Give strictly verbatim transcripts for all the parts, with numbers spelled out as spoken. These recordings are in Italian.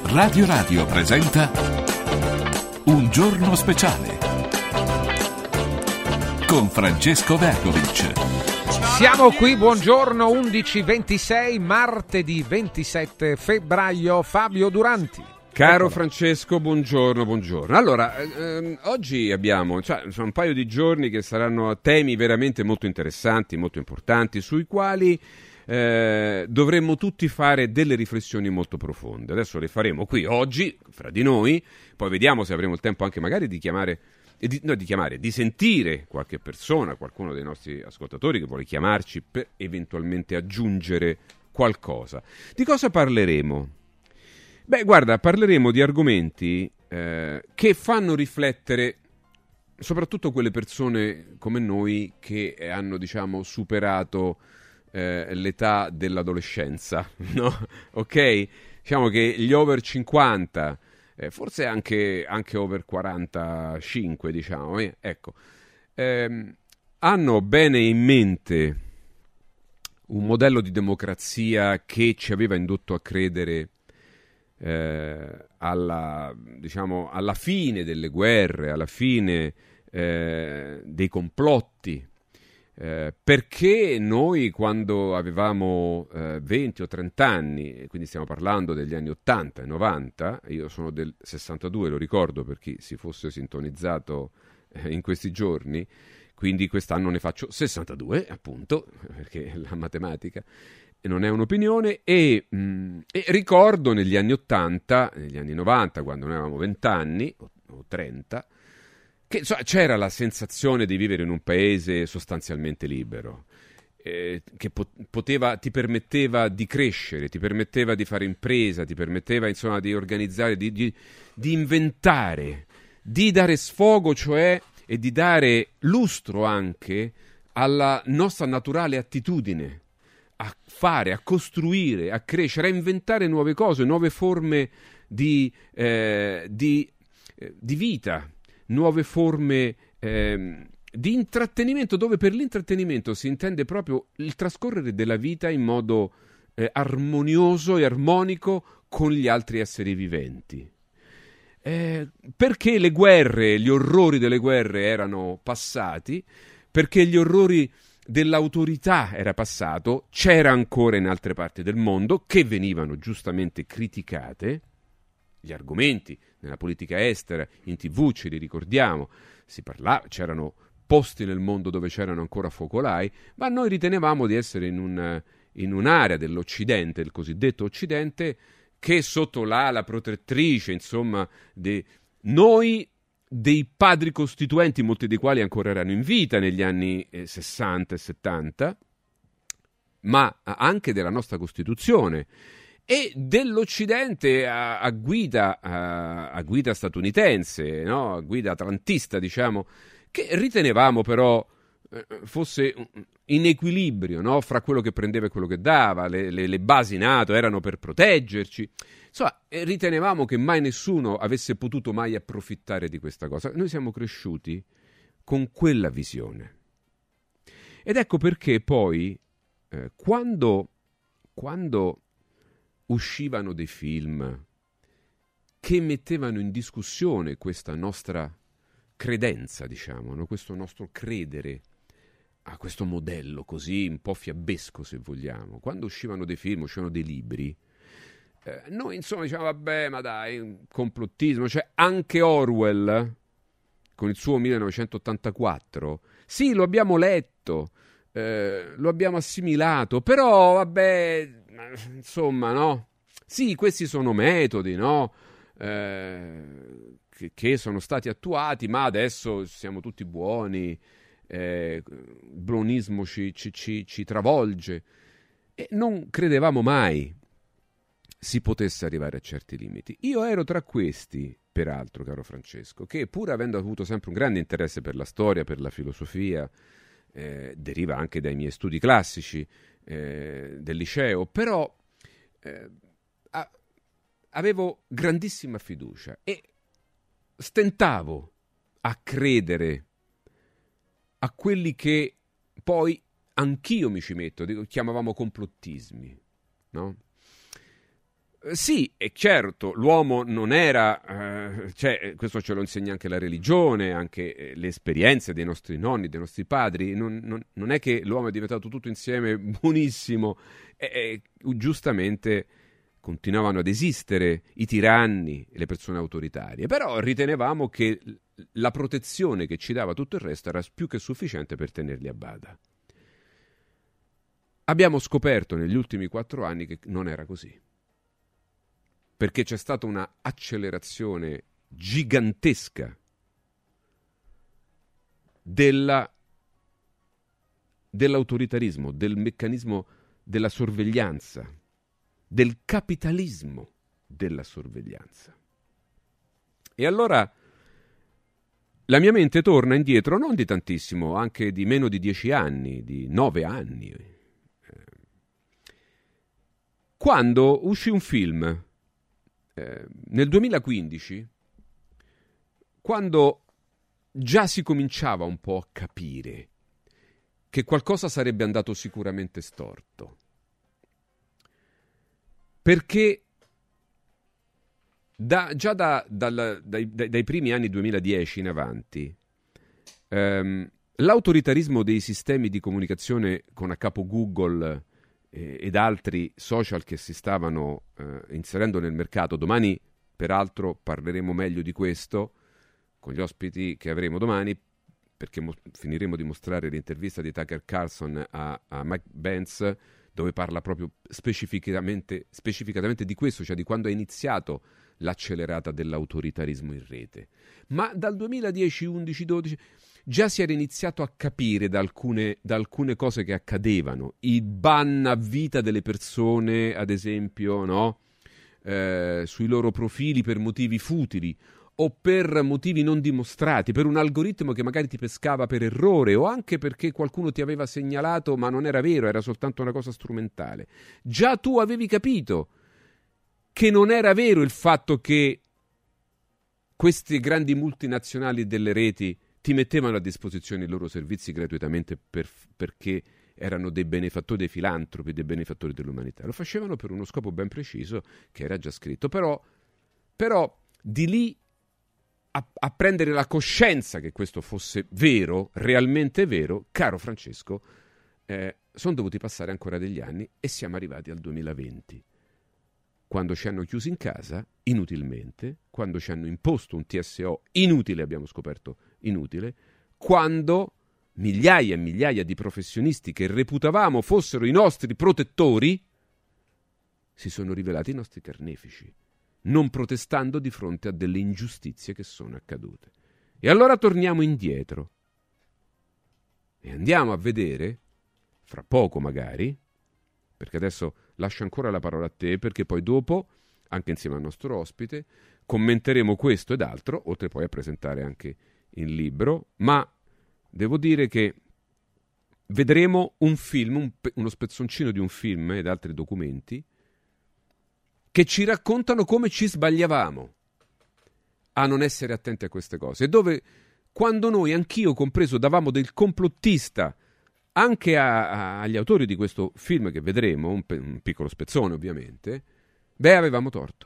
Radio Radio presenta Un giorno speciale con Francesco Vergovic. Siamo qui, buongiorno, undici ventisei, martedì ventisette febbraio, Fabio Duranti. Caro Francesco, buongiorno, buongiorno. Allora, ehm, oggi abbiamo cioè, sono un paio di giorni che saranno temi veramente molto interessanti, molto importanti, sui quali eh, dovremmo tutti fare delle riflessioni molto profonde. Adesso le faremo qui oggi, fra di noi, poi vediamo se avremo il tempo anche magari di chiamare, di, no, di chiamare, di sentire qualche persona, qualcuno dei nostri ascoltatori che vuole chiamarci per eventualmente aggiungere qualcosa. Di cosa parleremo? Beh, guarda, parleremo di argomenti eh, che fanno riflettere soprattutto quelle persone come noi che hanno, diciamo, superato eh, l'età dell'adolescenza, no? Ok? Diciamo che gli over cinquanta, eh, forse anche, anche over quarantacinque, diciamo, eh, ecco, ehm, hanno bene in mente un modello di democrazia che ci aveva indotto a credere Eh, alla, diciamo, alla fine delle guerre, alla fine eh, dei complotti, eh, perché noi quando avevamo eh, venti o trenta anni, quindi stiamo parlando degli anni ottanta e novanta, io sono del sessantadue, lo ricordo per chi si fosse sintonizzato eh, in questi giorni, quindi quest'anno ne faccio sessantadue, appunto, perché la matematica non è un'opinione, e, mh, e ricordo negli anni ottanta, negli anni novanta, quando noi avevamo venti anni, o, o trenta, che insomma, c'era la sensazione di vivere in un paese sostanzialmente libero, eh, che po- poteva, ti permetteva di crescere, ti permetteva di fare impresa, ti permetteva insomma di organizzare, di, di, di inventare, di dare sfogo, cioè, e di dare lustro anche alla nostra naturale attitudine a fare, a costruire, a crescere, a inventare nuove cose, nuove forme di, eh, di, eh, di vita, nuove forme eh, di intrattenimento, dove per l'intrattenimento si intende proprio il trascorrere della vita in modo eh, armonioso e armonico con gli altri esseri viventi. Eh, perché le guerre, gli orrori delle guerre erano passati, perché gli orrori dell'autorità era passato, c'era ancora in altre parti del mondo che venivano giustamente criticate, gli argomenti nella politica estera, in tivù ce li ricordiamo, si parlava, c'erano posti nel mondo dove c'erano ancora focolai, ma noi ritenevamo di essere in, un, in un'area dell'Occidente, il cosiddetto Occidente, che sotto l'ala protettrice, insomma, de, noi dei padri costituenti, molti dei quali ancora erano in vita negli anni eh, sessanta e settanta, ma anche della nostra Costituzione e dell'Occidente a, a, guida, a, a guida statunitense, no? A guida atlantista, diciamo, che ritenevamo però eh, fosse in equilibrio, no? Fra quello che prendeva e quello che dava, le, le, le basi NATO erano per proteggerci. Insomma, ritenevamo che mai nessuno avesse potuto mai approfittare di questa cosa. Noi siamo cresciuti con quella visione. Ed ecco perché poi, eh, quando, quando uscivano dei film che mettevano in discussione questa nostra credenza, diciamo, no? Questo nostro credere a questo modello così un po' fiabesco, se vogliamo, quando uscivano dei film, uscivano dei libri, Eh, noi insomma diciamo vabbè, ma dai, complottismo, cioè anche Orwell con il suo millenovecentottantaquattro, sì, lo abbiamo letto, eh, lo abbiamo assimilato, però vabbè, insomma, no, sì, questi sono metodi, no, eh, che, che sono stati attuati, ma adesso siamo tutti buoni, eh, il buonismo ci, ci, ci, ci travolge, e non credevamo mai si potesse arrivare a certi limiti. Io ero tra questi, peraltro, caro Francesco, che pur avendo avuto sempre un grande interesse per la storia, per la filosofia, eh, deriva anche dai miei studi classici eh, del liceo, però eh, a, avevo grandissima fiducia e stentavo a credere a quelli che poi anch'io mi ci metto, dico, chiamavamo complottismi, no? Sì, è certo, l'uomo non era, eh, cioè, questo ce lo insegna anche la religione, anche eh, le esperienze dei nostri nonni, dei nostri padri, non, non, non è che l'uomo è diventato tutto insieme buonissimo, e, e giustamente continuavano ad esistere i tiranni e le persone autoritarie, però ritenevamo che la protezione che ci dava tutto il resto era più che sufficiente per tenerli a bada. Abbiamo scoperto negli ultimi quattro anni che non era così, perché c'è stata una accelerazione gigantesca della, dell'autoritarismo, del meccanismo della sorveglianza, del capitalismo della sorveglianza. E allora la mia mente torna indietro non di tantissimo, anche di meno di dieci anni, di nove anni, quando uscì un film eh, nel duemilaquindici, quando già si cominciava un po' a capire che qualcosa sarebbe andato sicuramente storto, perché da, già da, dal, dai, dai, dai primi anni duemiladieci in avanti ehm, l'autoritarismo dei sistemi di comunicazione con a capo Google ed altri social che si stavano eh, inserendo nel mercato. Domani, peraltro, parleremo meglio di questo con gli ospiti che avremo domani, perché mo- finiremo di mostrare l'intervista di Tucker Carlson a, a Mike Pence, dove parla proprio specificamente, specificatamente di questo, cioè di quando è iniziato l'accelerata dell'autoritarismo in rete. Ma dal duemiladieci, undici, dodici già si era iniziato a capire da alcune, da alcune cose che accadevano. I ban a vita delle persone, ad esempio, no? Eh, sui loro profili per motivi futili o per motivi non dimostrati, per un algoritmo che magari ti pescava per errore o anche perché qualcuno ti aveva segnalato ma non era vero, era soltanto una cosa strumentale. Già tu avevi capito che non era vero il fatto che queste grandi multinazionali delle reti ti mettevano a disposizione i loro servizi gratuitamente per, perché erano dei benefattori, dei filantropi, dei benefattori dell'umanità. Lo facevano per uno scopo ben preciso che era già scritto. Però, però di lì a, a prendere la coscienza che questo fosse vero, realmente vero, caro Francesco, eh, sono dovuti passare ancora degli anni e siamo arrivati al duemilaventi. Quando ci hanno chiusi in casa, inutilmente, quando ci hanno imposto un T S O inutile, abbiamo scoperto inutile, quando migliaia e migliaia di professionisti che reputavamo fossero i nostri protettori si sono rivelati i nostri carnefici, non protestando di fronte a delle ingiustizie che sono accadute. E allora torniamo indietro e andiamo a vedere, fra poco magari, perché adesso lascio ancora la parola a te, perché poi dopo, anche insieme al nostro ospite, commenteremo questo ed altro, oltre poi a presentare anche il libro, ma devo dire che vedremo un film, un pe- uno spezzoncino di un film ed altri documenti che ci raccontano come ci sbagliavamo a non essere attenti a queste cose, e dove quando noi, anch'io compreso, davamo del complottista anche a, a, agli autori di questo film che vedremo, un, pe- un piccolo spezzone ovviamente, beh, avevamo torto.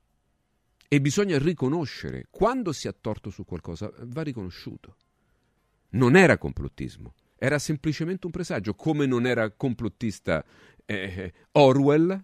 E bisogna riconoscere, quando si ha torto su qualcosa, va riconosciuto. Non era complottismo, era semplicemente un presagio, come non era complottista eh, Orwell,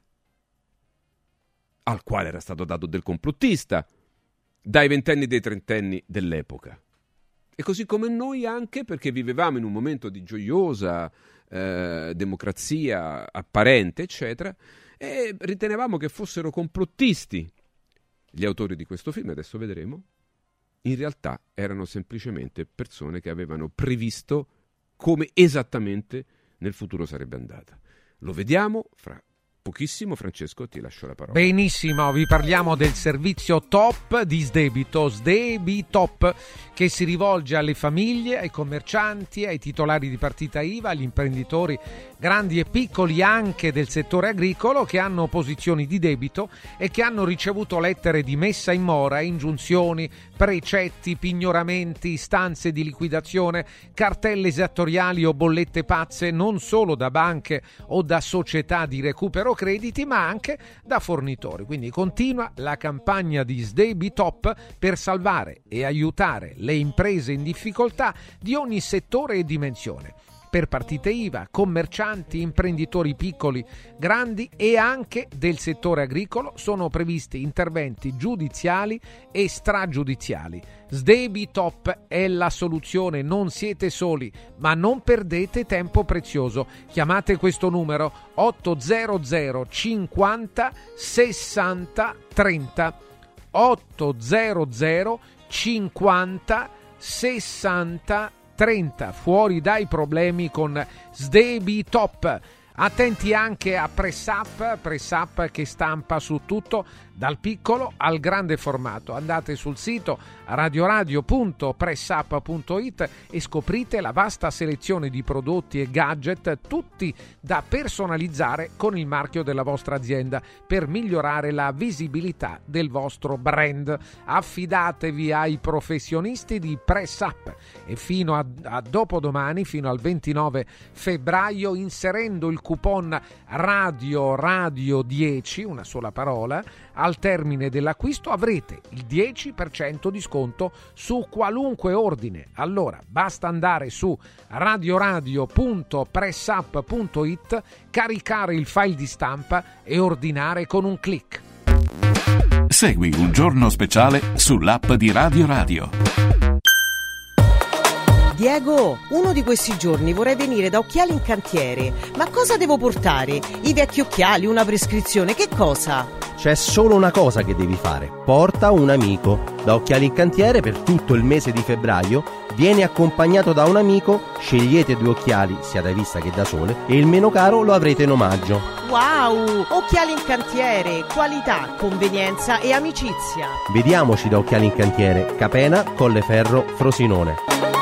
al quale era stato dato del complottista dai ventenni e dei trentenni dell'epoca. E così come noi anche, perché vivevamo in un momento di gioiosa eh, democrazia apparente, eccetera, e ritenevamo che fossero complottisti gli autori di questo film, adesso vedremo. In realtà erano semplicemente persone che avevano previsto come esattamente nel futuro sarebbe andata. Lo vediamo fra pochissimo. Francesco, ti lascio la parola. Benissimo, vi parliamo del servizio Top di Sdebito, Sdebitop, che si rivolge alle famiglie, ai commercianti, ai titolari di partita I V A, agli imprenditori grandi e piccoli anche del settore agricolo che hanno posizioni di debito e che hanno ricevuto lettere di messa in mora, ingiunzioni, precetti, pignoramenti, istanze di liquidazione, cartelle esattoriali o bollette pazze non solo da banche o da società di recupero microcrediti, ma anche da fornitori. Quindi continua la campagna di SDEBITOP per salvare e aiutare le imprese in difficoltà di ogni settore e dimensione. Per partite I V A, commercianti, imprenditori piccoli, grandi e anche del settore agricolo sono previsti interventi giudiziali e stragiudiziali. SDEBITOP è la soluzione, non siete soli, ma non perdete tempo prezioso. Chiamate questo numero ottocento cinquanta sessanta trenta ottocento cinquanta sessanta trenta. Fuori dai problemi con SDEBITOP. Attenti anche a PressUp, PressUp che stampa su tutto, dal piccolo al grande formato. Andate sul sito radioradio punto pressup punto it e scoprite la vasta selezione di prodotti e gadget, tutti da personalizzare con il marchio della vostra azienda per migliorare la visibilità del vostro brand. Affidatevi ai professionisti di PressUp e fino a, a dopodomani, fino al ventinove febbraio, inserendo il coupon radio radio dieci, una sola parola, al termine dell'acquisto avrete il dieci per cento di sconto su qualunque ordine. Allora basta andare su radioradio punto pressup punto it, caricare il file di stampa e ordinare con un click. Segui Un Giorno Speciale sull'app di Radio Radio. Diego, uno di questi giorni vorrei venire da Occhiali in Cantiere. Ma cosa devo portare? I vecchi occhiali, una prescrizione, che cosa? C'è solo una cosa che devi fare: porta un amico. Da Occhiali in Cantiere per tutto il mese di febbraio vieni accompagnato da un amico, scegliete due occhiali sia da vista che da sole e il meno caro lo avrete in omaggio. Wow! Occhiali in Cantiere, qualità, convenienza e amicizia. Vediamoci da Occhiali in Cantiere, Capena, Colleferro, Frosinone.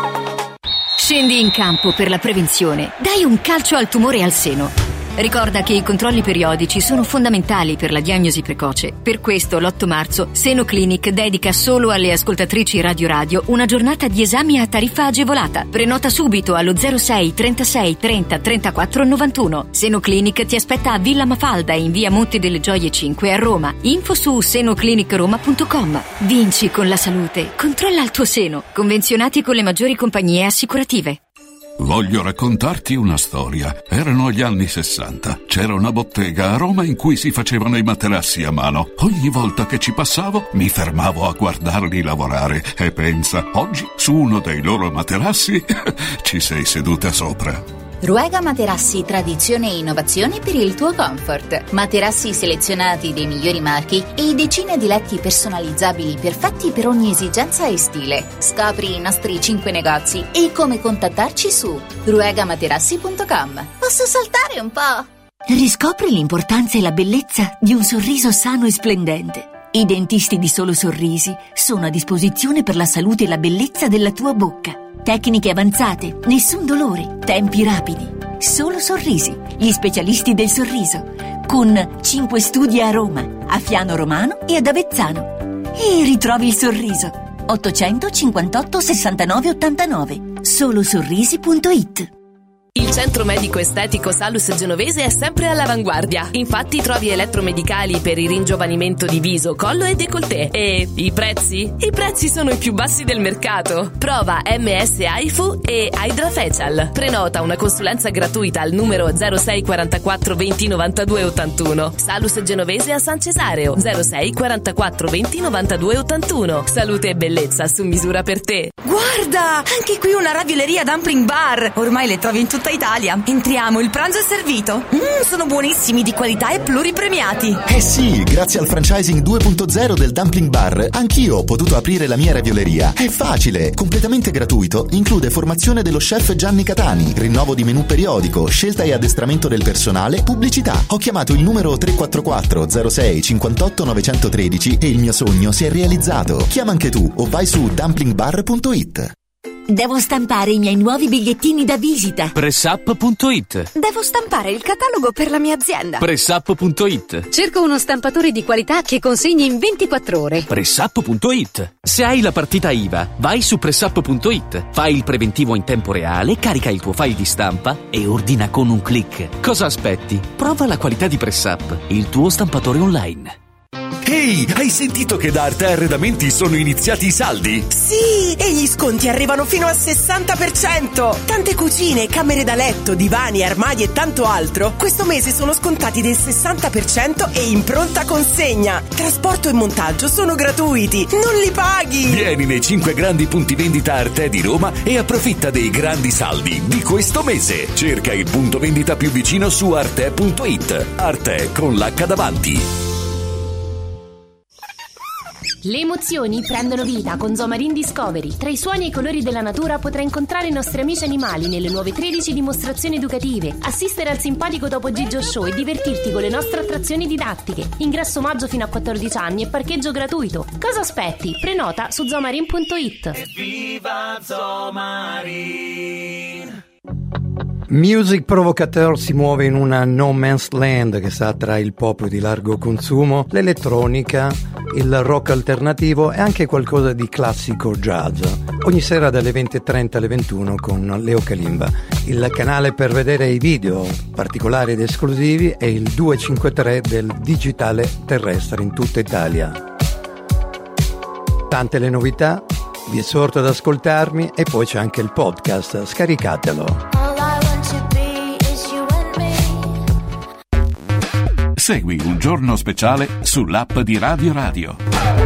Scendi in campo per la prevenzione. Dai un calcio al tumore al seno. Ricorda che i controlli periodici sono fondamentali per la diagnosi precoce. Per questo l'otto marzo Seno Clinic dedica solo alle ascoltatrici Radio Radio una giornata di esami a tariffa agevolata. Prenota subito allo zero sei trentasei trenta trentaquattro novantuno. Seno Clinic ti aspetta a Villa Mafalda in via Monte delle Gioie cinque a Roma. Info su senoclinicroma punto com. Vinci con la salute. Controlla il tuo seno. Convenzionati con le maggiori compagnie assicurative. Voglio raccontarti una storia. Erano gli anni sessanta. C'era una bottega a Roma in cui si facevano i materassi a mano. Ogni volta che ci passavo mi fermavo a guardarli lavorare e pensa, oggi su uno dei loro materassi ci sei seduta sopra. Ruega Materassi, tradizione e innovazione per il tuo comfort. Materassi selezionati dei migliori marchi e decine di letti personalizzabili perfetti per ogni esigenza e stile. Scopri i nostri cinque negozi e come contattarci su ruega materassi punto com. Posso saltare un po'? Riscopri l'importanza e la bellezza di un sorriso sano e splendente. I dentisti di Solo Sorrisi sono a disposizione per la salute e la bellezza della tua bocca. Tecniche avanzate, nessun dolore, tempi rapidi. Solo Sorrisi, gli specialisti del sorriso, con cinque studi a Roma, a Fiano Romano e ad Avezzano. E ritrovi il sorriso. ottocentocinquantotto sessantanove ottantanove. solo sorrisi punto it. Il centro medico estetico Salus Genovese è sempre all'avanguardia. Infatti trovi elettromedicali per il ringiovanimento di viso, collo e décolleté. E i prezzi? I prezzi sono i più bassi del mercato. Prova M S AIFU e Hydra Facial. Prenota una consulenza gratuita al numero zero sei quarantaquattro venti novantadue ottantuno. Salus Genovese a San Cesareo zero sei quarantaquattro venti novantadue ottantuno. Salute e bellezza su misura per te. Guarda, anche qui una ravioleria dumpling bar. Ormai le trovi in tutta Italia. Entriamo, il pranzo è servito. Mmm, sono buonissimi, di qualità e pluripremiati. Eh sì, grazie al franchising due punto zero del Dumpling Bar, anch'io ho potuto aprire la mia ravioleria. È facile, completamente gratuito, include formazione dello chef Gianni Catani, rinnovo di menù periodico, scelta e addestramento del personale, pubblicità. Ho chiamato il numero tre quattro quattro zero sei cinquantotto novecentotredici e il mio sogno si è realizzato. Chiama anche tu o vai su dumpling bar punto it. Devo stampare i miei nuovi bigliettini da visita. Pressup punto it. Devo stampare il catalogo per la mia azienda. Pressup punto it. Cerco uno stampatore di qualità che consegni in ventiquattro ore. Pressup punto it. Se hai la partita I V A, vai su Pressup punto it, fai il preventivo in tempo reale, carica il tuo file di stampa e ordina con un click. Cosa aspetti? Prova la qualità di Pressup, il tuo stampatore online. Ehi, hai sentito che da Arte Arredamenti sono iniziati i saldi? Sì, e gli sconti arrivano fino al sessanta per cento. Tante cucine, camere da letto, divani, armadi e tanto altro questo mese sono scontati del sessanta per cento e in pronta consegna. Trasporto e montaggio sono gratuiti, non li paghi. Vieni nei cinque grandi punti vendita Arte di Roma e approfitta dei grandi saldi di questo mese. Cerca il punto vendita più vicino su arte punto it. Arte con l'H davanti. Le emozioni prendono vita con Zomarin Discovery. Tra i suoni e i colori della natura potrai incontrare i nostri amici animali nelle nuove tredici dimostrazioni educative, assistere al simpatico Topo Gigio Show e divertirti con le nostre attrazioni didattiche. Ingresso omaggio fino a quattordici anni e parcheggio gratuito. Cosa aspetti? Prenota su zomarin punto it. Viva Zomarin! Music Provocateur si muove in una no man's land che sta tra il pop di largo consumo, l'elettronica, il rock alternativo e anche qualcosa di classico jazz. Ogni sera dalle venti e trenta alle ventuno con Leo Kalimba. Il canale per vedere i video particolari ed esclusivi è il duecentocinquantatré del digitale terrestre in tutta Italia. Tante le novità, vi esorto ad ascoltarmi e poi c'è anche il podcast, scaricatelo. Segui Un Giorno Speciale sull'app di Radio Radio.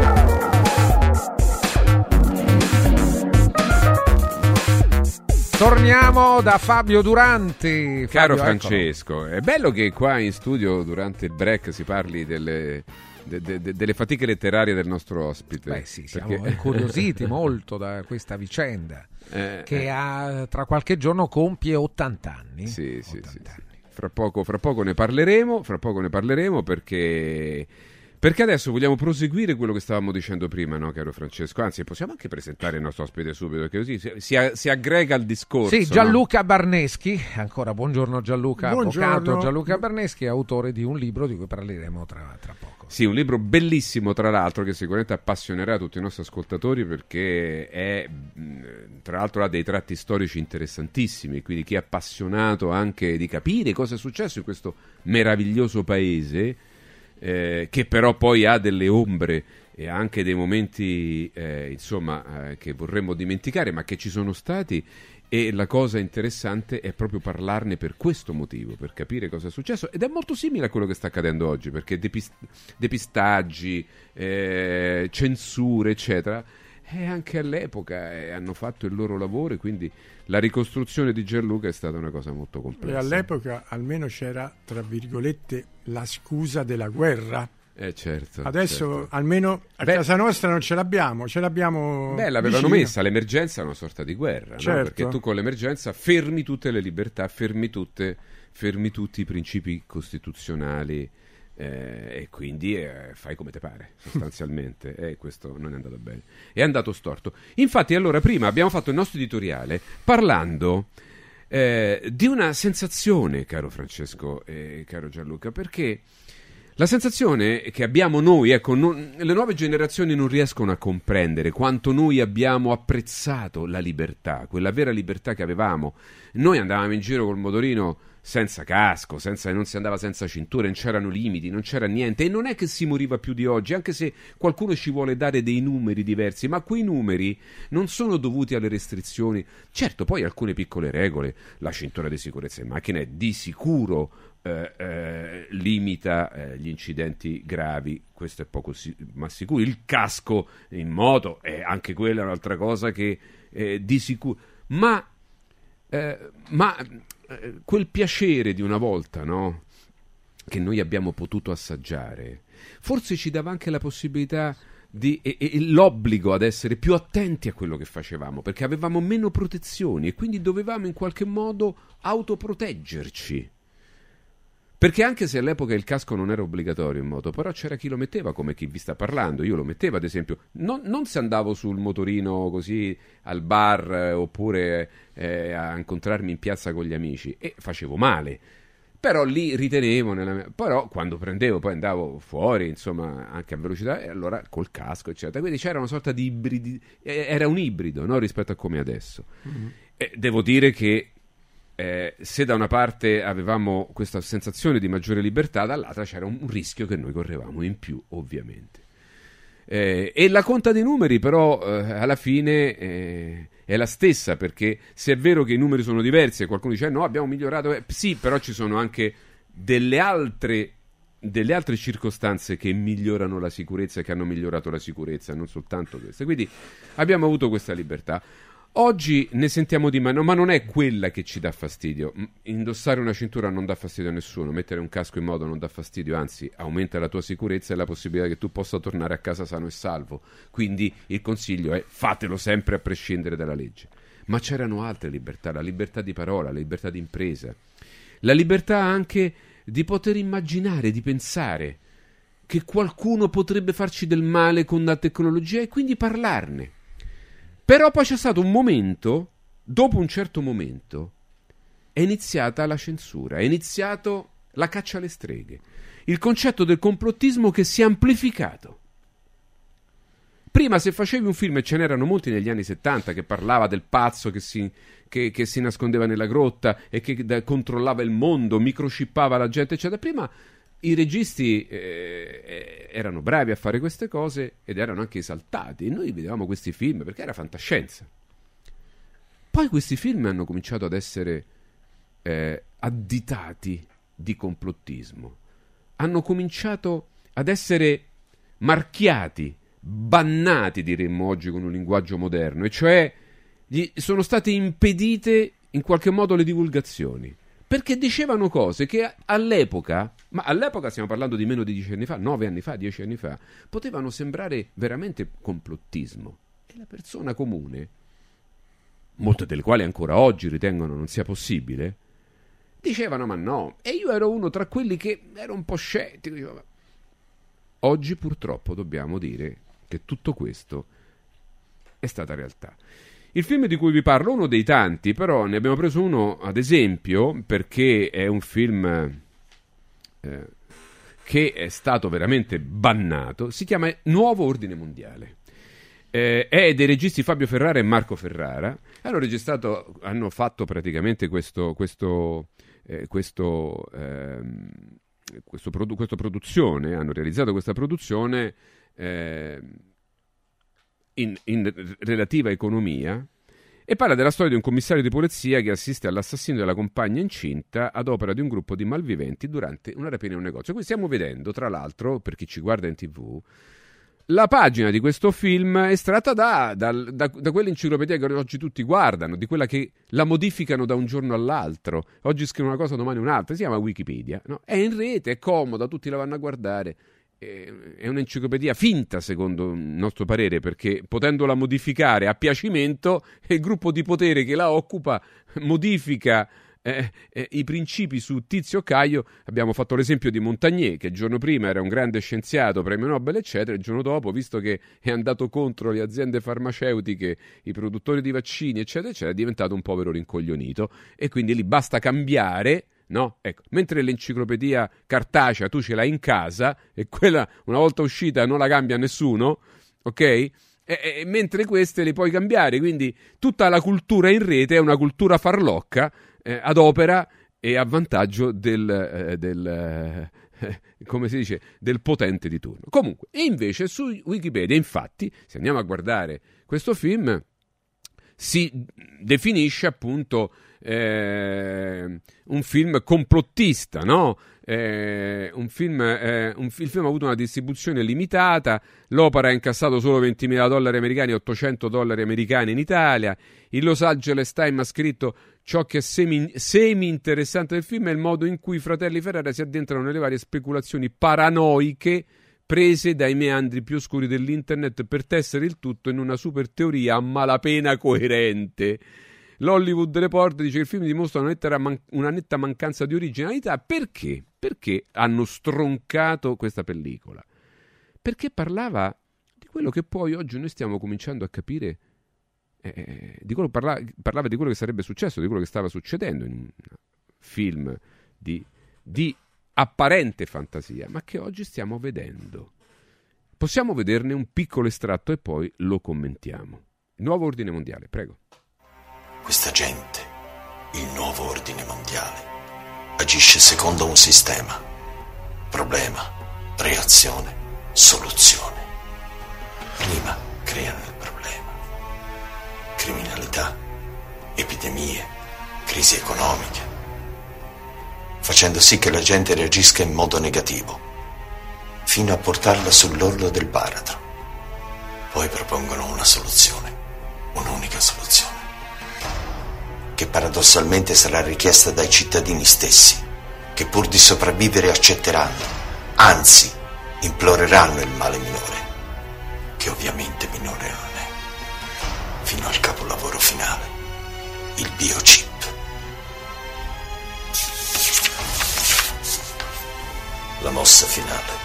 Torniamo da Fabio Duranti. Caro Fabio, Francesco, eccolo. È bello che qua in studio durante il break si parli delle, de, de, de, delle fatiche letterarie del nostro ospite. Beh sì, siamo perché... incuriositi molto da questa vicenda eh, che eh. ha, tra qualche giorno compie ottanta anni. Sì, sì, sì, sì. Fra poco, fra poco ne parleremo, fra poco ne parleremo perché, perché adesso vogliamo proseguire quello che stavamo dicendo prima, no, caro Francesco? Anzi, possiamo anche presentare il nostro ospite subito, perché così si, si, si aggrega al discorso. Sì, Gianluca no? Barneschi, ancora buongiorno Gianluca, buongiorno. Avvocato Gianluca Barneschi, autore di un libro di cui parleremo tra, tra poco. Sì, un libro bellissimo tra l'altro che sicuramente appassionerà tutti i nostri ascoltatori perché è, tra l'altro ha dei tratti storici interessantissimi, quindi chi è appassionato anche di capire cosa è successo in questo meraviglioso paese, eh, che però poi ha delle ombre e anche dei momenti eh, insomma eh, che vorremmo dimenticare ma che ci sono stati. E la cosa interessante è proprio parlarne per questo motivo, per capire cosa è successo, ed è molto simile a quello che sta accadendo oggi, perché depist- depistaggi, eh, censure, eccetera, e anche all'epoca eh, hanno fatto il loro lavoro, e quindi la ricostruzione di Gianluca è stata una cosa molto complessa. E all'epoca almeno c'era, tra virgolette, la scusa della guerra. Eh certo. Adesso certo. almeno a Beh, casa nostra non ce l'abbiamo, ce l'abbiamo. Beh, l'avevano vicino. Messa, l'emergenza è una sorta di guerra, certo. No? Perché tu con l'emergenza fermi tutte le libertà, fermi tutte, fermi tutti i principi costituzionali eh, e quindi eh, fai come te pare, sostanzialmente. E questo non è andato bene. È andato storto. Infatti, allora, prima abbiamo fatto il nostro editoriale parlando eh, di una sensazione, caro Francesco e caro Gianluca, perché la sensazione che abbiamo noi, ecco, non, le nuove generazioni non riescono a comprendere quanto noi abbiamo apprezzato la libertà, quella vera libertà che avevamo. Noi andavamo in giro col motorino senza casco, senza, non si andava senza cintura, non c'erano limiti, non c'era niente, e non è che si moriva più di oggi, anche se qualcuno ci vuole dare dei numeri diversi, ma quei numeri non sono dovuti alle restrizioni. Certo, poi alcune piccole regole, la cintura di sicurezza in macchina è di sicuro Eh, eh, limita eh, gli incidenti gravi, questo è poco si- ma sicuro. Il casco in moto è anche quella un'altra cosa che eh, di sicuro, ma, eh, ma eh, quel piacere di una volta, no? Che noi abbiamo potuto assaggiare, forse ci dava anche la possibilità di, e, e l'obbligo ad essere più attenti a quello che facevamo, perché avevamo meno protezioni e quindi dovevamo in qualche modo autoproteggerci. Perché anche se all'epoca il casco non era obbligatorio in moto, però c'era chi lo metteva, come chi vi sta parlando. Io lo mettevo, ad esempio, non, non se andavo sul motorino così al bar eh, oppure eh, a incontrarmi in piazza con gli amici, e facevo male. Però lì ritenevo, nella mia... però quando prendevo poi andavo fuori, insomma, anche a velocità, e allora col casco, eccetera. Quindi c'era una sorta di ibridi, era un ibrido, no? Rispetto a come adesso. Mm-hmm. E devo dire che Eh, se da una parte avevamo questa sensazione di maggiore libertà, dall'altra c'era un, un rischio che noi correvamo in più, ovviamente. Eh, e la conta dei numeri però eh, alla fine eh, è la stessa, perché se è vero che i numeri sono diversi e qualcuno dice eh, no, abbiamo migliorato, eh, sì, però ci sono anche delle altre, delle altre circostanze che migliorano la sicurezza, che hanno migliorato la sicurezza, non soltanto queste. Quindi abbiamo avuto questa libertà. Oggi ne sentiamo di meno, ma non è quella che ci dà fastidio. Indossare una cintura non dà fastidio a nessuno, mettere un casco in moto non dà fastidio, anzi aumenta la tua sicurezza e la possibilità che tu possa tornare a casa sano e salvo. Quindi il consiglio è: fatelo sempre a prescindere dalla legge. Ma c'erano altre libertà, la libertà di parola, la libertà di impresa, la libertà anche di poter immaginare, di pensare che qualcuno potrebbe farci del male con la tecnologia e quindi parlarne. Però poi c'è stato un momento, dopo un certo momento, è iniziata la censura, è iniziato la caccia alle streghe, il concetto del complottismo che si è amplificato. Prima, se facevi un film, e ce n'erano molti negli anni settanta, che parlava del pazzo che si, che, che si nascondeva nella grotta e che da, controllava il mondo, microchippava la gente, eccetera, prima i registi eh, erano bravi a fare queste cose ed erano anche esaltati, e noi vedevamo questi film perché era fantascienza. Poi questi film hanno cominciato ad essere eh, additati di complottismo, hanno cominciato ad essere marchiati, bannati, diremmo oggi con un linguaggio moderno, e cioè gli sono state impedite in qualche modo le divulgazioni, perché dicevano cose che all'epoca, ma all'epoca stiamo parlando di meno di dieci anni fa, nove anni fa, dieci anni fa, potevano sembrare veramente complottismo. E la persona comune, molte delle quali ancora oggi ritengono non sia possibile, dicevano ma no. E io ero uno tra quelli che ero un po' scettico. Dicevo, oggi purtroppo dobbiamo dire che tutto questo è stata realtà. Il film di cui vi parlo, uno dei tanti, però ne abbiamo preso uno ad esempio perché è un film eh, che è stato veramente bannato, si chiama Nuovo Ordine Mondiale. Eh, è dei registi Fabio Ferrara e Marco Ferrara. Hanno registrato, hanno fatto praticamente questo questo eh, questo, ehm, questo produ- questa produzione, hanno realizzato questa produzione eh, In, in relativa economia, e parla della storia di un commissario di polizia che assiste all'assassinio della compagna incinta ad opera di un gruppo di malviventi durante una rapina in un negozio. Qui stiamo vedendo, tra l'altro, per chi ci guarda in tv, la pagina di questo film estratta da, da, da, da quell'enciclopedia che oggi tutti guardano, di quella che la modificano da un giorno all'altro. Oggi scrivono una cosa, domani un'altra, si chiama Wikipedia, no? È in rete, è comoda, tutti la vanno a guardare. È un'enciclopedia finta, secondo il nostro parere, perché potendola modificare a piacimento, il gruppo di potere che la occupa modifica eh, eh, i principi su Tizio Caio. Abbiamo fatto l'esempio di Montagnier, che il giorno prima era un grande scienziato, premio Nobel eccetera, il giorno dopo, visto che è andato contro le aziende farmaceutiche, i produttori di vaccini eccetera eccetera, è diventato un povero rincoglionito, e quindi lì basta cambiare. No? Ecco, mentre l'enciclopedia cartacea tu ce l'hai in casa e quella una volta uscita non la cambia nessuno, ok? E, e, mentre queste le puoi cambiare, quindi tutta la cultura in rete è una cultura farlocca eh, ad opera e a vantaggio del, eh, del eh, come si dice, del potente di turno. Comunque, e invece su Wikipedia, infatti, se andiamo a guardare questo film, si definisce appunto eh, un film complottista, no? Eh, un film, eh, un, il film ha avuto una distribuzione limitata, l'opera ha incassato solo ventimila dollari americani, ottocento dollari americani in Italia. Il Los Angeles Times ha scritto: ciò che è semi, semi interessante del film è il modo in cui i fratelli Ferrara si addentrano nelle varie speculazioni paranoiche prese dai meandri più oscuri dell'internet per tessere il tutto in una super teoria a malapena coerente. l'Hollywood delle porte dice che il film dimostra una netta, man- una netta mancanza di originalità. Perché? Perché hanno stroncato questa pellicola? Perché parlava di quello che poi oggi noi stiamo cominciando a capire, eh, di quello parla- parlava di quello che sarebbe successo, di quello che stava succedendo in un film di, di apparente fantasia, ma che oggi stiamo vedendo. Possiamo vederne un piccolo estratto e poi lo commentiamo. Il nuovo ordine mondiale, prego. Questa gente, il nuovo ordine mondiale, agisce secondo un sistema: problema, reazione, soluzione. Prima creano il problema. Criminalità, epidemie, crisi economiche, facendo sì che la gente reagisca in modo negativo, fino a portarla sull'orlo del baratro. Poi propongono una soluzione, un'unica soluzione, che paradossalmente sarà richiesta dai cittadini stessi, che pur di sopravvivere accetteranno, anzi imploreranno il male minore, che ovviamente minore non è, fino al capolavoro finale, il biochip. La mossa finale.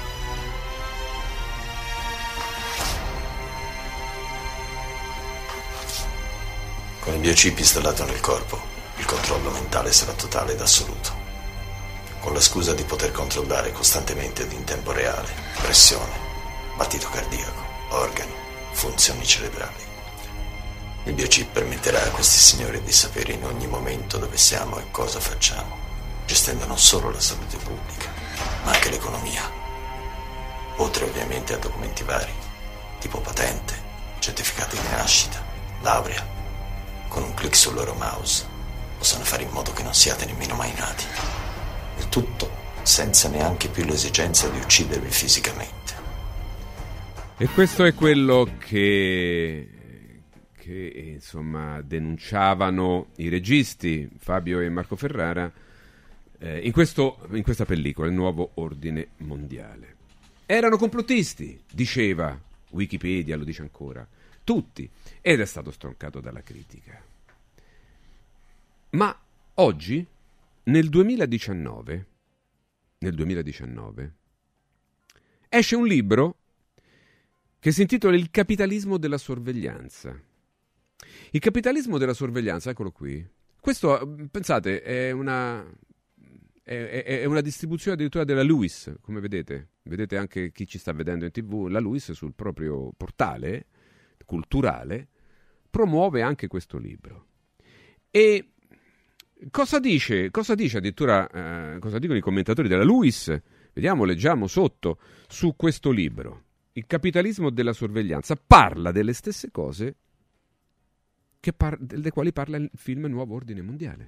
Con il biochip installato nel corpo, il controllo mentale sarà totale ed assoluto, con la scusa di poter controllare costantemente ed in tempo reale pressione, battito cardiaco, organi, funzioni cerebrali. Il biochip permetterà a questi signori di sapere in ogni momento dove siamo e cosa facciamo, gestendo non solo la salute pubblica, ma anche l'economia, oltre ovviamente a documenti vari, tipo patente, certificati di nascita, laurea. Con un clic sul loro mouse possono fare in modo che non siate nemmeno mai nati. Il tutto senza neanche più l'esigenza di uccidervi fisicamente. E questo è quello che, che insomma denunciavano i registi Fabio e Marco Ferrara eh, in, questo, in questa pellicola, Il nuovo ordine mondiale. Erano complottisti, diceva Wikipedia, lo dice ancora, tutti, ed è stato stroncato dalla critica. Ma oggi, nel duemiladiciannove, nel duemiladiciannove, esce un libro che si intitola Il capitalismo della sorveglianza. Il capitalismo della sorveglianza, eccolo qui. Questo, pensate, è una, è, è una distribuzione addirittura della Lewis, come vedete. Vedete anche chi ci sta vedendo in tivù, la Lewis sul proprio portale culturale promuove anche questo libro. E cosa dice? Cosa dice addirittura, eh, cosa dicono i commentatori della Lewis? Vediamo, leggiamo sotto su questo libro. Il capitalismo della sorveglianza parla delle stesse cose che par- delle quali parla il film Nuovo Ordine Mondiale.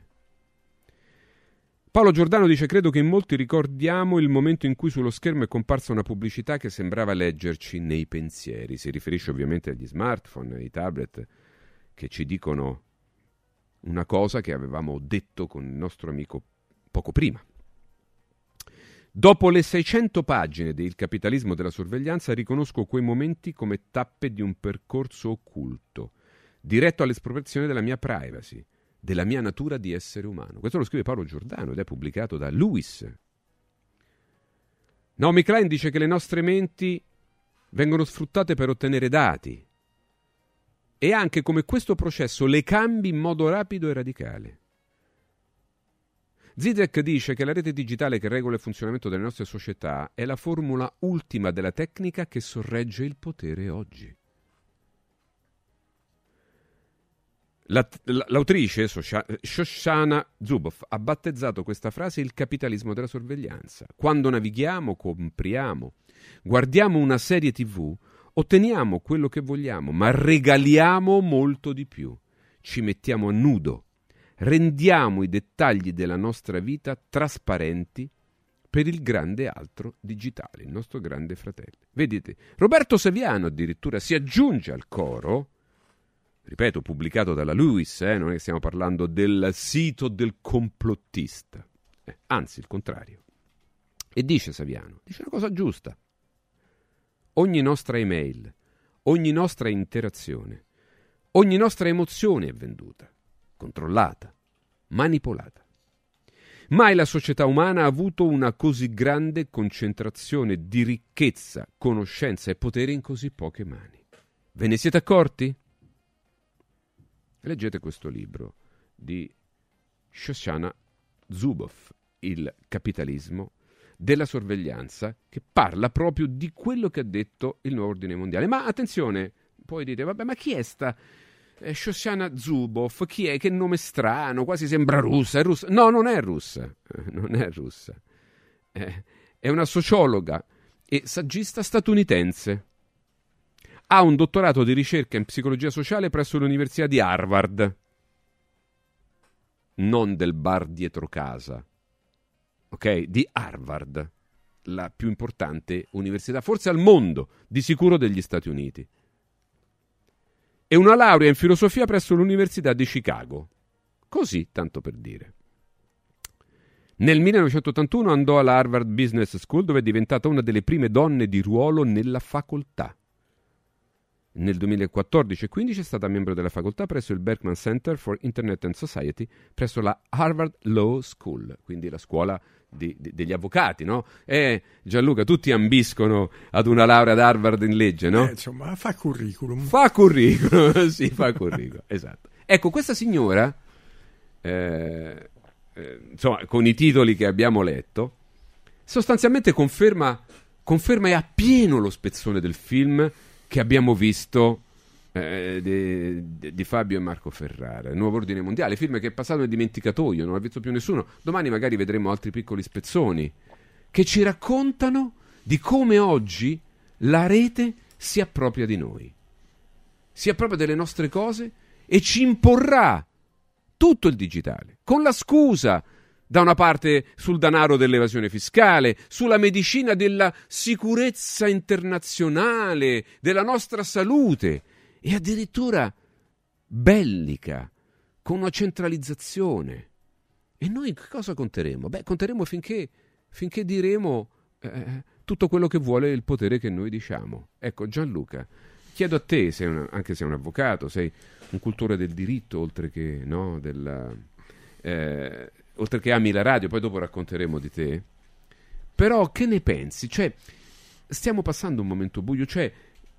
Paolo Giordano dice: credo che in molti ricordiamo il momento in cui sullo schermo è comparsa una pubblicità che sembrava leggerci nei pensieri. Si riferisce ovviamente agli smartphone, ai tablet, che ci dicono una cosa che avevamo detto con il nostro amico poco prima. Dopo le seicento pagine del capitalismo della sorveglianza riconosco quei momenti come tappe di un percorso occulto, diretto all'espropriazione della mia privacy, della mia natura di essere umano. Questo lo scrive Paolo Giordano ed è pubblicato da Lewis. Naomi Klein dice che le nostre menti vengono sfruttate per ottenere dati e anche come questo processo le cambi in modo rapido e radicale. Zizek dice che la rete digitale che regola il funzionamento delle nostre società è la formula ultima della tecnica che sorregge il potere oggi. La, l'autrice Shoshana Zuboff ha battezzato questa frase il capitalismo della sorveglianza. Quando navighiamo, compriamo, guardiamo una serie tivù, otteniamo quello che vogliamo, ma regaliamo molto di più. Ci mettiamo a nudo, rendiamo i dettagli della nostra vita trasparenti per il grande altro digitale, il nostro grande fratello. Vedete, Roberto Saviano addirittura si aggiunge al coro, ripeto, pubblicato dalla Lewis, eh, non è che stiamo parlando del sito del complottista, eh, anzi il contrario. E dice Saviano, dice una cosa giusta. Ogni nostra email, ogni nostra interazione, ogni nostra emozione è venduta. controllata, manipolata. Mai la società umana ha avuto una così grande concentrazione di ricchezza, conoscenza e potere in così poche mani. Ve ne siete accorti? Leggete questo libro di Shoshana Zuboff, Il capitalismo della sorveglianza, che parla proprio di quello che ha detto il nuovo ordine mondiale. Ma attenzione, poi dite, vabbè, ma chi è sta eh, Shoshana Zuboff? Chi è? Che nome strano, quasi sembra russa. È russa. No, non è russa, eh, non è russa. Eh, è una sociologa e saggista statunitense. Ha un dottorato di ricerca in psicologia sociale presso l'Università di Harvard, non del bar dietro casa, ok? Di Harvard, la più importante università, forse al mondo, di sicuro degli Stati Uniti. E una laurea in filosofia presso l'Università di Chicago. Così, tanto per dire. Nel millenovecentottantuno andò alla Harvard Business School, dove è diventata una delle prime donne di ruolo nella facoltà. Nel duemilaquattordici e quindici è stata membro della facoltà presso il Berkman Center for Internet and Society presso la Harvard Law School, quindi la scuola di, di, degli avvocati, no? E Gianluca, tutti ambiscono ad una laurea ad Harvard in legge, no? Eh, insomma, fa curriculum. Fa curriculum, sì, fa curriculum, esatto. Ecco, questa signora, eh, eh, insomma, con i titoli che abbiamo letto, sostanzialmente conferma, conferma e appieno lo spezzone del film che abbiamo visto eh, di, di, di Fabio e Marco Ferrara, Il nuovo ordine mondiale, film che è passato nel dimenticatoio, non l'ha visto più nessuno. Domani magari vedremo altri piccoli spezzoni che ci raccontano di come oggi la rete si appropria di noi, si appropria delle nostre cose e ci imporrà tutto il digitale, con la scusa da una parte sul denaro dell'evasione fiscale, sulla medicina della sicurezza internazionale, della nostra salute e addirittura bellica, con una centralizzazione. E noi che cosa conteremo? Beh, conteremo finché, finché diremo eh, tutto quello che vuole il potere che noi diciamo. Ecco, Gianluca, chiedo a te, sei una, anche se sei un avvocato, sei un cultore del diritto, oltre che no, della... Eh, oltre che ami la radio, poi dopo racconteremo di te, però che ne pensi? Cioè, stiamo passando un momento buio, cioè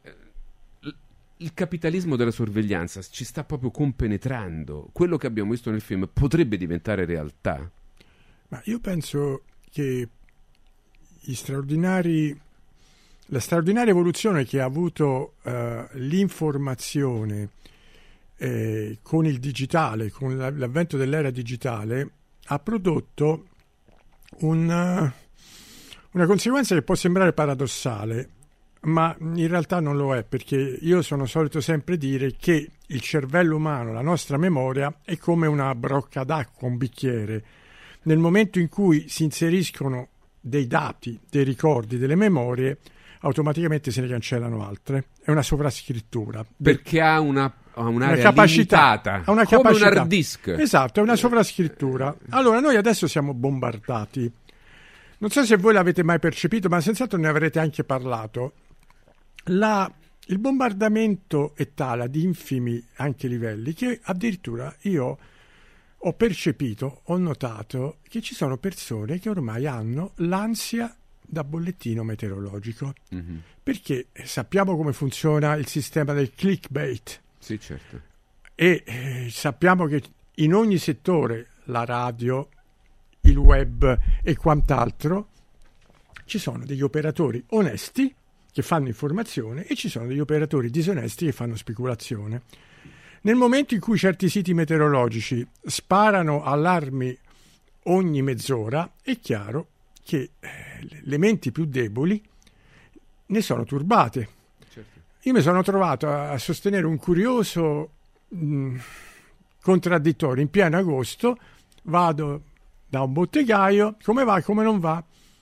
il capitalismo della sorveglianza ci sta proprio compenetrando, quello che abbiamo visto nel film potrebbe diventare realtà? Ma io penso che gli straordinari la straordinaria evoluzione che ha avuto uh, l'informazione eh, con il digitale, con l'avvento dell'era digitale, ha prodotto una, una conseguenza che può sembrare paradossale, ma in realtà non lo è, perché io sono solito sempre dire che il cervello umano, la nostra memoria, è come una brocca d'acqua, un bicchiere. Nel momento in cui si inseriscono dei dati, dei ricordi, delle memorie, automaticamente se ne cancellano altre. È una sovrascrittura. Perché ha una ha un'area una capacità, limitata, ha una come capacità. un hard disk. Esatto, è una sovrascrittura. Allora, noi adesso siamo bombardati. Non so se voi l'avete mai percepito, ma senz'altro ne avrete anche parlato. La, il bombardamento è tale ad infimi anche livelli che addirittura io ho percepito, ho notato che ci sono persone che ormai hanno l'ansia da bollettino meteorologico, mm-hmm. perché sappiamo come funziona il sistema del clickbait. Sì, certo. E eh, sappiamo che in ogni settore, la radio, il web e quant'altro, ci sono degli operatori onesti che fanno informazione e ci sono degli operatori disonesti che fanno speculazione. Nel momento in cui certi siti meteorologici sparano allarmi ogni mezz'ora, è chiaro che eh, le menti più deboli ne sono turbate. Certo. Io mi sono trovato a, a sostenere un curioso mh, contraddittorio. In pieno agosto vado da un bottegaio, come va, come non va?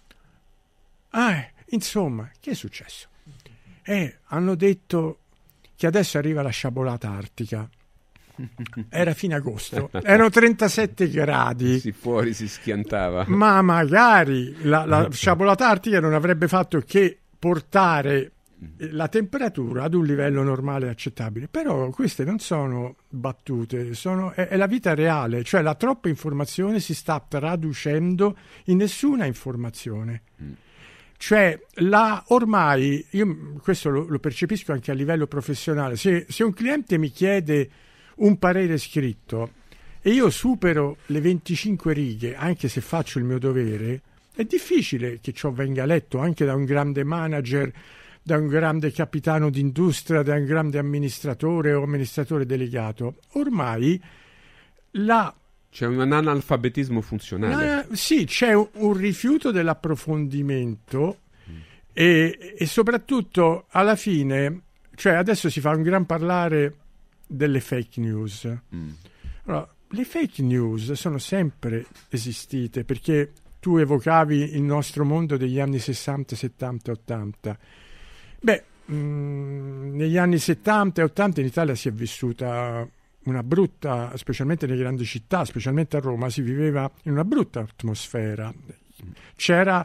Ah, insomma, che è successo? Eh, hanno detto che adesso arriva la sciabolata artica. Era fine agosto, erano trentasette gradi. Sì, fuori si schiantava. Ma magari la, la sciabolata artica non avrebbe fatto che portare la temperatura ad un livello normale e accettabile. Però queste non sono battute, sono, è, è la vita reale, cioè la troppa informazione si sta traducendo in nessuna informazione. Mm. Cioè, la, ormai, io questo lo, lo percepisco anche a livello professionale, se, se un cliente mi chiede un parere scritto e io supero le venticinque righe, anche se faccio il mio dovere, è difficile che ciò venga letto anche da un grande manager, da un grande capitano d'industria, da un grande amministratore o amministratore delegato. Ormai la... C'è un analfabetismo funzionale. Uh, sì, c'è un, un rifiuto dell'approfondimento mm. e, e soprattutto alla fine, cioè adesso si fa un gran parlare delle fake news. Mm. Allora, le fake news sono sempre esistite, perché tu evocavi il nostro mondo degli anni sessanta, settanta, ottanta. Beh, mh, negli anni settanta e ottanta in Italia si è vissuta una brutta, specialmente nelle grandi città, specialmente a Roma, si viveva in una brutta atmosfera. C'era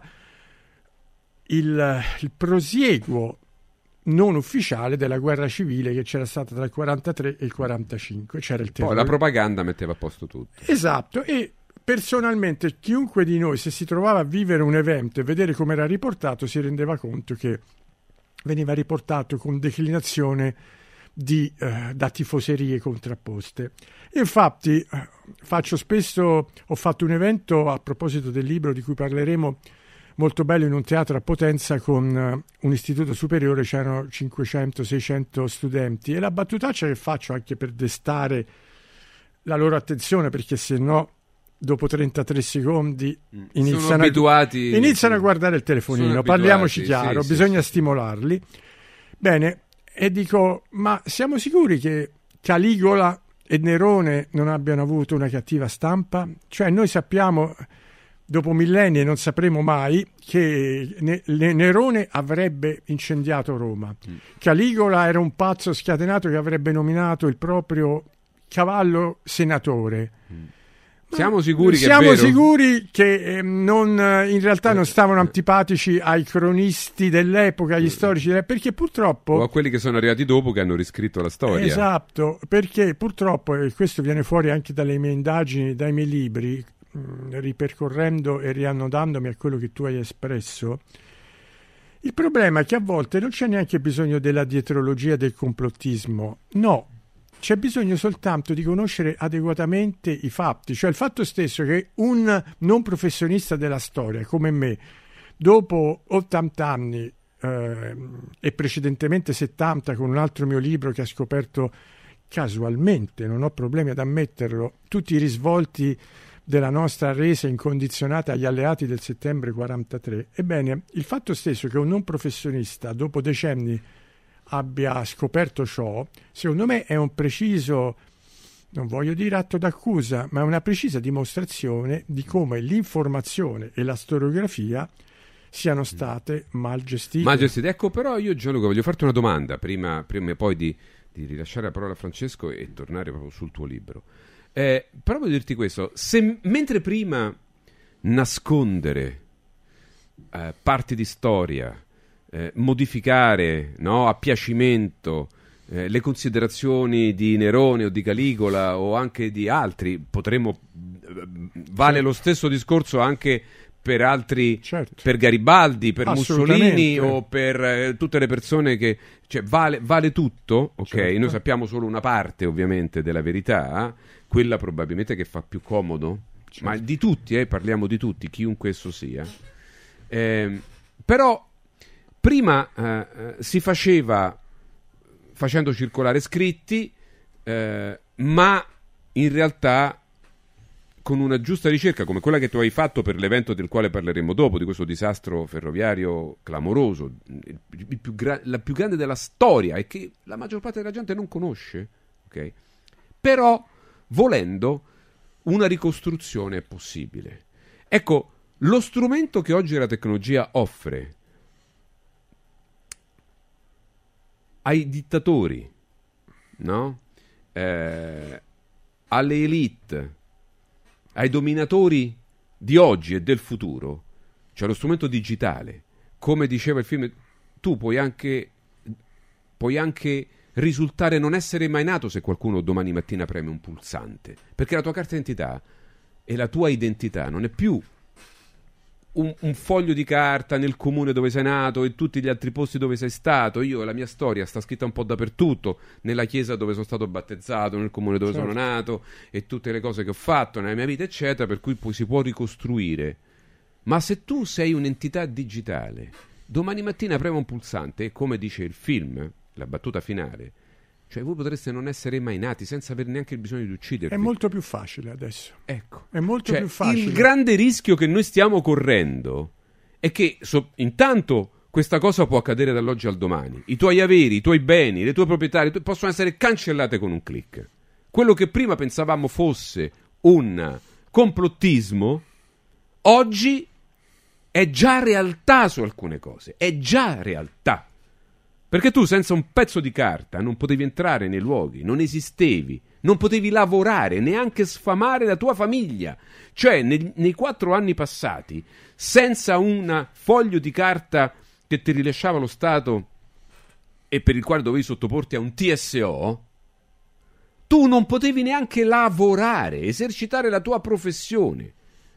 il, il prosieguo non ufficiale della guerra civile che c'era stata tra il quarantatré e il quarantacinque. C'era il terrore. Poi la propaganda metteva a posto tutto. Esatto, e personalmente chiunque di noi, se si trovava a vivere un evento e vedere come era riportato, si rendeva conto che veniva riportato con declinazione di, eh, da tifoserie contrapposte. Infatti eh, faccio spesso, ho fatto un evento a proposito del libro di cui parleremo, molto bello, in un teatro a Potenza con uh, un istituto superiore, c'erano cinquecento seicento studenti, e la battutaccia che faccio anche per destare la loro attenzione, perché se no dopo trentatré secondi iniziano, abituati, a, iniziano sì. a guardare il telefonino, parliamoci chiaro, sì, bisogna sì, stimolarli. Sì. Bene, e dico, ma siamo sicuri che Caligola e Nerone non abbiano avuto una cattiva stampa? Cioè noi sappiamo, dopo millenni, e non sapremo mai, che ne- Nerone avrebbe incendiato Roma. Mm. Caligola era un pazzo scatenato che avrebbe nominato il proprio cavallo senatore. Mm. Siamo sicuri che Siamo è vero? sicuri che eh, non, in realtà non stavano antipatici ai cronisti dell'epoca, agli storici dell'epoca, perché purtroppo... O a quelli che sono arrivati dopo, che hanno riscritto la storia. Esatto, perché purtroppo, e questo viene fuori anche dalle mie indagini, dai miei libri, mh, ripercorrendo e riannodandomi a quello che tu hai espresso, il problema è che a volte non c'è neanche bisogno della dietrologia del complottismo, no. C'è bisogno soltanto di conoscere adeguatamente i fatti, cioè il fatto stesso che un non professionista della storia come me, dopo ottanta anni eh, e precedentemente settanta, con un altro mio libro che ha scoperto casualmente, non ho problemi ad ammetterlo, tutti i risvolti della nostra resa incondizionata agli alleati del settembre quarantatré, ebbene, il fatto stesso che un non professionista, dopo decenni, abbia scoperto ciò, secondo me è un preciso, non voglio dire atto d'accusa, ma una precisa dimostrazione di come l'informazione e la storiografia siano state mal gestite. Mal gestite. Ecco, però io, Gianluca, voglio farti una domanda prima, prima e poi di, di rilasciare la parola a Francesco e tornare proprio sul tuo libro. Eh, però voglio dirti questo, se mentre prima nascondere eh, parti di storia, Eh, modificare, no, a piacimento eh, le considerazioni di Nerone o di Caligola o anche di altri, potremmo eh, vale certo. lo stesso discorso anche per altri, certo. per Garibaldi, per Mussolini o per eh, tutte le persone che, cioè, vale, vale tutto, ok? Certo. Noi sappiamo solo una parte ovviamente della verità, quella probabilmente che fa più comodo, certo. ma di tutti, eh, parliamo di tutti, chiunque esso sia. Eh, però prima eh, si faceva facendo circolare scritti, eh, ma in realtà con una giusta ricerca, come quella che tu hai fatto per l'evento del quale parleremo dopo, di questo disastro ferroviario clamoroso, il, il più gra- la più grande della storia e che la maggior parte della gente non conosce, okay? Però volendo una ricostruzione è possibile. Ecco, lo strumento che oggi la tecnologia offre ai dittatori, no? Eh, alle elite, ai dominatori di oggi e del futuro, cioè lo strumento digitale. Come diceva il film, tu puoi anche puoi anche risultare non essere mai nato se qualcuno domani mattina preme un pulsante, perché la tua carta d'identità e la tua identità non è più un, un foglio di carta nel comune dove sei nato e tutti gli altri posti dove sei stato. Io, la mia storia sta scritta un po' dappertutto, nella chiesa dove sono stato battezzato, nel comune dove certo. sono nato, e tutte le cose che ho fatto nella mia vita, eccetera, per cui poi si può ricostruire. Ma se tu sei un'entità digitale, domani mattina prema un pulsante e, come dice il film, la battuta finale, cioè voi potreste non essere mai nati senza avere neanche il bisogno di uccidervi. È molto più facile adesso. Ecco. È molto cioè, più facile. Il grande rischio che noi stiamo correndo è che so, intanto questa cosa può accadere dall'oggi al domani. I tuoi averi, i tuoi beni, le tue proprietà tu- possono essere cancellate con un click. Quello che prima pensavamo fosse un complottismo, oggi è già realtà su alcune cose. È già realtà. Perché tu senza un pezzo di carta non potevi entrare nei luoghi, non esistevi, non potevi lavorare, neanche sfamare la tua famiglia. Cioè, nei, nei quattro anni passati, senza un foglio di carta che ti rilasciava lo Stato e per il quale dovevi sottoporti a un T S O, tu non potevi neanche lavorare, esercitare la tua professione.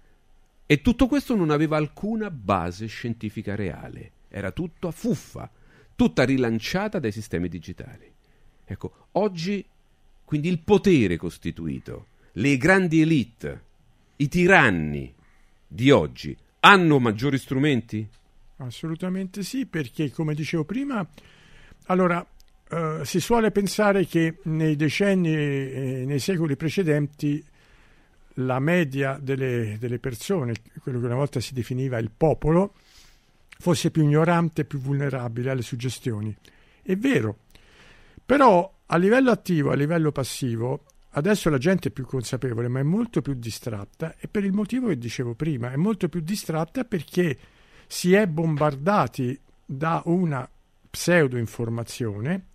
E tutto questo non aveva alcuna base scientifica reale. Era tutto a fuffa. Tutta rilanciata dai sistemi digitali. Ecco, oggi, quindi il potere costituito, le grandi elite, i tiranni di oggi, hanno maggiori strumenti? Assolutamente sì, perché come dicevo prima, allora eh, si suole pensare che nei decenni e nei secoli precedenti la media delle, delle persone, quello che una volta si definiva il popolo, fosse più ignorante, più vulnerabile alle suggestioni. È vero, però a livello attivo, a livello passivo, adesso la gente è più consapevole, ma è molto più distratta, e per il motivo che dicevo prima, è molto più distratta perché si è bombardati da una pseudo-informazione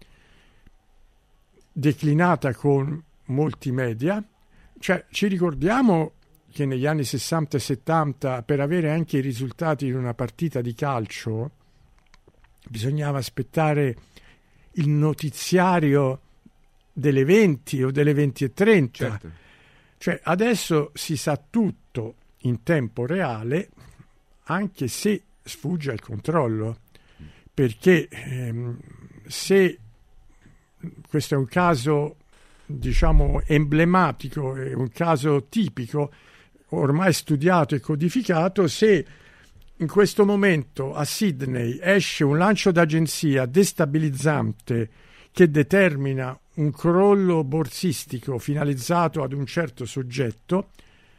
declinata con molti media. Cioè, ci ricordiamo che negli anni sessanta e settanta, per avere anche i risultati in una partita di calcio, bisognava aspettare il notiziario delle venti o delle venti e trenta. Certo. Cioè, adesso si sa tutto in tempo reale, anche se sfugge al controllo, perché ehm, se questo è un caso, diciamo, emblematico, è un caso tipico, ormai studiato e codificato, se in questo momento a Sydney esce un lancio d'agenzia destabilizzante che determina un crollo borsistico finalizzato ad un certo soggetto,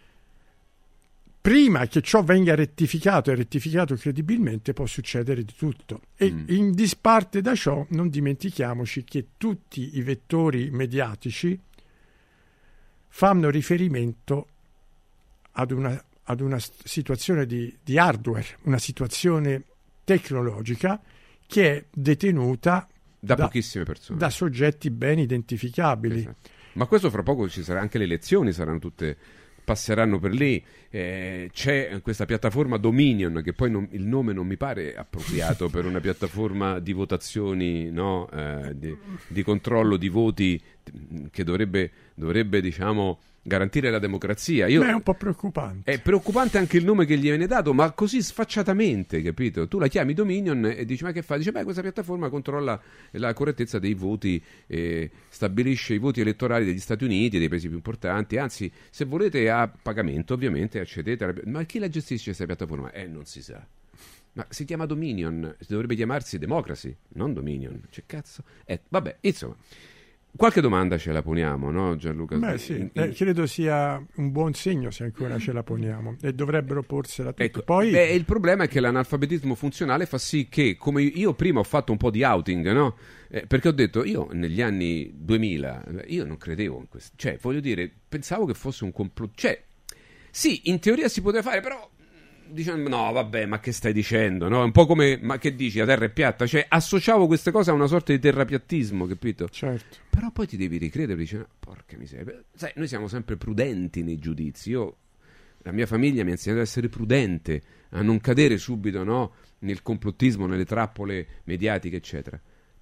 prima che ciò venga rettificato e rettificato credibilmente può succedere di tutto. E mm. in disparte da ciò non dimentichiamoci che tutti i vettori mediatici fanno riferimento ad una, ad una situazione di, di hardware, una situazione tecnologica che è detenuta da, da pochissime persone, da soggetti ben identificabili. Esatto. Ma questo fra poco ci sarà, anche le elezioni saranno tutte, passeranno per lì. Eh, c'è questa piattaforma Dominion, che poi non, il nome non mi pare appropriato per una piattaforma di votazioni, no? eh, di, di controllo di voti, che dovrebbe, dovrebbe diciamo garantire la democrazia. Io, Beh, è un po' preoccupante. È preoccupante anche il nome che gli viene dato, ma così sfacciatamente, capito? Tu la chiami Dominion e dici: ma che fa? Dice: beh, questa piattaforma controlla la correttezza dei voti, eh, stabilisce i voti elettorali degli Stati Uniti e dei paesi più importanti, anzi, se volete a pagamento ovviamente accedete alla... Ma chi la gestisce questa piattaforma? Eh, non si sa. Ma si chiama Dominion, dovrebbe chiamarsi Democracy, non Dominion. C'è cazzo? Eh, vabbè, insomma. Qualche domanda ce la poniamo, no, Gianluca? Beh, sì, in, in... Eh, credo sia un buon segno se ancora ce la poniamo, e dovrebbero porsela tutti. Ecco, Poi... beh, il problema è che l'analfabetismo funzionale fa sì che, come io prima ho fatto un po' di outing, no? Eh, perché ho detto, io negli anni duemila, io non credevo in questo, cioè, voglio dire, pensavo che fosse un complotto, cioè, sì, in teoria si poteva fare, però... dicendo no vabbè, ma che stai dicendo, no? Un po' come, ma che dici, la terra è piatta, cioè associavo queste cose a una sorta di terrapiattismo, capito? Certo. Però poi ti devi ricredere, dici, no, porca miseria, sai, noi siamo sempre prudenti nei giudizi. Io, la mia famiglia mi ha insegnato ad essere prudente, a non cadere subito, no, nel complottismo, nelle trappole mediatiche, eccetera.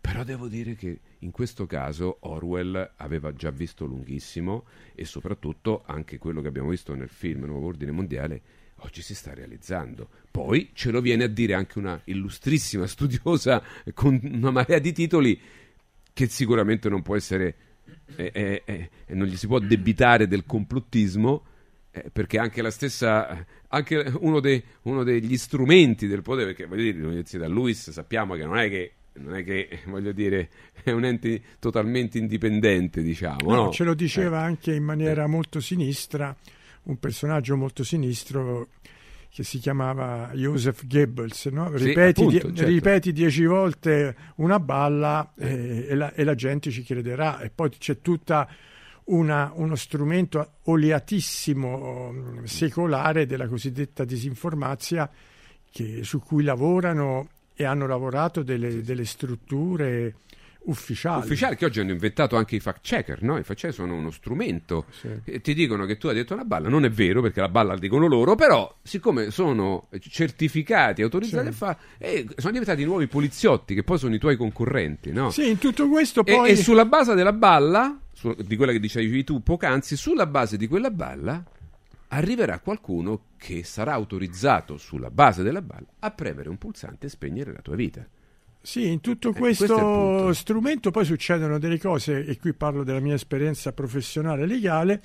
Però devo dire che in questo caso Orwell aveva già visto lunghissimo, e soprattutto anche quello che abbiamo visto nel film Nuovo Ordine Mondiale oggi si sta realizzando. Poi ce lo viene a dire anche una illustrissima studiosa con una marea di titoli che sicuramente non può essere eh, eh, eh, non gli si può debitare del complottismo, eh, perché anche la stessa anche uno, dei, uno degli strumenti del potere, perché voglio dire, l'Università Lewis sappiamo che non è che non è che, voglio dire, è un ente totalmente indipendente, diciamo. No, no? Ce lo diceva eh. anche in maniera eh. molto sinistra un personaggio molto sinistro che si chiamava Joseph Goebbels, no? Sì, Ripeti, appunto, die- certo. ripeti dieci volte una balla eh, e, la, e la gente ci crederà. E poi c'è tutta una, uno strumento oliatissimo secolare della cosiddetta disinformazia, che, su cui lavorano e hanno lavorato delle, delle strutture ufficiali. Ufficiali che oggi hanno inventato anche i fact checker, no? I fact checker sono uno strumento. Sì. E ti dicono che tu hai detto una balla, non è vero perché la balla la dicono loro, però siccome sono certificati, autorizzati Sì. a fare, eh, sono diventati nuovi poliziotti che poi sono i tuoi concorrenti, no? Sì, in tutto questo E, poi... e sulla base della balla, su, di quella che dicevi tu poc'anzi, sulla base di quella balla arriverà qualcuno che sarà autorizzato sulla base della balla a premere un pulsante e spegnere la tua vita. Sì, in tutto Eh, questo è il questo punto. strumento poi succedono delle cose, e qui parlo della mia esperienza professionale e legale,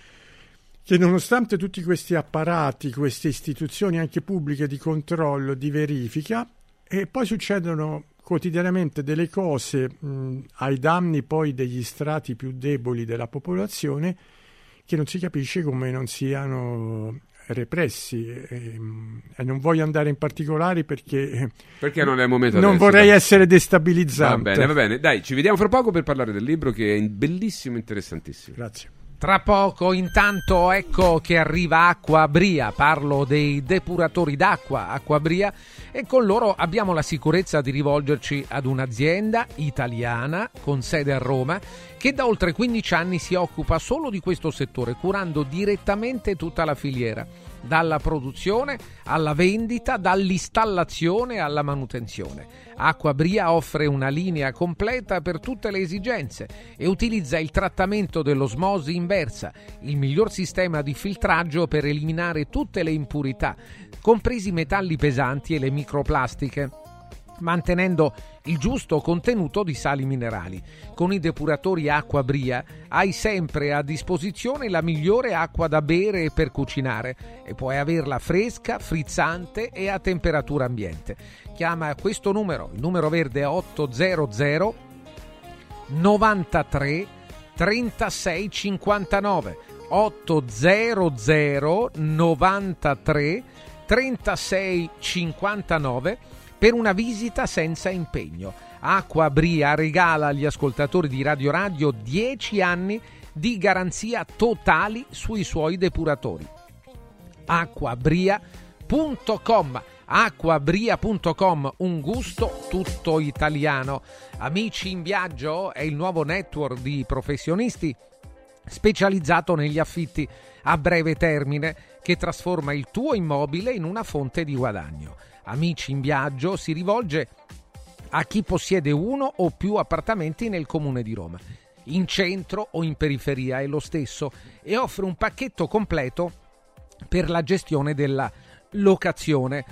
che nonostante tutti questi apparati, queste istituzioni anche pubbliche di controllo, di verifica, e poi succedono quotidianamente delle cose mh, ai danni poi degli strati più deboli della popolazione, che non si capisce come non siano repressi, e, e non voglio andare in particolari perché Perché non è il momento non adesso, vorrei dai. essere destabilizzante. Va bene, va bene. Dai, ci vediamo fra poco per parlare del libro, che è bellissimo e interessantissimo. Grazie. Tra poco, intanto, ecco che arriva Acquabria, parlo dei depuratori d'acqua Acquabria, e con loro abbiamo la sicurezza di rivolgerci ad un'azienda italiana con sede a Roma che da oltre quindici anni si occupa solo di questo settore, curando direttamente tutta la filiera, dalla produzione alla vendita, dall'installazione alla manutenzione. Acquabria offre una linea completa per tutte le esigenze e utilizza il trattamento dell'osmosi inversa, il miglior sistema di filtraggio per eliminare tutte le impurità, compresi i metalli pesanti e le microplastiche, mantenendo il giusto contenuto di sali minerali. Con i depuratori Acquabria hai sempre a disposizione la migliore acqua da bere e per cucinare, e puoi averla fresca, frizzante e a temperatura ambiente. Chiama questo numero, il numero verde è ottocento novantatré trentasei cinquantanove, ottocento novantatré trentasei cinquantanove per una visita senza impegno. Acquabria regala agli ascoltatori di Radio Radio dieci anni di garanzia totali sui suoi depuratori. acquabria punto com acquabria punto com, un gusto tutto italiano. Amici in Viaggio è il nuovo network di professionisti specializzato negli affitti a breve termine che trasforma il tuo immobile in una fonte di guadagno. Amici in Viaggio si rivolge a chi possiede uno o più appartamenti nel comune di Roma, in centro o in periferia è lo stesso, e offre un pacchetto completo per la gestione della locazione,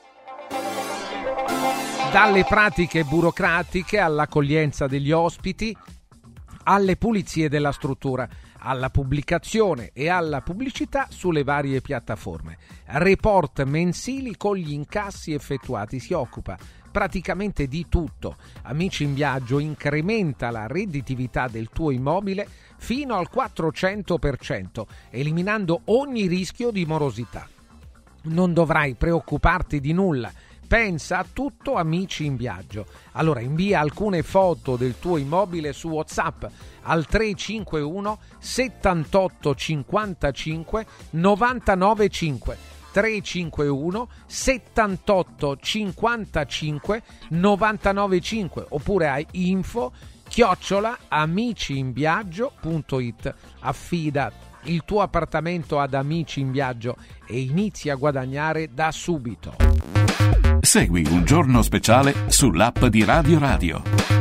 dalle pratiche burocratiche all'accoglienza degli ospiti, alle pulizie della struttura, alla pubblicazione e alla pubblicità sulle varie piattaforme. Report mensili con gli incassi effettuati, si occupa praticamente di tutto. Amici in Viaggio incrementa la redditività del tuo immobile fino al quattrocento per cento, eliminando ogni rischio di morosità. Non dovrai preoccuparti di nulla. Pensa a tutto Amici in Viaggio. Allora invia alcune foto del tuo immobile su WhatsApp al tre cinque uno settantotto cinquantacinque novantanove cinque, tre cinque uno settantotto cinquantacinque novantanove cinque, oppure a info chiocciola amiciinviaggio punto it. Affida il tuo appartamento ad Amici in Viaggio e inizia a guadagnare da subito. Segui Un Giorno Speciale sull'app di Radio Radio.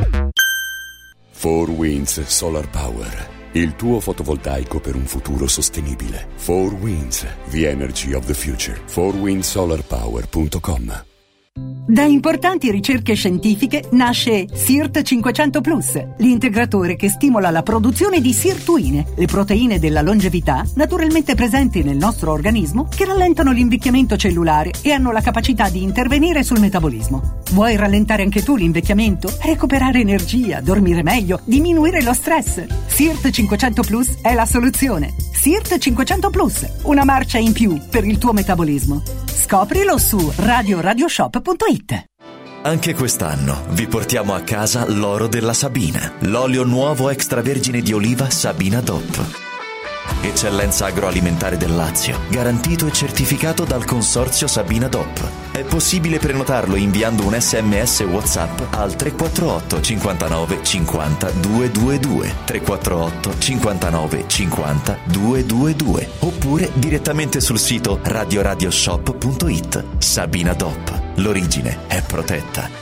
four Winds Solar Power, il tuo fotovoltaico per un futuro sostenibile. four Winds, the energy of the future. four winds solar power punto com. Da importanti ricerche scientifiche nasce S I R T cinquecento plus, l'integratore che stimola la produzione di sirtuine, le proteine della longevità naturalmente presenti nel nostro organismo che rallentano l'invecchiamento cellulare e hanno la capacità di intervenire sul metabolismo. Vuoi rallentare anche tu l'invecchiamento? Recuperare energia, dormire meglio, diminuire lo stress? S I R T cinquecento plus è la soluzione. S I R T cinquecento plus, una marcia in più per il tuo metabolismo. Scoprilo su radio radioshop punto it. Anche quest'anno vi portiamo a casa l'oro della Sabina, l'olio nuovo extravergine di oliva Sabina D O P. Eccellenza agroalimentare del Lazio, garantito e certificato dal consorzio Sabina D O P. È possibile prenotarlo inviando un sms WhatsApp al tre quattro otto cinquantanove cinquanta duecentoventidue, tre quattro otto cinquantanove cinquanta duecentoventidue, oppure direttamente sul sito radio radioshop punto it. Sabina D O P, l'origine è protetta.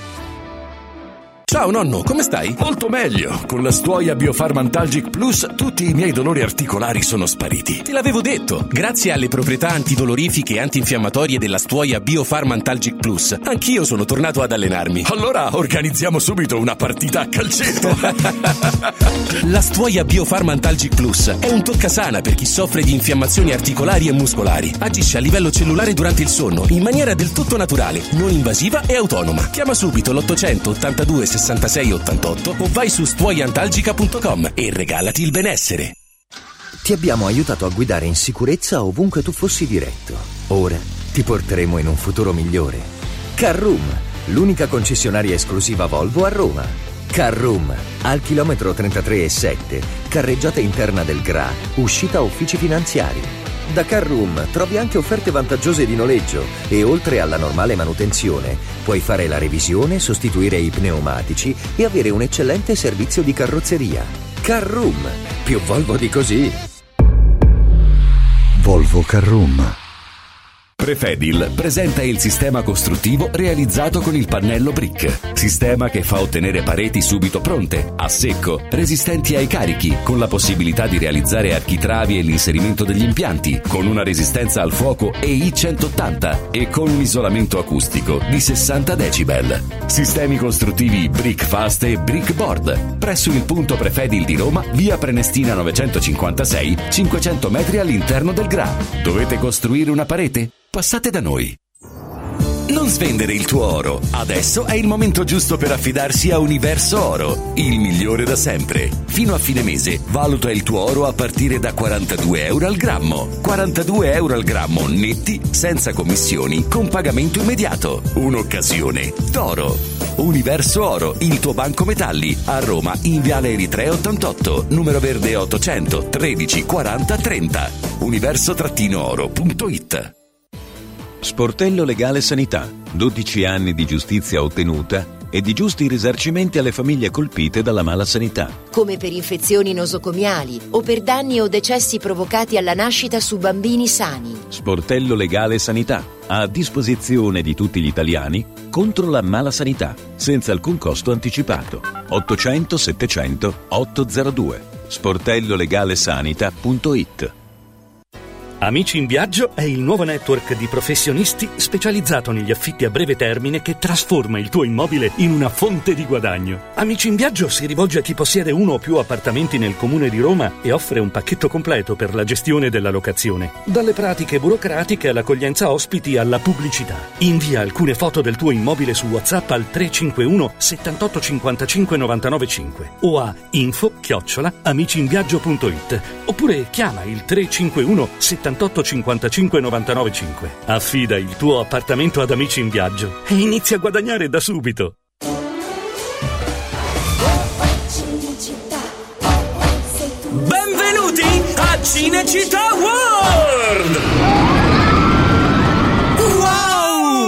Ciao nonno, come stai? Molto meglio. Con la Stuoia Biofarmantalgic Plus tutti i miei dolori articolari sono spariti. Te l'avevo detto. Grazie alle proprietà antidolorifiche e antinfiammatorie della Stuoia Biofarmantalgic Plus, anch'io sono tornato ad allenarmi. Allora organizziamo subito una partita a calcetto. La Stuoia Biofarmantalgic Plus è un toccasana per chi soffre di infiammazioni articolari e muscolari. Agisce a livello cellulare durante il sonno in maniera del tutto naturale, non invasiva e autonoma. Chiama subito l'ottocento ottantadue sessantasei ottantotto o vai su stuoiantalgica punto com e regalati il benessere. Ti abbiamo aiutato a guidare in sicurezza ovunque tu fossi diretto. Ora ti porteremo in un futuro migliore. Carroom, l'unica concessionaria esclusiva Volvo a Roma. Carroom, al chilometro trentatré e sette, carreggiata interna del G R A, uscita uffici finanziari. Da Carroom trovi anche offerte vantaggiose di noleggio e oltre alla normale manutenzione puoi fare la revisione, sostituire i pneumatici e avere un eccellente servizio di carrozzeria. Carroom, più Volvo di così. Volvo Carroom. Prefedil presenta il sistema costruttivo realizzato con il pannello brick. Sistema che fa ottenere pareti subito pronte, a secco, resistenti ai carichi, con la possibilità di realizzare architravi e l'inserimento degli impianti, con una resistenza al fuoco E I centottanta e con un isolamento acustico di sessanta decibel. Sistemi costruttivi Brick Fast e Brick Board. Presso il punto Prefedil di Roma, via Prenestina novecentocinquantasei, cinquecento metri all'interno del G R A. Dovete costruire una parete? Passate da noi. Non svendere il tuo oro. Adesso è il momento giusto per affidarsi a Universo Oro, il migliore da sempre. Fino a fine mese valuta il tuo oro a partire da quarantadue euro al grammo. quarantadue euro al grammo netti, senza commissioni, con pagamento immediato. Un'occasione d'oro. Universo Oro, il tuo banco metalli. A Roma in Viale Eritrea ottantotto, numero verde ottocento tredici quaranta trenta. universo oro punto it. Sportello Legale Sanità, dodici anni di giustizia ottenuta e di giusti risarcimenti alle famiglie colpite dalla mala sanità. Come per infezioni nosocomiali o per danni o decessi provocati alla nascita su bambini sani. Sportello Legale Sanità, a disposizione di tutti gli italiani contro la mala sanità, senza alcun costo anticipato. ottocento settecento ottocentodue. sportello legale sanità punto it. Amici in Viaggio è il nuovo network di professionisti specializzato negli affitti a breve termine che trasforma il tuo immobile in una fonte di guadagno. Amici in Viaggio si rivolge a chi possiede uno o più appartamenti nel comune di Roma e offre un pacchetto completo per la gestione della locazione. Dalle pratiche burocratiche all'accoglienza ospiti alla pubblicità. Invia alcune foto del tuo immobile su WhatsApp al tre cinque uno settantotto cinquantacinque novantanove cinque o a info chiocciola amiciinviaggio punto it oppure chiama il tre cinque uno settantotto cinquantacinque novantanove cinque. Affida il tuo appartamento ad Amici in Viaggio e inizia a guadagnare da subito. Benvenuti a Cinecittà World! Wow!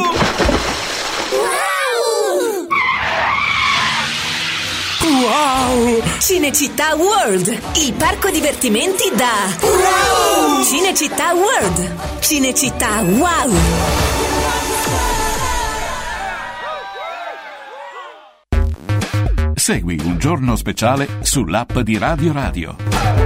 Wow! Cinecittà World, il parco divertimenti da wow! Cinecittà World, Cinecittà wow! Segui Un Giorno Speciale sull'app di Radio Radio.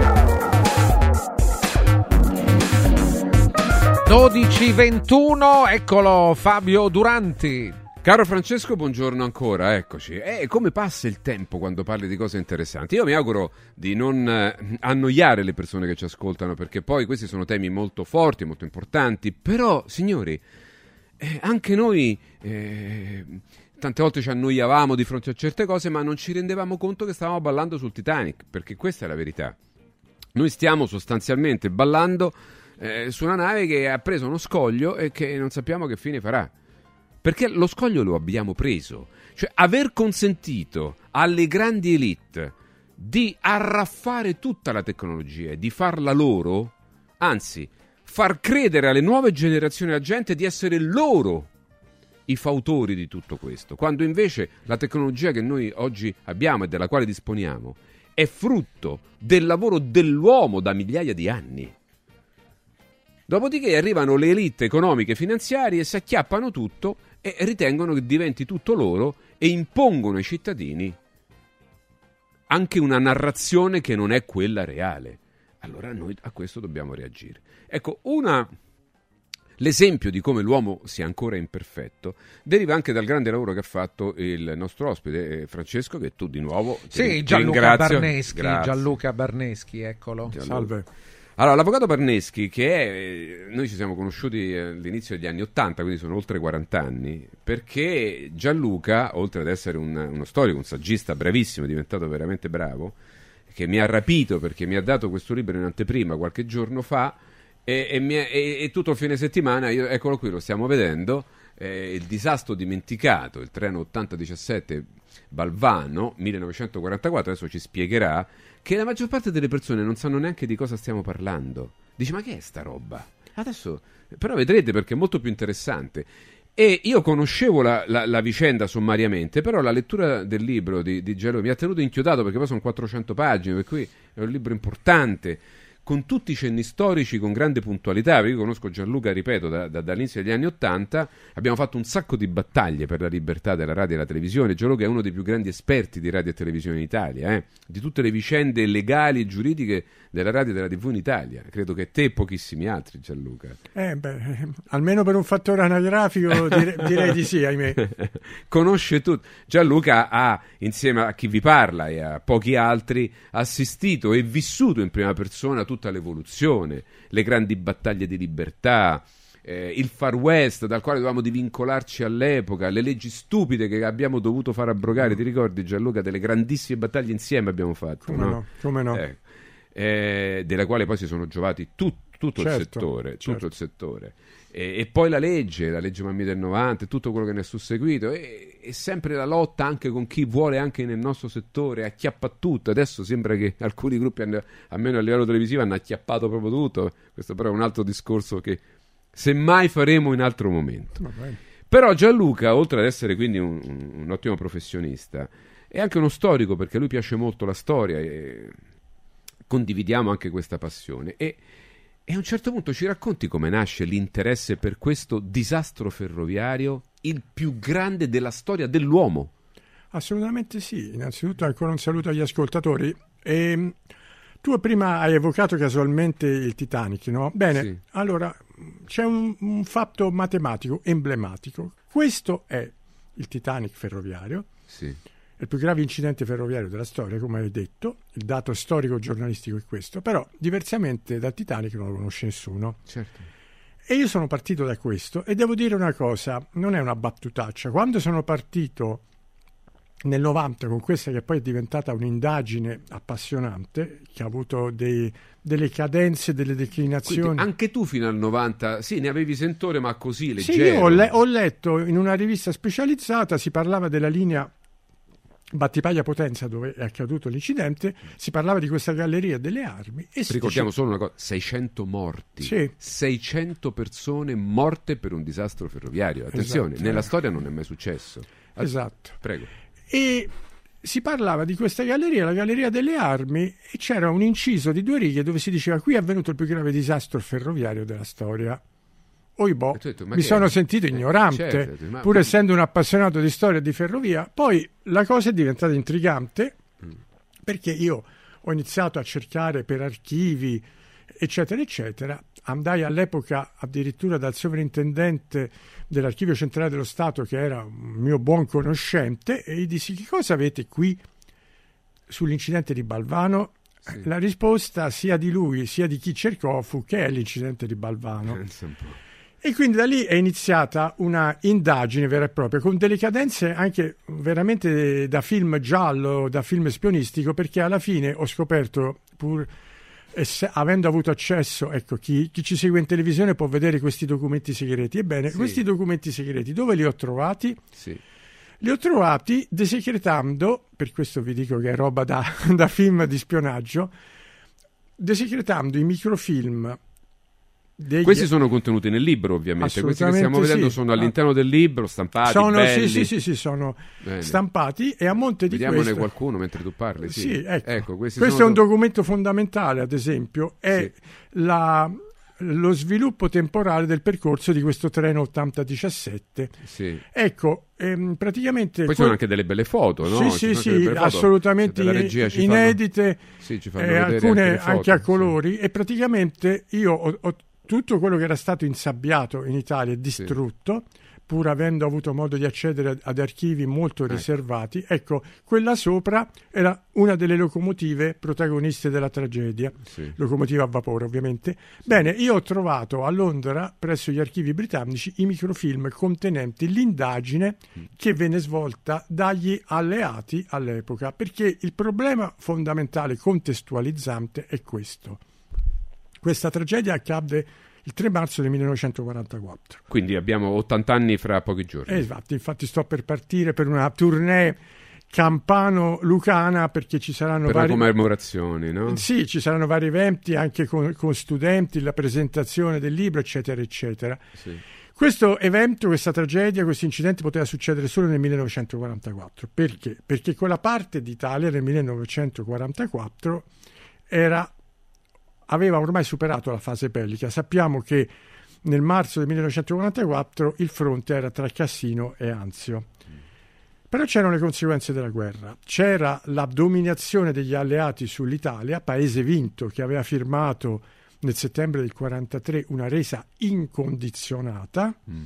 dodici ventuno, eccolo Fabio Duranti. Caro Francesco, buongiorno ancora, eccoci. E come passa il tempo quando parli di cose interessanti? Io mi auguro di non eh, annoiare le persone che ci ascoltano, perché poi questi sono temi molto forti, molto importanti, però, signori, eh, anche noi eh, tante volte ci annoiavamo di fronte a certe cose, ma non ci rendevamo conto che stavamo ballando sul Titanic, perché questa è la verità. Noi stiamo sostanzialmente ballando eh, su una nave che ha preso uno scoglio e che non sappiamo che fine farà. Perché lo scoglio lo abbiamo preso. Cioè, aver consentito alle grandi elite di arraffare tutta la tecnologia e di farla loro, anzi, far credere alle nuove generazioni della gente di essere loro i fautori di tutto questo, quando invece la tecnologia che noi oggi abbiamo e della quale disponiamo è frutto del lavoro dell'uomo da migliaia di anni. Dopodiché arrivano le elite economiche e finanziarie, si acchiappano tutto e ritengono che diventi tutto loro e impongono ai cittadini anche una narrazione che non è quella reale. Allora noi a questo dobbiamo reagire. Ecco, una... l'esempio di come l'uomo sia ancora imperfetto deriva anche dal grande lavoro che ha fatto il nostro ospite Francesco, che tu di nuovo ti, sì, ti Gianluca ringrazio. Barneschi, Grazie. Gianluca Barneschi, eccolo. Gianluca. Salve. Allora, l'avvocato Barneschi, che è, noi ci siamo conosciuti all'inizio degli anni Ottanta, quindi sono oltre quaranta anni, perché Gianluca, oltre ad essere un, uno storico, un saggista bravissimo, è diventato veramente bravo, che mi ha rapito perché mi ha dato questo libro in anteprima qualche giorno fa, e, e, mi è, e, e tutto il fine settimana, io, eccolo qui, lo stiamo vedendo, eh, il disastro dimenticato, il treno ottanta diciassette Balvano, millenovecentoquarantaquattro, adesso ci spiegherà, che la maggior parte delle persone non sanno neanche di cosa stiamo parlando. Dice, ma che è sta roba? Adesso, però vedrete perché è molto più interessante. E io conoscevo la, la, la vicenda sommariamente, però la lettura del libro di, di Gianluca mi ha tenuto inchiodato, perché poi sono quattrocento pagine, per cui è un libro importante, con tutti i cenni storici, con grande puntualità, perché io conosco Gianluca, ripeto, da, da, dall'inizio degli anni Ottanta, abbiamo fatto un sacco di battaglie per la libertà della radio e della televisione. Gianluca è uno dei più grandi esperti di radio e televisione in Italia, eh? Di tutte le vicende legali e giuridiche della radio e della tivù in Italia. Credo che te e pochissimi altri, Gianluca. Eh beh, almeno per un fattore anagrafico dire, direi di sì, ahimè. Conosce tutto. Gianluca ha, insieme a chi vi parla e a pochi altri, assistito e vissuto in prima persona tutta l'evoluzione, le grandi battaglie di libertà, eh, il Far West dal quale dovevamo divincolarci all'epoca, le leggi stupide che abbiamo dovuto far abrogare. Ti ricordi, Gianluca, delle grandissime battaglie insieme abbiamo fatto? Come no? no? Come no? Eh, eh, della quale poi si sono giovati tut, tutto certo, il settore, certo. tutto il settore. E, e poi la legge, la legge Mammì del novanta, tutto quello che ne è susseguito, e, e sempre la lotta anche con chi vuole anche nel nostro settore acchiappa tutto. Adesso sembra che alcuni gruppi, hanno, almeno a livello televisivo, hanno acchiappato proprio tutto. Questo però è un altro discorso che semmai faremo in altro momento. Però Gianluca, oltre ad essere quindi un, un, un ottimo professionista, è anche uno storico, perché a lui piace molto la storia e condividiamo anche questa passione. E E a un certo punto ci racconti come nasce l'interesse per questo disastro ferroviario, il più grande della storia dell'uomo? Assolutamente sì. Innanzitutto ancora un saluto agli ascoltatori. E, tu prima hai evocato casualmente il Titanic, no? Bene, sì. Allora c'è un, un fatto matematico emblematico. Questo è il Titanic ferroviario. Sì. Il più grave incidente ferroviario della storia, come hai detto, il dato storico-giornalistico è questo, però diversamente dal Titanic non lo conosce nessuno. Certo. E io sono partito da questo e devo dire una cosa, non è una battutaccia. Quando sono partito nel novanta con questa che poi è diventata un'indagine appassionante, che ha avuto dei, delle cadenze, delle declinazioni. Quindi anche tu fino al novanta, sì, ne avevi sentore, ma così leggero. Sì, io ho, le- ho letto in una rivista specializzata, si parlava della linea Battipaglia Potenza, dove è accaduto l'incidente, si parlava di questa galleria delle armi. E ricordiamo dice... solo una cosa: seicento morti, sì. seicento persone morte per un disastro ferroviario. Attenzione, esatto. Nella storia non è mai successo. Esatto. Prego. E si parlava di questa galleria, la galleria delle armi, e c'era un inciso di due righe dove si diceva: qui è avvenuto il più grave disastro ferroviario della storia. oibò, detto, mi sono è? sentito ignorante, eh, certo, ma... pur essendo un appassionato di storia di ferrovia. Poi la cosa è diventata intrigante, mm. perché io ho iniziato a cercare per archivi, eccetera, eccetera. Andai all'epoca addirittura dal sovrintendente dell'Archivio Centrale dello Stato, che era un mio buon conoscente, e gli dissi: che cosa avete qui sull'incidente di Balvano? Sì. La risposta sia di lui sia di chi cercò fu: che è l'incidente di Balvano? E quindi da lì è iniziata una indagine vera e propria, con delle cadenze anche veramente da film giallo, da film spionistico, perché alla fine ho scoperto, pur ess- avendo avuto accesso, ecco, chi, chi ci segue in televisione può vedere questi documenti segreti. Ebbene, sì. questi documenti segreti dove li ho trovati? Sì. Li ho trovati desecretando, per questo vi dico che è roba da, da film di spionaggio, desecretando i microfilm. Degli... Questi sono contenuti nel libro, ovviamente. Questi che stiamo vedendo sì. sono all'interno del libro, stampati, sono, belli. Sì, sì, sì, sì, sono Bene. stampati, e a monte di Vediamone questo... qualcuno mentre tu parli. Sì, sì ecco. ecco questo sono... è un documento fondamentale, ad esempio, è sì. la... lo sviluppo temporale del percorso di questo treno ottanta diciassette. Sì. Ecco, ehm, praticamente... Poi quel... ci sono anche delle belle foto, no? Sì, sì, sì, assolutamente inedite, sì, ci eh, alcune anche, anche a colori, sì. E praticamente io ho, ho tutto quello che era stato insabbiato in Italia e distrutto, sì. pur avendo avuto modo di accedere ad archivi molto ecco. riservati. Ecco, quella sopra era una delle locomotive protagoniste della tragedia, sì. locomotiva a vapore ovviamente. Sì. Bene, io ho trovato a Londra, presso gli archivi britannici, i microfilm contenenti l'indagine mm. che venne svolta dagli alleati all'epoca, perché il problema fondamentale, contestualizzante, è questo. Questa tragedia accadde il tre marzo del millenovecentoquarantaquattro. Quindi abbiamo ottanta anni fra pochi giorni. Esatto, infatti sto per partire per una tournée campano-lucana, perché ci saranno per vari... le commemorazioni, no? Sì, ci saranno vari eventi anche con, con studenti, la presentazione del libro, eccetera, eccetera. Sì. Questo evento, questa tragedia, questo incidente poteva succedere solo nel millenovecentoquarantaquattro. Perché? Perché quella parte d'Italia nel millenovecentoquarantaquattro era... aveva ormai superato la fase bellica. Sappiamo che nel marzo del millenovecentoquarantaquattro il fronte era tra Cassino e Anzio. Però c'erano le conseguenze della guerra. C'era la dominazione degli alleati sull'Italia, paese vinto, che aveva firmato nel settembre del quarantatré una resa incondizionata mm.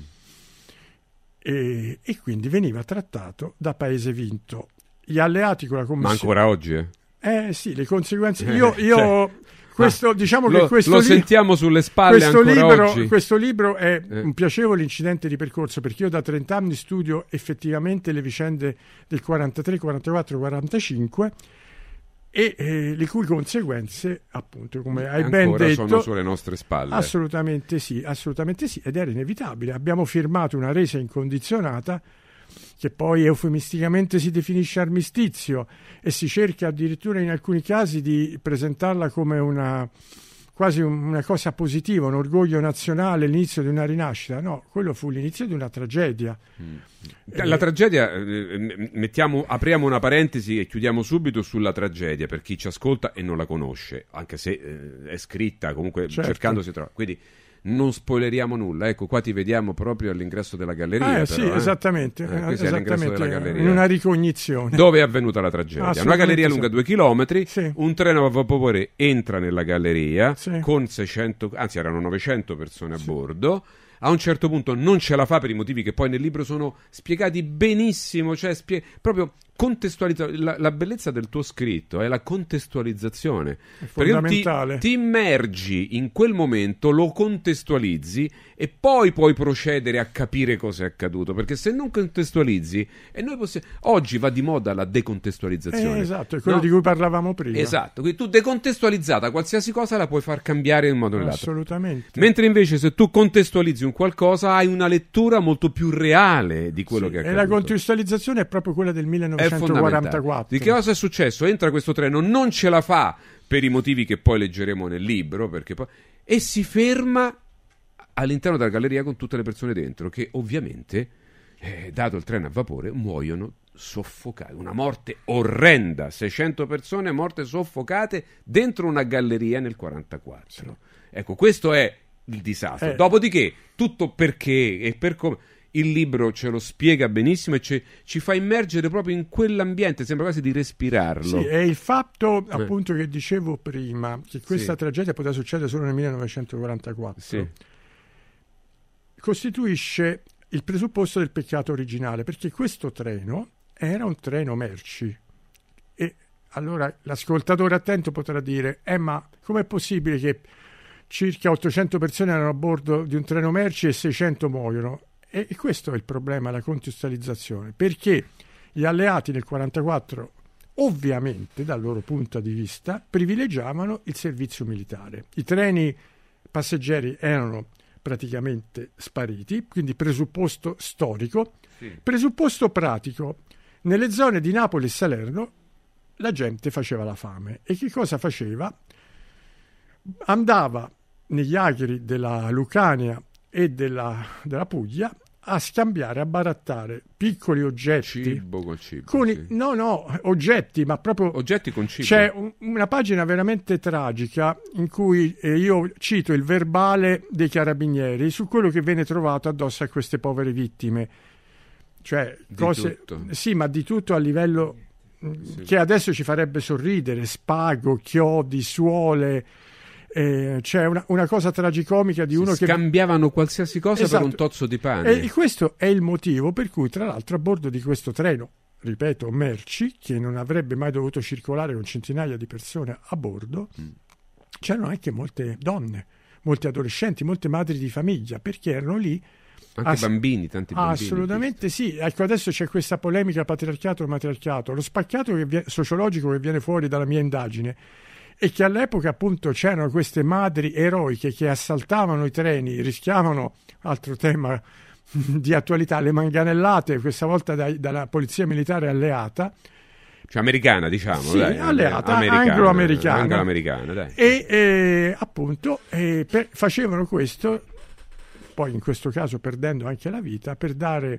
e, e quindi veniva trattato da paese vinto. Gli alleati con la commissione... Ma ancora oggi, eh? Eh sì, le conseguenze... Io... io... Cioè... Questo, ah, diciamo lo, che questo lo li- sentiamo sulle spalle questo ancora libro, oggi. Questo libro è eh. un piacevole incidente di percorso, perché io da trenta anni studio effettivamente le vicende del quarantatré, quarantaquattro, quarantacinque e eh, le cui conseguenze, appunto, come hai ancora ben detto, sono sulle nostre spalle. Assolutamente sì, assolutamente sì, ed era inevitabile. Abbiamo firmato una resa incondizionata, che poi eufemisticamente si definisce armistizio, e si cerca addirittura in alcuni casi di presentarla come una quasi una cosa positiva, un orgoglio nazionale, l'inizio di una rinascita. No, quello fu l'inizio di una tragedia. Mm. La eh, tragedia, eh, mettiamo, apriamo una parentesi e chiudiamo subito sulla tragedia per chi ci ascolta e non la conosce, anche se eh, è scritta, comunque certo. cercando si trova. Quindi non spoileriamo nulla, ecco, qua ti vediamo proprio all'ingresso della galleria. Ah, però, sì, eh? esattamente, eh, esattamente della galleria. In una ricognizione. Dove è avvenuta la tragedia? Una galleria lunga due chilometri, sì. un treno a vapore entra nella galleria sì. con seicento, anzi erano novecento persone a sì. bordo. A un certo punto non ce la fa per i motivi che poi nel libro sono spiegati benissimo, cioè spie- proprio contestualizzato. La, la bellezza del tuo scritto è la contestualizzazione. È fondamentale. Ti, ti immergi in quel momento, lo contestualizzi e poi puoi procedere a capire cosa è accaduto, perché se non contestualizzi, e noi possiamo... oggi va di moda la decontestualizzazione. Eh, esatto, è quello no? di cui parlavamo prima. Esatto, quindi tu decontestualizzata qualsiasi cosa la puoi far cambiare in modo o nell'altro. Assolutamente. Mentre invece se tu contestualizzi un qualcosa hai una lettura molto più reale di quello sì, che è e accaduto. la contestualizzazione è proprio quella del millenovecentoquarantaquattro. Di che cosa è successo? Entra questo treno, non ce la fa per i motivi che poi leggeremo nel libro, perché poi... e si ferma all'interno della galleria con tutte le persone dentro, che ovviamente, eh, dato il treno a vapore, muoiono soffocate. Una morte orrenda, seicento persone morte soffocate dentro una galleria nel quarantaquattro. Sì. Ecco, questo è il disastro. Eh. Dopodiché, tutto perché e per come... Il libro ce lo spiega benissimo e ci, ci fa immergere proprio in quell'ambiente, sembra quasi di respirarlo. Sì, è il fatto eh. appunto che dicevo prima, che questa sì. tragedia poteva succedere solo nel millenovecentoquarantaquattro. Sì. Costituisce il presupposto del peccato originale, perché questo treno era un treno merci. E allora l'ascoltatore attento potrà dire, eh ma com'è possibile che circa ottocento persone erano a bordo di un treno merci e seicento muoiono? E questo è il problema, la contestualizzazione, perché gli alleati nel millenovecentoquarantaquattro, ovviamente dal loro punto di vista, privilegiavano il servizio militare. I treni passeggeri erano praticamente spariti, quindi presupposto storico. Sì. Presupposto pratico, nelle zone di Napoli e Salerno la gente faceva la fame. E che cosa faceva? Andava negli agri della Lucania e della, della Puglia a scambiare, a barattare piccoli oggetti. Cibo col cibo. Con i, sì. No, no, oggetti, ma proprio... Oggetti con cibo. C'è un, una pagina veramente tragica in cui eh, io cito il verbale dei carabinieri su quello che viene trovato addosso a queste povere vittime. Cioè, di cose... tutto. Sì, ma di tutto a livello sì. che adesso ci farebbe sorridere. Spago, chiodi, suole... Eh, c'è una, una cosa tragicomica di si uno che scambiavano qualsiasi cosa esatto. per un tozzo di pane. E questo è il motivo per cui, tra l'altro, a bordo di questo treno, ripeto, merci, che non avrebbe mai dovuto circolare con centinaia di persone a bordo, mm. c'erano anche molte donne, molti adolescenti, molte madri di famiglia, perché erano lì. Anche Ass- bambini, tanti bambini. Assolutamente sì. Ecco, adesso c'è questa polemica patriarcato e matriarcato, lo spaccato che viene, sociologico che viene fuori dalla mia indagine. E che all'epoca appunto c'erano queste madri eroiche che assaltavano i treni, rischiavano, altro tema di attualità, le manganellate, questa volta dai, dalla polizia militare alleata. Cioè americana, diciamo. Sì, dai, alleata, americana, anglo-americana. anglo-americana dai. E eh, appunto eh, per, facevano questo, poi in questo caso perdendo anche la vita, per dare...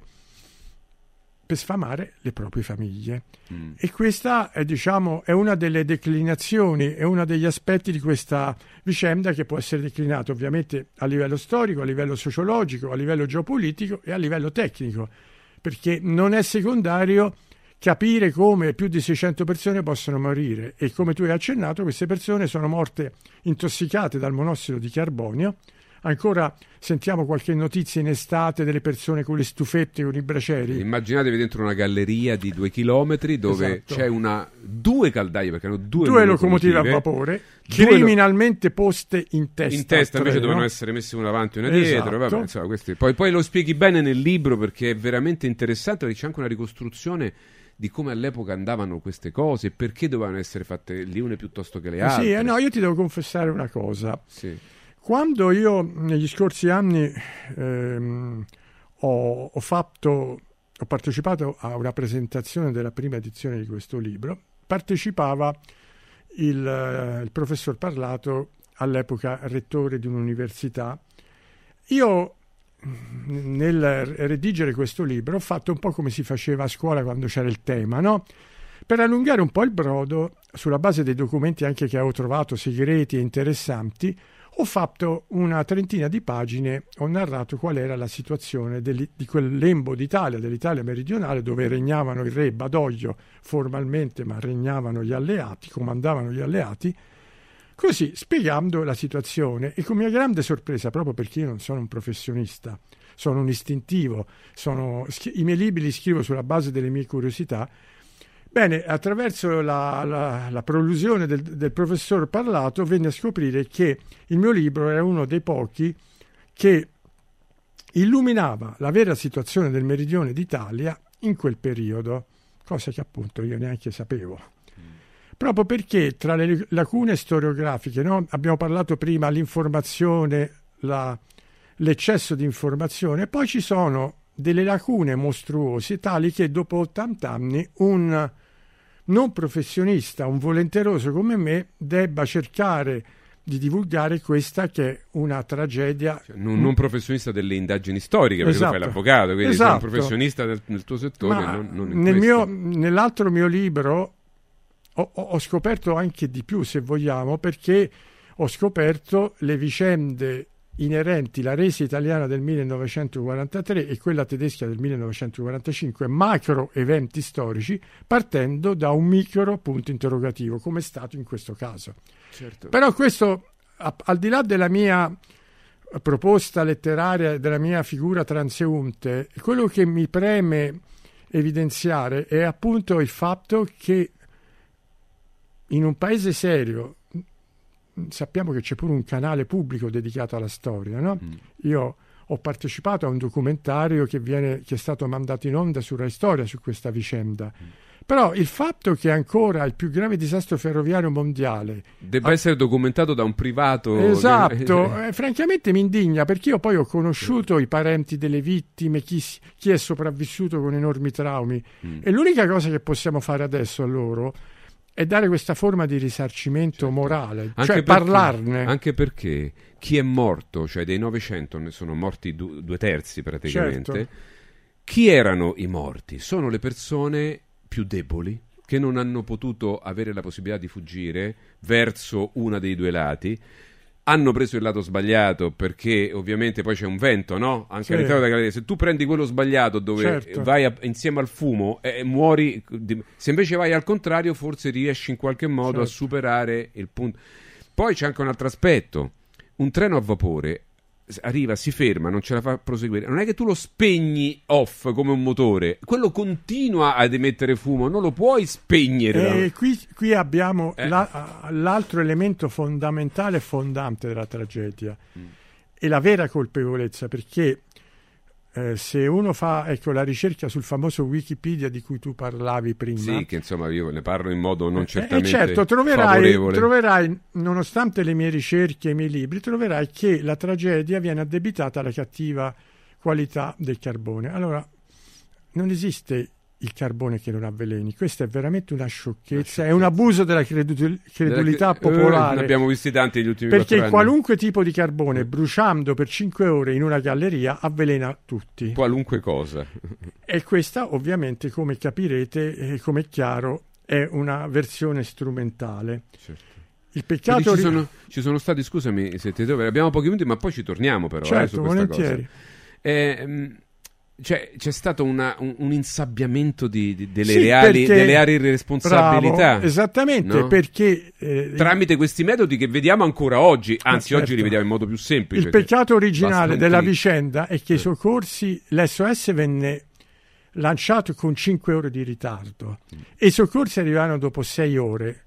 per sfamare le proprie famiglie. Mm. E questa è, diciamo, è una delle declinazioni, è uno degli aspetti di questa vicenda che può essere declinato ovviamente a livello storico, a livello sociologico, a livello geopolitico e a livello tecnico, perché non è secondario capire come più di seicento persone possono morire e, come tu hai accennato, queste persone sono morte intossicate dal monossido di carbonio. Ancora sentiamo qualche notizia in estate delle persone con le stufette, con i bracieri. Immaginatevi dentro una galleria di due chilometri dove esatto. c'è una due caldaie, perché hanno due, due locomotive a vapore, criminalmente lo... poste in testa. In testa invece treno. Dovevano essere messi una avanti e una dietro. Esatto. Vabbè, insomma, questi... poi, poi lo spieghi bene nel libro perché è veramente interessante, perché c'è anche una ricostruzione di come all'epoca andavano queste cose e perché dovevano essere fatte le une piuttosto che le altre. Sì, eh, no, io ti devo confessare una cosa. Sì. Quando io negli scorsi anni ehm, ho, ho fatto, ho partecipato a una presentazione della prima edizione di questo libro, partecipava il, il professor Parlato, all'epoca rettore di un'università. Io nel redigere questo libro ho fatto un po' come si faceva a scuola quando c'era il tema, no? Per allungare un po' il brodo, sulla base dei documenti anche che avevo trovato segreti e interessanti, ho fatto una trentina di pagine, ho narrato qual era la situazione del, di quel lembo d'Italia, dell'Italia meridionale, dove regnavano il re Badoglio formalmente, ma regnavano gli alleati, comandavano gli alleati, così spiegando la situazione. E con mia grande sorpresa, proprio perché io non sono un professionista, sono un istintivo, sono, i miei libri li scrivo sulla base delle mie curiosità. Bene, attraverso la, la, la prolusione del, del professor Parlato venne a scoprire che il mio libro era uno dei pochi che illuminava la vera situazione del meridione d'Italia in quel periodo, cosa che appunto io neanche sapevo. Proprio perché tra le lacune storiografiche, no? Abbiamo parlato prima l'informazione, la, l'eccesso di informazione, poi ci sono delle lacune mostruose tali che dopo ottanta anni un non professionista, un volenteroso come me debba cercare di divulgare questa che è una tragedia. Cioè, non, non professionista delle indagini storiche, perché esatto. tu fai l'avvocato, quindi esatto. sei un professionista del, nel tuo settore. Ma non, non in nel questo. mio, nell'altro mio libro ho, ho scoperto anche di più, se vogliamo, perché ho scoperto le vicende inerenti la resa italiana del millenovecentoquarantatré e quella tedesca del millenovecentoquarantacinque, macro eventi storici, partendo da un micro punto interrogativo, come è stato in questo caso. Certo. Però questo, a, al di là della mia proposta letteraria, della mia figura transeunte, quello che mi preme evidenziare è appunto il fatto che in un paese serio, sappiamo che c'è pure un canale pubblico dedicato alla storia, no? Mm. Io ho partecipato a un documentario che, viene, che è stato mandato in onda su Rai Storia su questa vicenda. Mm. Però il fatto che ancora il più grave disastro ferroviario mondiale debba ha... essere documentato da un privato, esatto, eh, francamente mi indigna, perché io poi ho conosciuto sì. i parenti delle vittime, chi, chi è sopravvissuto con enormi traumi, mm. e l'unica cosa che possiamo fare adesso a loro è dare questa forma di risarcimento certo. morale, anche cioè perché, parlarne. Anche perché chi è morto, cioè dei novecento ne sono morti du- due terzi praticamente, certo. chi erano i morti? Sono le persone più deboli, che non hanno potuto avere la possibilità di fuggire verso una dei due lati, hanno preso il lato sbagliato perché ovviamente poi c'è un vento, no? Anche sì. all'interno della galleria, se tu prendi quello sbagliato dove certo. vai a, insieme al fumo e eh, muori, se invece vai al contrario forse riesci in qualche modo certo. a superare il punto. Poi c'è anche un altro aspetto: un treno a vapore arriva, si ferma, non ce la fa proseguire, non è che tu lo spegni off come un motore, quello continua ad emettere fumo, non lo puoi spegnere. E qui, qui abbiamo eh. la, l'altro elemento fondamentale e fondante della tragedia mm. e la vera colpevolezza, perché eh, se uno fa ecco la ricerca sul famoso Wikipedia di cui tu parlavi prima, sì, che insomma io ne parlo in modo non certamente eh, certo, troverai, favorevole. troverai, nonostante le mie ricerche e i miei libri, troverai che la tragedia viene addebitata alla cattiva qualità del carbone. Allora, non esiste il carbone che non ha veleni, questa è veramente una sciocchezza, una sciocchezza. È un abuso della credu- credulità della, popolare. Eh, ne abbiamo visti tanti negli ultimi perché quattro anni. Qualunque tipo di carbone bruciando per cinque ore in una galleria avvelena tutti. Qualunque cosa. E questa ovviamente, come capirete, eh, come è chiaro, è una versione strumentale. Certo. Il peccato ci, sono, ci sono stati, scusami se ti devo, abbiamo pochi minuti ma poi ci torniamo però certo, eh, su questa volentieri. cosa. Eh, Cioè, c'è stato una, un, un insabbiamento di, di, delle, sì, reali, perché, delle reali responsabilità. Bravo, esattamente, no? Perché... Eh, tramite questi metodi che vediamo ancora oggi, anzi certo. oggi li vediamo in modo più semplice. Il peccato originale della clic. vicenda è che eh. i soccorsi, l'S O S venne lanciato con cinque ore di ritardo mm. e i soccorsi arrivarono dopo sei ore.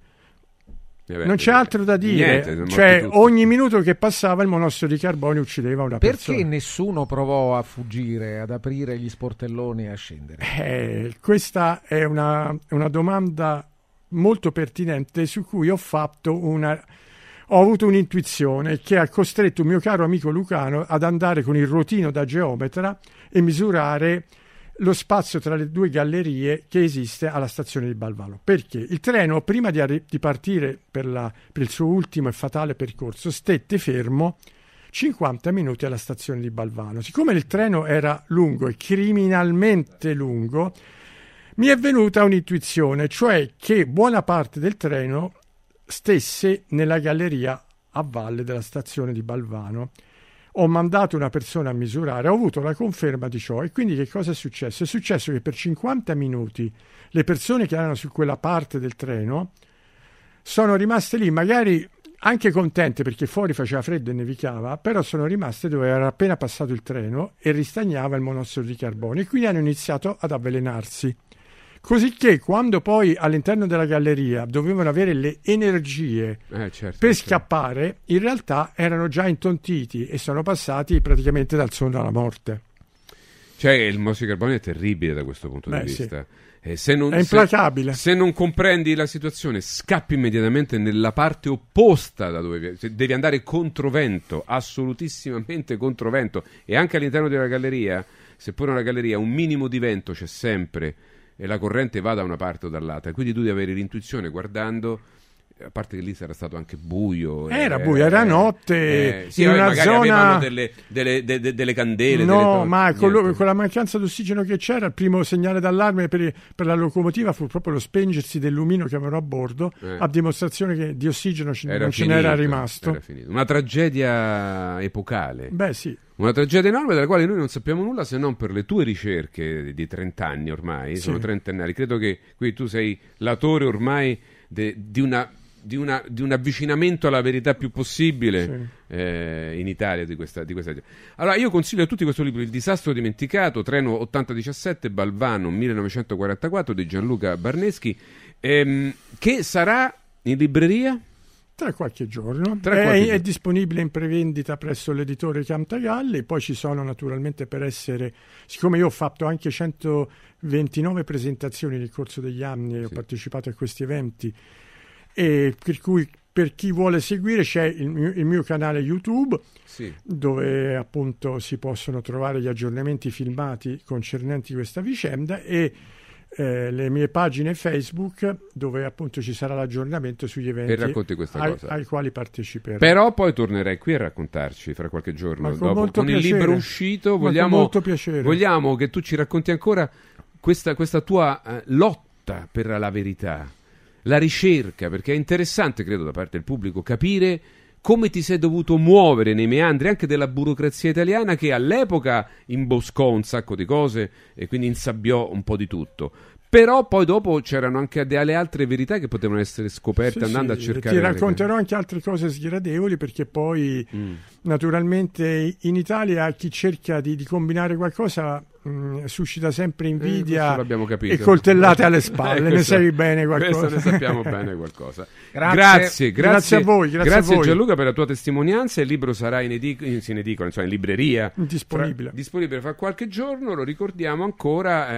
Eh beh, non c'è altro da dire, niente, cioè ogni minuto che passava il monossido di carbonio uccideva una Perché persona. Perché nessuno provò a fuggire, ad aprire gli sportelloni e a scendere? Eh, questa è una, una domanda molto pertinente su cui ho fatto una... ho avuto un'intuizione che ha costretto un mio caro amico Lucano ad andare con il ruotino da geometra e misurare lo spazio tra le due gallerie che esiste alla stazione di Balvano. Perché il treno, prima di, arri- di partire per, la, per il suo ultimo e fatale percorso, stette fermo cinquanta minuti alla stazione di Balvano. Siccome il treno era lungo e criminalmente lungo, mi è venuta un'intuizione, cioè che buona parte del treno stesse nella galleria a valle della stazione di Balvano. Ho mandato una persona a misurare, ho avuto la conferma di ciò e quindi che cosa è successo? È successo che per cinquanta minuti le persone che erano su quella parte del treno sono rimaste lì, magari anche contente perché fuori faceva freddo e nevicava, però sono rimaste dove era appena passato il treno e ristagnava il monossido di carbonio e quindi hanno iniziato ad avvelenarsi. Cosicché quando poi all'interno della galleria dovevano avere le energie eh, certo, per certo. scappare, in realtà erano già intontiti e sono passati praticamente dal sonno alla morte. Cioè il monossido di carbonio è terribile da questo punto Beh, di sì. vista. Eh, se non, è implacabile. Se, se non comprendi la situazione, scappi immediatamente nella parte opposta da dove vieni. Devi andare controvento, assolutissimamente controvento. E anche all'interno della galleria, seppure una galleria, un minimo di vento c'è sempre e la corrente va da una parte o dall'altra, quindi tu devi avere l'intuizione guardando a parte che lì sarà stato anche buio. Era eh, buio, era notte, eh, sì, in una magari zona... avevano delle, delle, de, de, delle candele. No, delle... ma con, lo, con la mancanza d'ossigeno che c'era, il primo segnale d'allarme per, per la locomotiva fu proprio lo spengersi del lumino che avevano a bordo, eh. a dimostrazione che di ossigeno ce, era non finito, ce n'era rimasto. Era finito. Una tragedia epocale. Beh, sì. Una tragedia enorme della quale noi non sappiamo nulla se non per le tue ricerche di trent'anni ormai, Sì. sono trentennali. Credo che qui tu sei l'autore ormai de, di, una, di, una, di un avvicinamento alla verità più possibile Sì. eh, in Italia di questa, di questa. Allora io consiglio a tutti questo libro, Il disastro dimenticato, treno ottanta diciassette, Balvano millenovecentoquarantaquattro di Gianluca Barneschi, ehm, che sarà in libreria? Tra qualche giorno. Tra è, qualche è giorno. disponibile in prevendita presso l'editore Cantagalli. Poi ci sono naturalmente, per essere, siccome io ho fatto anche centoventinove presentazioni nel corso degli anni e ho partecipato a questi eventi, e per cui per chi vuole seguire c'è il mio, il mio canale YouTube, sì. dove appunto si possono trovare gli aggiornamenti filmati concernenti questa vicenda, e Eh, le mie pagine Facebook, dove appunto ci sarà l'aggiornamento sugli eventi E racconti questa ai, cosa. ai quali parteciperò. Però poi tornerai qui a raccontarci fra qualche giorno, Ma con dopo, molto con il piacere. libro uscito. Ma con Vogliamo, molto piacere. vogliamo che tu ci racconti ancora questa, questa tua eh, lotta per la verità, la ricerca, perché è interessante, credo, da parte del pubblico capire come ti sei dovuto muovere nei meandri anche della burocrazia italiana, che all'epoca imboscò un sacco di cose e quindi insabbiò un po' di tutto. Però poi dopo c'erano anche delle altre verità che potevano essere scoperte Sì, andando sì, a cercare. ti racconterò anche altre cose sgradevoli, perché poi Mm. naturalmente in Italia chi cerca di, di combinare qualcosa mh, suscita sempre invidia questo l'abbiamo capito. e coltellate alle spalle. Eh, ne questo- sai bene qualcosa. questo ne sappiamo bene qualcosa. Grazie. Grazie, grazie, Grazie a voi, grazie a voi. Gianluca per la tua testimonianza. Il libro sarà in, edic- in, in edicola, insomma in libreria, Disponibile. fra, disponibile fra qualche giorno, lo ricordiamo ancora.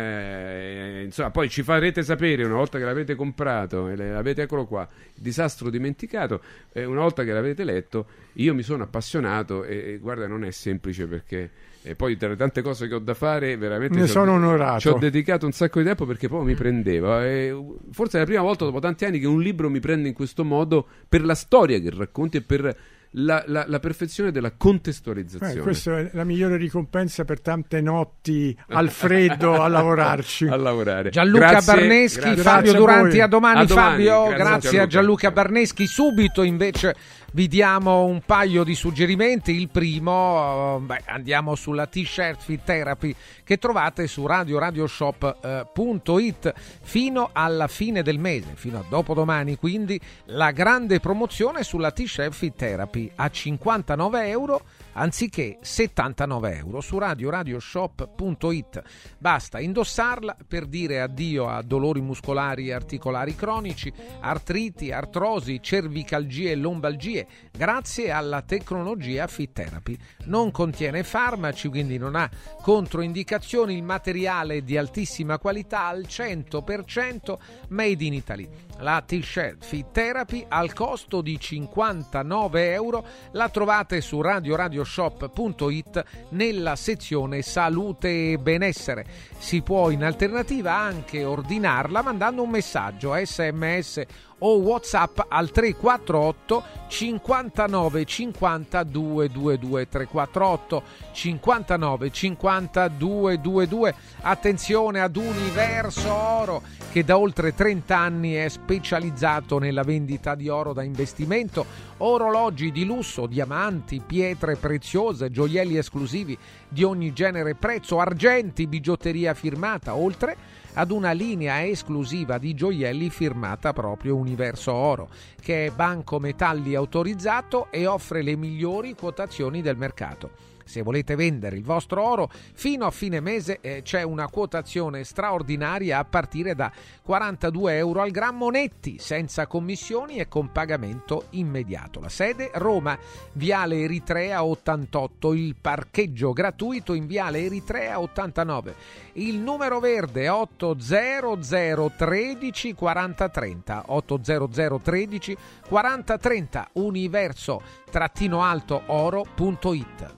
eh, insomma, poi ci farete sapere una volta che l'avete comprato e le- l'avete, eccolo qua, Il disastro dimenticato, eh, una volta che l'avete letto. Io mi sono appassionato e, e guarda, non è semplice, perché e poi tra le tante cose che ho da fare veramente Ne ci ho- sono onorato. ci ho dedicato un sacco di tempo, perché poi mi prendeva, e forse è la prima volta dopo tanti anni che un libro mi prende in questo modo, per la storia che racconti e per la, la, la perfezione della contestualizzazione. Eh, questa è la migliore ricompensa per tante notti al freddo a lavorarci. A lavorare. Gianluca Grazie, Barneschi, grazie. Fabio Grazie a Duranti, voi. a domani, A domani, Fabio, grazie grazie, Gianluca. a Gianluca Barneschi. Subito invece vi diamo un paio di suggerimenti. Il primo, eh, beh, andiamo sulla T-shirt Fit Therapy che trovate su radio radio shop punto it fino alla fine del mese, fino a dopodomani, quindi la grande promozione sulla T-shirt Fit Therapy a cinquantanove euro anziché settantanove euro su radio radio shop punto it. Basta indossarla per dire addio a dolori muscolari e articolari cronici, artriti, artrosi, cervicalgie e lombalgie, grazie alla tecnologia Fit Therapy. Non contiene farmaci, quindi non ha controindicazioni. Il materiale è di altissima qualità, al cento per cento made in Italy. La T-shirt Fit Therapy al costo di cinquantanove euro la trovate su radio radio shop punto it nella sezione salute e benessere. Si può in alternativa anche ordinarla mandando un messaggio sms o WhatsApp al tre quattro otto cinquantanove cinquanta duecentoventidue tre quattro otto cinquantanove cinquanta duecentoventidue. Attenzione ad Universo Oro, che da oltre trenta anni è specializzato nella vendita di oro da investimento, orologi di lusso, diamanti, pietre preziose, gioielli esclusivi di ogni genere e prezzo, argenti, bigiotteria firmata, oltre ad una linea esclusiva di gioielli firmata proprio Universo Oro, che è banco metalli autorizzato e offre le migliori quotazioni del mercato. Se volete vendere il vostro oro fino a fine mese eh, c'è una quotazione straordinaria a partire da quarantadue euro al grammo netti, senza commissioni e con pagamento immediato. La sede Roma, Viale Eritrea ottantotto, il parcheggio gratuito in Viale Eritrea ottantanove. Il numero verde è otto zero zero tredici quaranta trenta, otto zero zero tredici quaranta trenta, universo trattino alto oro punto it.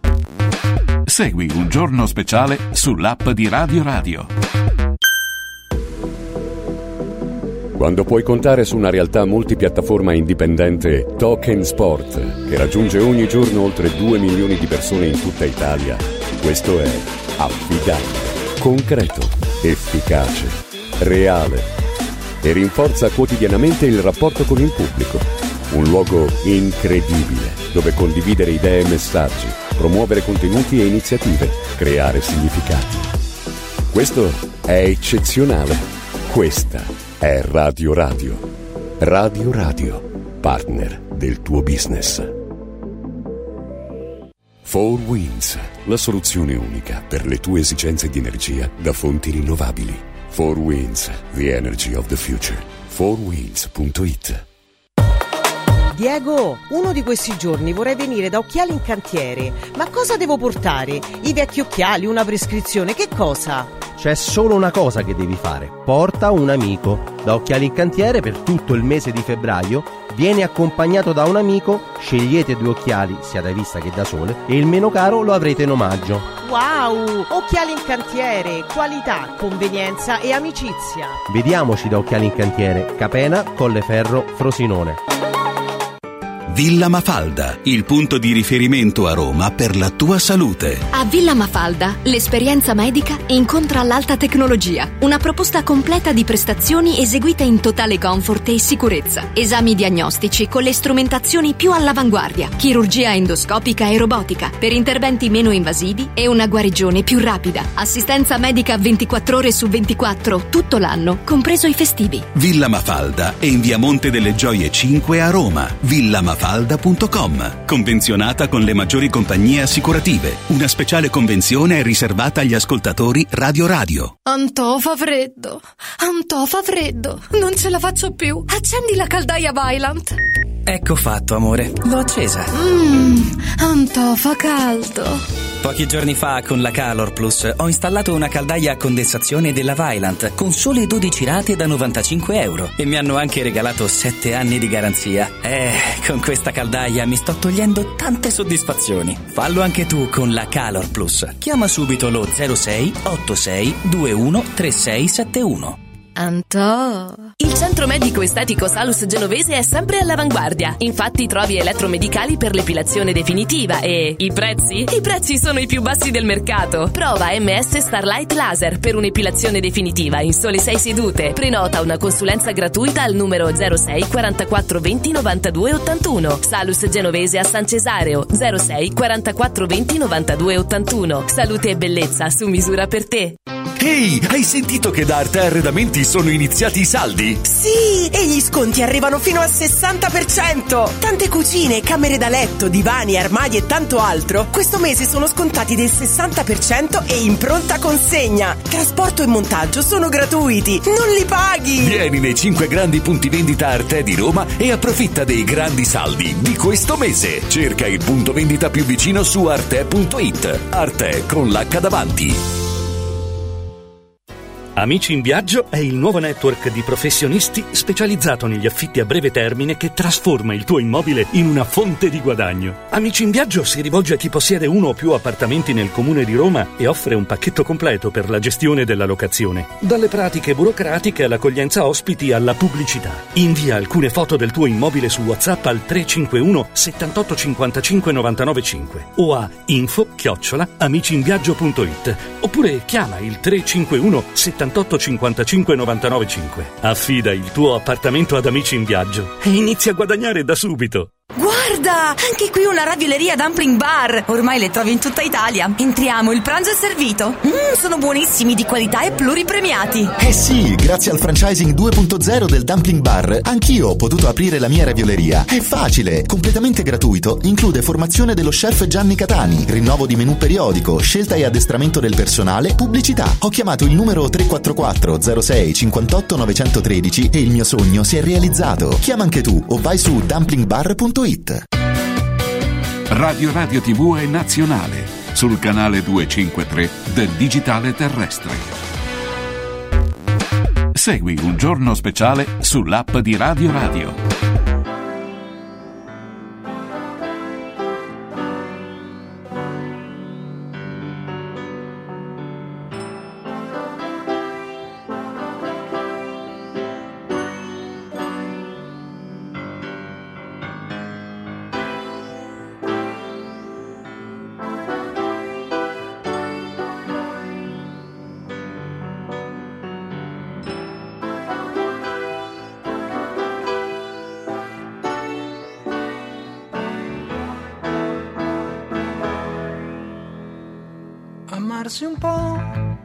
Segui Un Giorno Speciale sull'app di Radio Radio. Quando puoi contare su una realtà multipiattaforma indipendente, Token Sport, che raggiunge ogni giorno oltre due milioni di persone in tutta Italia, questo è affidabile, concreto, efficace, reale e rinforza quotidianamente il rapporto con il pubblico. Un luogo incredibile dove condividere idee e messaggi, promuovere contenuti e iniziative, creare significati. Questo è eccezionale. Questa è Radio Radio. Radio Radio, partner del tuo business. Four Winds, la soluzione unica per le tue esigenze di energia da fonti rinnovabili. Four Winds, the energy of the future. four winds punto it. Diego, uno di questi giorni vorrei venire da Occhiali in Cantiere. Ma cosa devo portare? I vecchi occhiali, una prescrizione, che cosa? C'è solo una cosa che devi fare. Porta un amico. Da Occhiali in Cantiere per tutto il mese di febbraio vieni accompagnato da un amico, scegliete due occhiali, sia da vista che da sole, e il meno caro lo avrete in omaggio. Wow! Occhiali in Cantiere, qualità, convenienza e amicizia. Vediamoci da Occhiali in Cantiere, Capena, Colleferro, Frosinone. Villa Mafalda, il punto di riferimento a Roma per la tua salute. A Villa Mafalda l'esperienza medica incontra l'alta tecnologia. Una proposta completa di prestazioni eseguite in totale comfort e sicurezza. Esami diagnostici con le strumentazioni più all'avanguardia. Chirurgia endoscopica e robotica per interventi meno invasivi e una guarigione più rapida. Assistenza medica ventiquattro ore su ventiquattro tutto l'anno, compreso i festivi. Villa Mafalda è in via Monte delle Gioie cinque a Roma. Villa Mafalda punto com. Convenzionata con le maggiori compagnie assicurative. Una speciale convenzione è riservata agli ascoltatori Radio Radio. Antò fa freddo, Antò fa freddo, non ce la faccio più. Accendi la caldaia Vaillant. Ecco fatto, amore, l'ho accesa. Mmm, Antò fa caldo. Pochi giorni fa con la Calor Plus ho installato una caldaia a condensazione della Vaillant con sole dodici rate da novantacinque euro e mi hanno anche regalato sette anni di garanzia. Eh, con questa caldaia mi sto togliendo tante soddisfazioni. Fallo anche tu con la Calor Plus. Chiama subito lo zero sei otto sei due uno tre sei sette uno. Antò. Il centro medico estetico Salus Genovese è sempre all'avanguardia. Infatti trovi elettromedicali per l'epilazione definitiva e i prezzi? I prezzi sono i più bassi del mercato. Prova M S Starlight Laser per un'epilazione definitiva in sole sei sedute. Prenota una consulenza gratuita al numero zero sei quarantaquattro venti novantadue ottantuno. Salus Genovese a San Cesareo zero sei quarantaquattro venti novantadue ottantuno. Salute e bellezza su misura per te. Ehi, hai sentito che da Arte Arredamenti sono iniziati i saldi? Sì, e gli sconti arrivano fino al sessanta per cento. Tante cucine, camere da letto, divani, armadi e tanto altro questo mese sono scontati del sessanta per cento e in pronta consegna. Trasporto e montaggio sono gratuiti, non li paghi. Vieni nei cinque grandi punti vendita Arte di Roma e approfitta dei grandi saldi di questo mese. Cerca il punto vendita più vicino su arte punto it. Arte con l'H davanti. Amici in Viaggio è il nuovo network di professionisti specializzato negli affitti a breve termine che trasforma il tuo immobile in una fonte di guadagno. Amici in Viaggio si rivolge a chi possiede uno o più appartamenti nel comune di Roma e offre un pacchetto completo per la gestione della locazione. Dalle pratiche burocratiche all'accoglienza ospiti alla pubblicità. Invia alcune foto del tuo immobile su WhatsApp al tre cinque uno settantotto cinquantacinque novantanove cinque o a info chiocciola amiciinviaggio punto it oppure chiama il tre cinque uno settantotto cinquantacinque novantanove cinque. Affida il tuo appartamento ad Amici in Viaggio e inizia a guadagnare da subito. Guarda, anche qui una ravioleria Dumpling Bar. Ormai le trovi in tutta Italia. Entriamo, il pranzo è servito. Mmm, sono buonissimi, di qualità e pluripremiati. Eh sì, grazie al franchising due punto zero del Dumpling Bar, anch'io ho potuto aprire la mia ravioleria. È facile, completamente gratuito, include formazione dello chef Gianni Catani, rinnovo di menù periodico, scelta e addestramento del personale, pubblicità. Ho chiamato il numero tre quattro quattro zero sei cinquantotto novecentotredici e il mio sogno si è realizzato. Chiama anche tu o vai su dumpling bar punto it. Radio Radio tivù è nazionale sul canale duecentocinquantatré del digitale terrestre. Segui Un Giorno Speciale sull'app di Radio Radio. amarsi un po'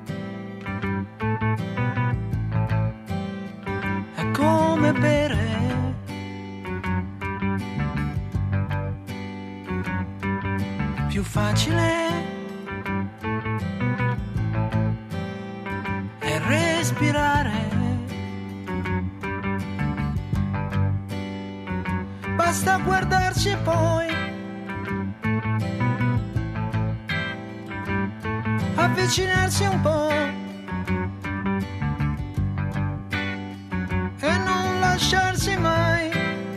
è come bere. Più facile è respirare. Basta guardarci e poi avvicinarsi un po' e non lasciarsi mai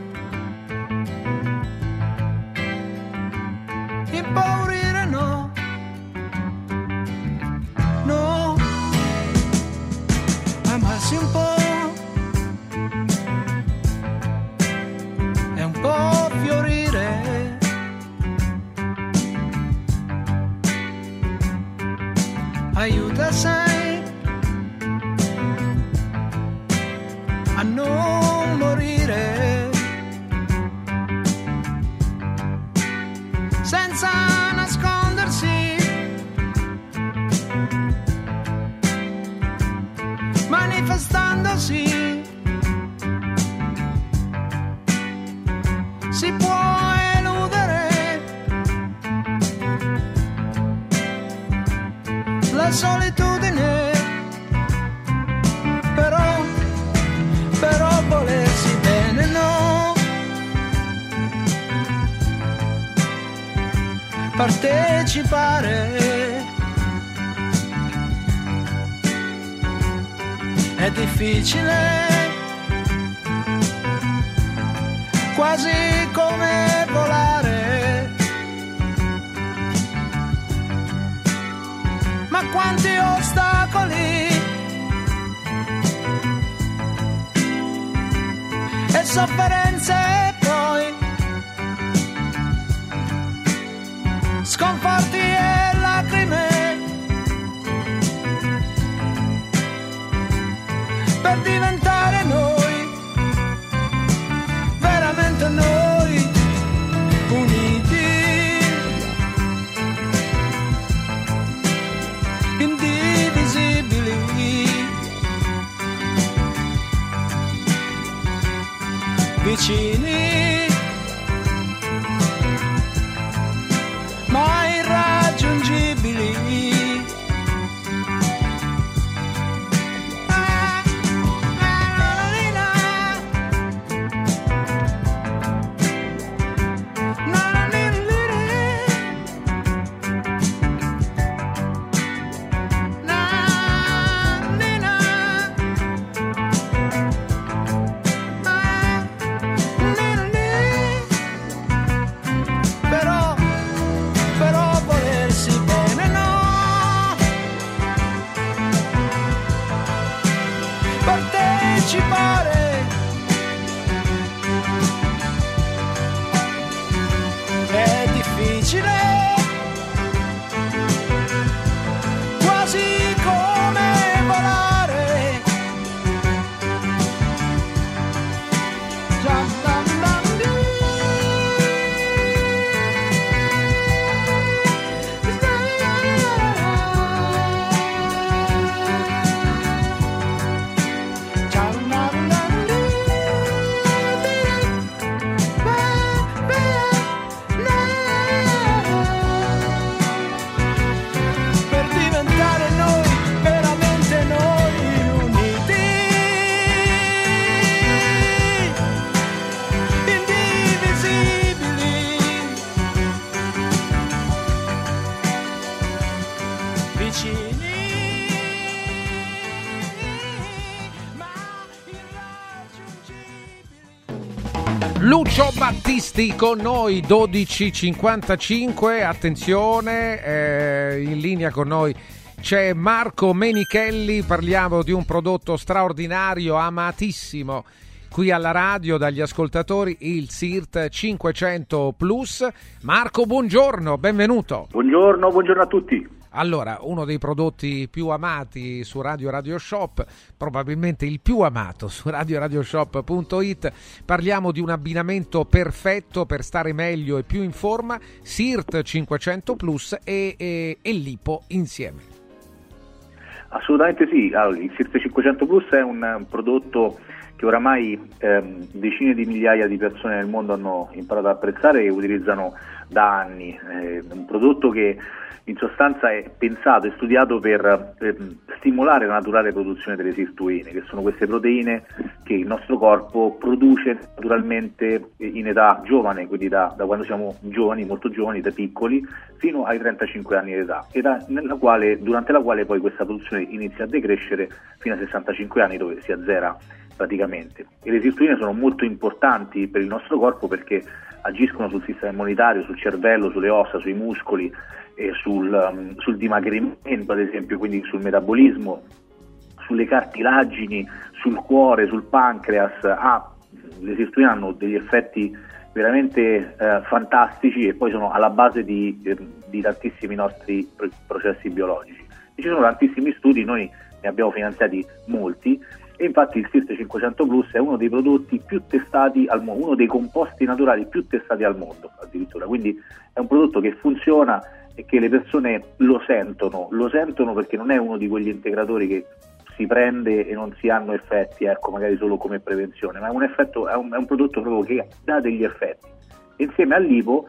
impaurire, no, no, amarsi un po' è un po' fiorire, aiuta, sai, a non morire, senza nascondersi, manifestandosi, si può eludere la solitudine, però, però volersi bene, no, partecipare è difficile, quasi come volare, ma quanti ostacoli e sofferenze e poi sconforti e lacrime per diventare noi, veramente noi, uniti, indivisibili, vicini, ma irraggiungibili. È difficile, quasi come volare. Lucio Battisti con noi, dodici e cinquantacinque, attenzione, eh, in linea con noi c'è Marco Menichelli, parliamo di un prodotto straordinario, amatissimo qui alla radio dagli ascoltatori, il SIRT cinquecento Plus. Marco, buongiorno, benvenuto. Buongiorno, buongiorno a tutti. Allora, uno dei prodotti più amati su Radio Radio Shop, probabilmente il più amato su radio radio shop punto it, parliamo di un abbinamento perfetto per stare meglio e più in forma, S I R T cinquecento Plus e, e, e Lipo insieme. Assolutamente sì, allora, il S I R T cinquecento Plus è un prodotto che oramai ehm, decine di migliaia di persone nel mondo hanno imparato ad apprezzare e utilizzano da anni. È un prodotto che in sostanza è pensato e studiato per eh, stimolare la naturale produzione delle sirtuine, che sono queste proteine che il nostro corpo produce naturalmente in età giovane, quindi da, da quando siamo giovani, molto giovani, da piccoli, fino ai trentacinque anni di età, età nella quale, durante la quale poi questa produzione inizia a decrescere fino ai sessantacinque anni, dove si azzera praticamente. E le sirtuine sono molto importanti per il nostro corpo perché agiscono sul sistema immunitario, sul cervello, sulle ossa, sui muscoli, e sul, um, sul dimagrimento, ad esempio, quindi sul metabolismo, sulle cartilagini, sul cuore, sul pancreas. Ah, le sirtuine hanno degli effetti veramente eh, fantastici e poi sono alla base di, eh, di tantissimi nostri processi biologici. E ci sono tantissimi studi, noi ne abbiamo finanziati molti, e infatti il S I R T cinquecento Plus è uno dei prodotti più testati al mondo, uno dei composti naturali più testati al mondo addirittura, quindi è un prodotto che funziona e che le persone lo sentono, lo sentono perché non è uno di quegli integratori che si prende e non si hanno effetti, ecco, magari solo come prevenzione, ma è un effetto, è un, è un prodotto proprio che dà degli effetti. E insieme al lipo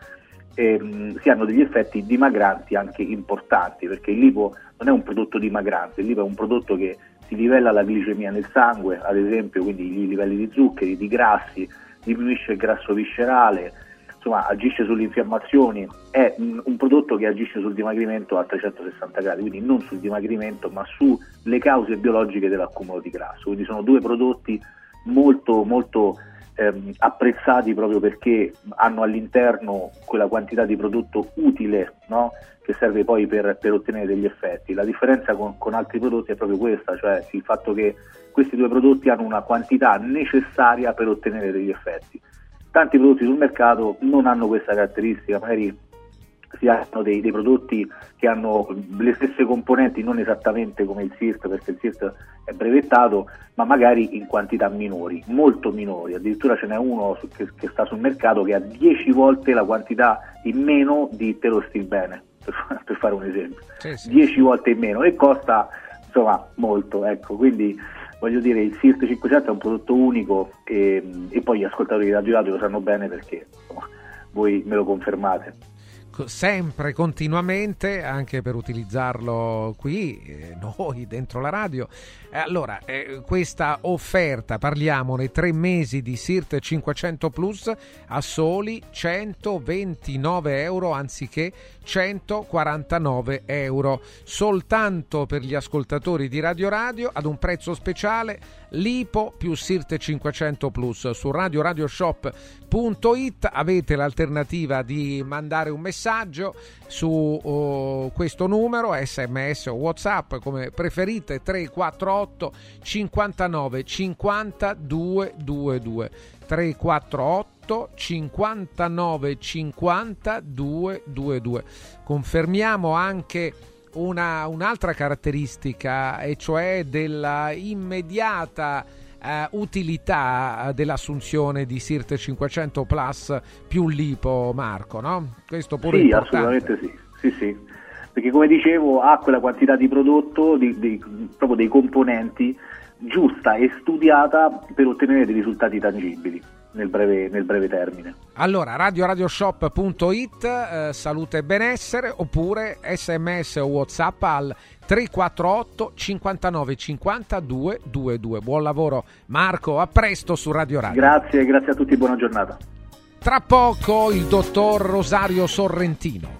ehm, si hanno degli effetti dimagranti anche importanti, perché il lipo non è un prodotto dimagrante, il lipo è un prodotto che si livella la glicemia nel sangue, ad esempio, quindi i livelli di zuccheri, di grassi, diminuisce il grasso viscerale, insomma agisce sulle infiammazioni, è un, un prodotto che agisce sul dimagrimento a trecentosessanta gradi, quindi non sul dimagrimento ma sulle cause biologiche dell'accumulo di grasso. Quindi sono due prodotti molto molto ehm, apprezzati proprio perché hanno all'interno quella quantità di prodotto utile, no? Che serve poi per, per ottenere degli effetti. La differenza con, con altri prodotti è proprio questa, cioè il fatto che questi due prodotti hanno una quantità necessaria per ottenere degli effetti. Tanti prodotti sul mercato non hanno questa caratteristica, magari si hanno dei, dei prodotti che hanno le stesse componenti, non esattamente come il S I R T, perché il S I R T è brevettato, ma magari in quantità minori, molto minori. Addirittura ce n'è uno che, che sta sul mercato che ha dieci volte la quantità in meno di Telostilbene, per, per fare un esempio, sì, sì. dieci volte in meno, e costa insomma molto, ecco, quindi voglio dire, il S I R T cinquecento è un prodotto unico e, e poi gli ascoltatori di Radio Radio lo sanno bene perché insomma, voi me lo confermate. Sempre, continuamente, anche per utilizzarlo qui, eh, noi dentro la radio. Eh, allora, eh, questa offerta, parliamone, tre mesi di S I R T cinquecento Plus a soli centoventinove euro anziché centoquarantanove euro, soltanto per gli ascoltatori di Radio Radio ad un prezzo speciale. Lipo più S I R T cinquecento Plus su radio radio shop punto it. Avete l'alternativa di mandare un messaggio su oh, questo numero, sms o WhatsApp come preferite, tre quattro otto cinquantanove cinquanta duecentoventidue, tre quattro otto cinquantanove cinquanta duecentoventidue. Confermiamo anche Una, un'altra caratteristica, e cioè della immediata eh, utilità dell'assunzione di S I R T cinquecento Plus più lipo, Marco, no? Questo pure sì, importante. Assolutamente sì, sì, sì, perché come dicevo ha quella quantità di prodotto, di, di, proprio dei componenti giusta e studiata per ottenere dei risultati tangibili nel breve, nel breve termine. Allora, radio radio shop punto it, eh, salute e benessere, oppure sms o WhatsApp al tre quattro otto cinquantanove cinquanta duecentoventidue. Buon lavoro Marco, a presto su Radio Radio. Grazie, grazie a tutti, buona giornata. Tra poco il dottor Rosario Sorrentino.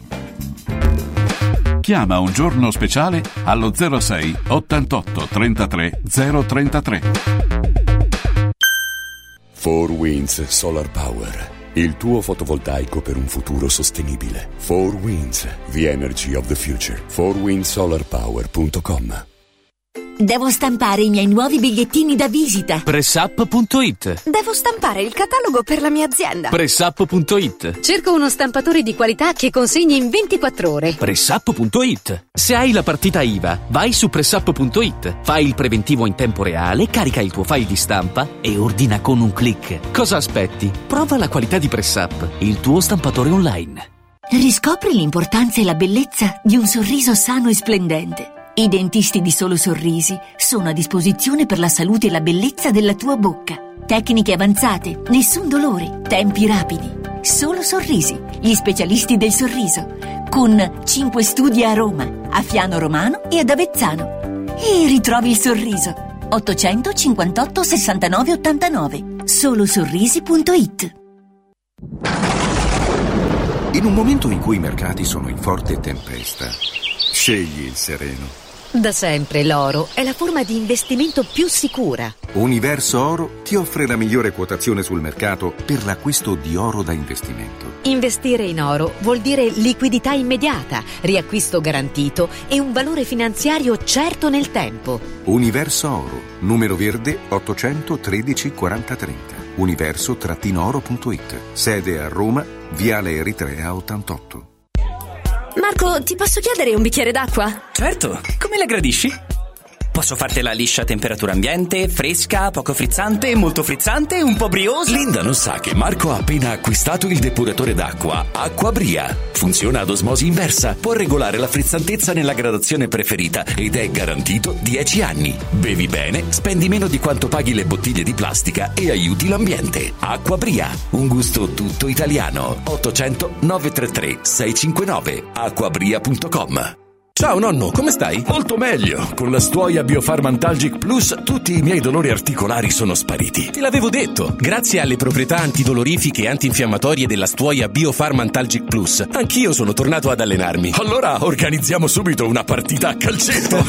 Chiama un giorno speciale allo zero sei ottantotto trentatré zero trentatré. four Winds Solar Power, il tuo fotovoltaico per un futuro sostenibile. four Winds, the energy of the future. four wind solar power punto com. Devo stampare i miei nuovi bigliettini da visita. Pressup punto it. Devo stampare il catalogo per la mia azienda. Pressup punto it. Cerco uno stampatore di qualità che consegni in ventiquattro ore. Pressup punto it. Se hai la partita I V A, vai su Pressup punto it. Fai il preventivo in tempo reale, carica il tuo file di stampa e ordina con un click. Cosa aspetti? Prova la qualità di Pressup, il tuo stampatore online. Riscopri l'importanza e la bellezza di un sorriso sano e splendente. I dentisti di Solo Sorrisi sono a disposizione per la salute e la bellezza della tua bocca. Tecniche avanzate, nessun dolore, tempi rapidi. Solo Sorrisi, gli specialisti del sorriso, con cinque studi a Roma, a Fiano Romano e ad Avezzano. E ritrovi il sorriso. ottocentocinquantotto sessantanove ottantanove. solo sorrisi punto it. In un momento in cui i mercati sono in forte tempesta, scegli il sereno. Da sempre l'oro è la forma di investimento più sicura. Universo Oro ti offre la migliore quotazione sul mercato per l'acquisto di oro da investimento. Investire in oro vuol dire liquidità immediata, riacquisto garantito e un valore finanziario certo nel tempo. Universo Oro, numero verde ottocentotredici quaranta trenta. universo oro punto it. Sede a Roma, Viale Eritrea ottantotto. Marco, ti posso chiedere un bicchiere d'acqua? Certo, come la gradisci? Posso fartela liscia a temperatura ambiente, fresca, poco frizzante, molto frizzante, un po' briosa? Linda non sa che Marco ha appena acquistato il depuratore d'acqua Acquabria. Funziona ad osmosi inversa, può regolare la frizzantezza nella gradazione preferita ed è garantito dieci anni. Bevi bene, spendi meno di quanto paghi le bottiglie di plastica e aiuti l'ambiente. Acquabria, un gusto tutto italiano. ottocento nove tre tre sei cinque nove. acquabria punto com. Ciao nonno, come stai? Molto meglio. Con la Stuoia Biofarmantalgic Plus tutti i miei dolori articolari sono spariti. Te l'avevo detto, grazie alle proprietà antidolorifiche e antinfiammatorie della Stuoia Biofarmantalgic Plus, anch'io sono tornato ad allenarmi. Allora organizziamo subito una partita a calcetto.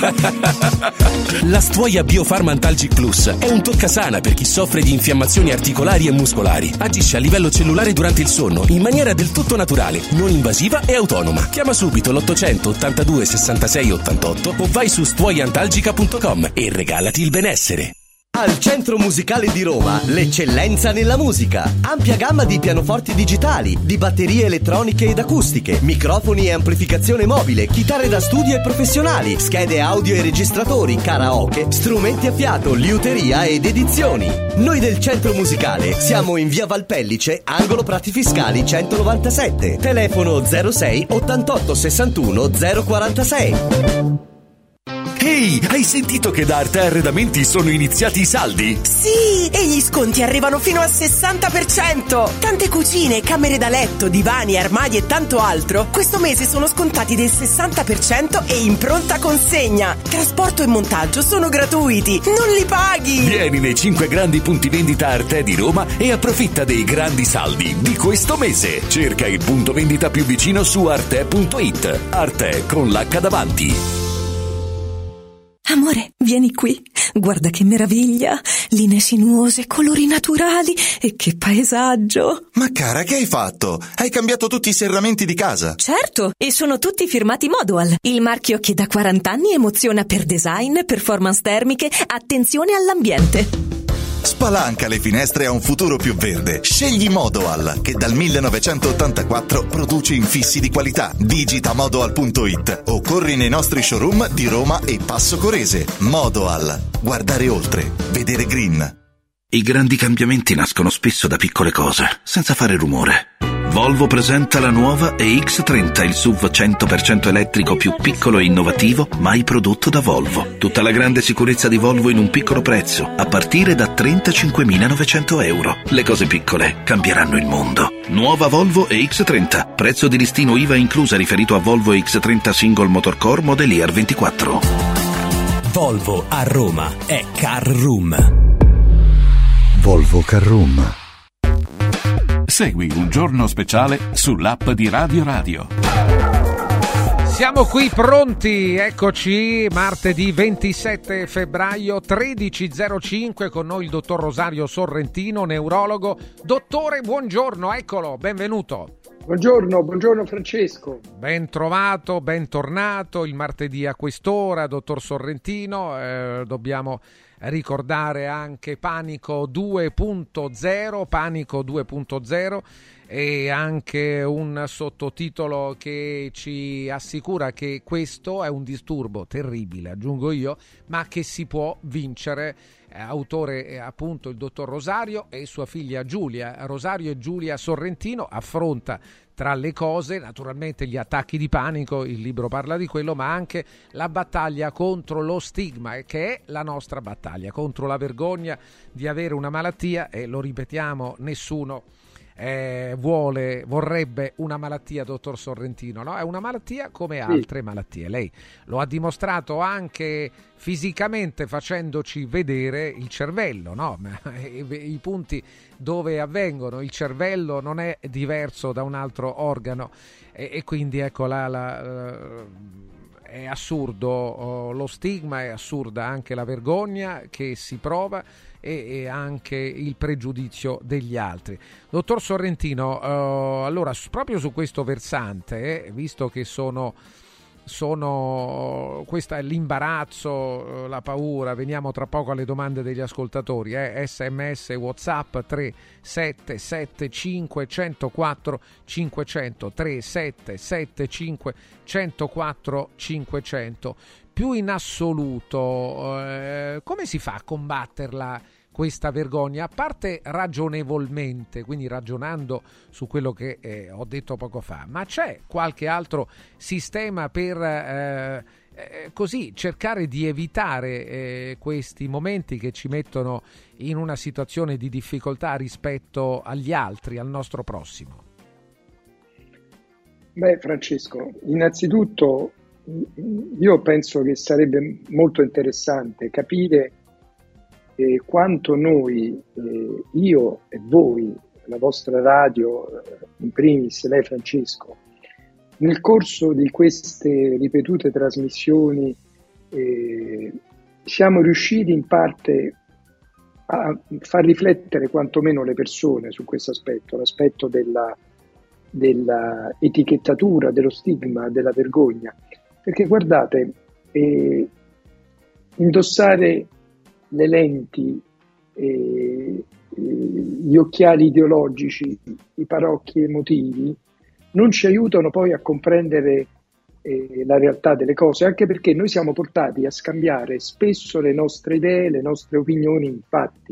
La Stuoia Biofarmantalgic Plus è un toccasana per chi soffre di infiammazioni articolari e muscolari. Agisce a livello cellulare durante il sonno in maniera del tutto naturale, non invasiva e autonoma. Chiama subito l'ottocento ottantadue sessantasei ottantotto o vai su stuoiantalgica punto com e regalati il benessere. Al Centro Musicale di Roma, l'eccellenza nella musica. Ampia gamma di pianoforti digitali, di batterie elettroniche ed acustiche, microfoni e amplificazione mobile, chitarre da studio e professionali, schede audio e registratori, karaoke, strumenti a fiato, liuteria ed edizioni. Noi del Centro Musicale siamo in via Valpellice, angolo Prati Fiscali centonovantasette. Telefono zero sei ottantotto sessantuno zero quarantasei. Ehi, hai sentito che da Arte Arredamenti sono iniziati i saldi? Sì, e gli sconti arrivano fino al sessanta per cento. Tante cucine, camere da letto, divani, armadi e tanto altro questo mese sono scontati del sessanta per cento e in pronta consegna. Trasporto e montaggio sono gratuiti, non li paghi. Vieni nei cinque grandi punti vendita Arte di Roma e approfitta dei grandi saldi di questo mese. Cerca il punto vendita più vicino su arte punto it. Arte con l'H davanti. Amore, vieni qui. Guarda che meraviglia. Linee sinuose, colori naturali e che paesaggio. Ma cara, che hai fatto? Hai cambiato tutti i serramenti di casa? Certo, e sono tutti firmati Modoal, il marchio che da quaranta anni emoziona per design, performance termiche, attenzione all'ambiente. Spalanca le finestre a un futuro più verde. Scegli Modoal, che dal millenovecentottantaquattro produce infissi di qualità. Digita modoal punto it o corri nei nostri showroom di Roma e Passo Corese. Modoal. Guardare oltre. Vedere green. I grandi cambiamenti nascono spesso da piccole cose, senza fare rumore. Volvo presenta la nuova E X trenta, il S U V cento per cento elettrico più piccolo e innovativo mai prodotto da Volvo. Tutta la grande sicurezza di Volvo in un piccolo prezzo, a partire da trentacinquemilanovecento euro. Le cose piccole cambieranno il mondo. Nuova Volvo E X trenta, prezzo di listino I V A inclusa riferito a Volvo E X trenta Single Motor Core Model Year ventiquattro. Volvo a Roma è Car Room. Volvo Car Room. Segui Un Giorno Speciale sull'app di Radio Radio. Siamo qui pronti, eccoci, martedì ventisette febbraio tredici e zero cinque, con noi il dottor Rosario Sorrentino, neurologo. Dottore, buongiorno, eccolo, benvenuto. Buongiorno, buongiorno Francesco. Ben trovato, bentornato il martedì a quest'ora, dottor Sorrentino. Eh, dobbiamo ricordare anche Panico due punto zero, Panico due punto zero, e anche un sottotitolo che ci assicura che questo è un disturbo terribile, aggiungo io, ma che si può vincere. Autore è appunto il dottor Rosario e sua figlia Giulia. Rosario e Giulia Sorrentino affronta tra le cose naturalmente gli attacchi di panico, il libro parla di quello, ma anche la battaglia contro lo stigma, che è la nostra battaglia, contro la vergogna di avere una malattia, e lo ripetiamo, nessuno Eh, vuole, vorrebbe una malattia, dottor Sorrentino, no? È una malattia come altre sì. malattie. Lei lo ha dimostrato anche fisicamente facendoci vedere il cervello, no? I, i punti dove avvengono. Il cervello non è diverso da un altro organo e, e quindi ecco la, la, è assurdo oh, lo stigma, è assurda anche la vergogna che si prova e anche il pregiudizio degli altri. Dottor Sorrentino, eh, allora proprio su questo versante, eh, visto che sono, sono questo è l'imbarazzo, la paura, veniamo tra poco alle domande degli ascoltatori, eh, sms, whatsapp tre sette sette cinque uno zero quattro cinque zero zero, tre sette sette cinque uno zero quattro cinque zero zero. Più in assoluto, eh, come si fa a combatterla questa vergogna? A parte ragionevolmente, quindi ragionando su quello che eh, ho detto poco fa, ma c'è qualche altro sistema per eh, eh, così cercare di evitare eh, questi momenti che ci mettono in una situazione di difficoltà rispetto agli altri, al nostro prossimo? Beh, Francesco, innanzitutto io penso che sarebbe molto interessante capire eh, quanto noi, eh, io e voi, la vostra radio, eh, in primis lei Francesco, nel corso di queste ripetute trasmissioni eh, siamo riusciti in parte a far riflettere quantomeno le persone su questo aspetto, l'aspetto della, della etichettatura, dello stigma, della vergogna. Perché guardate, eh, indossare le lenti, eh, eh, gli occhiali ideologici, i parocchi emotivi, non ci aiutano poi a comprendere eh, la realtà delle cose, anche perché noi siamo portati a scambiare spesso le nostre idee, le nostre opinioni in fatti.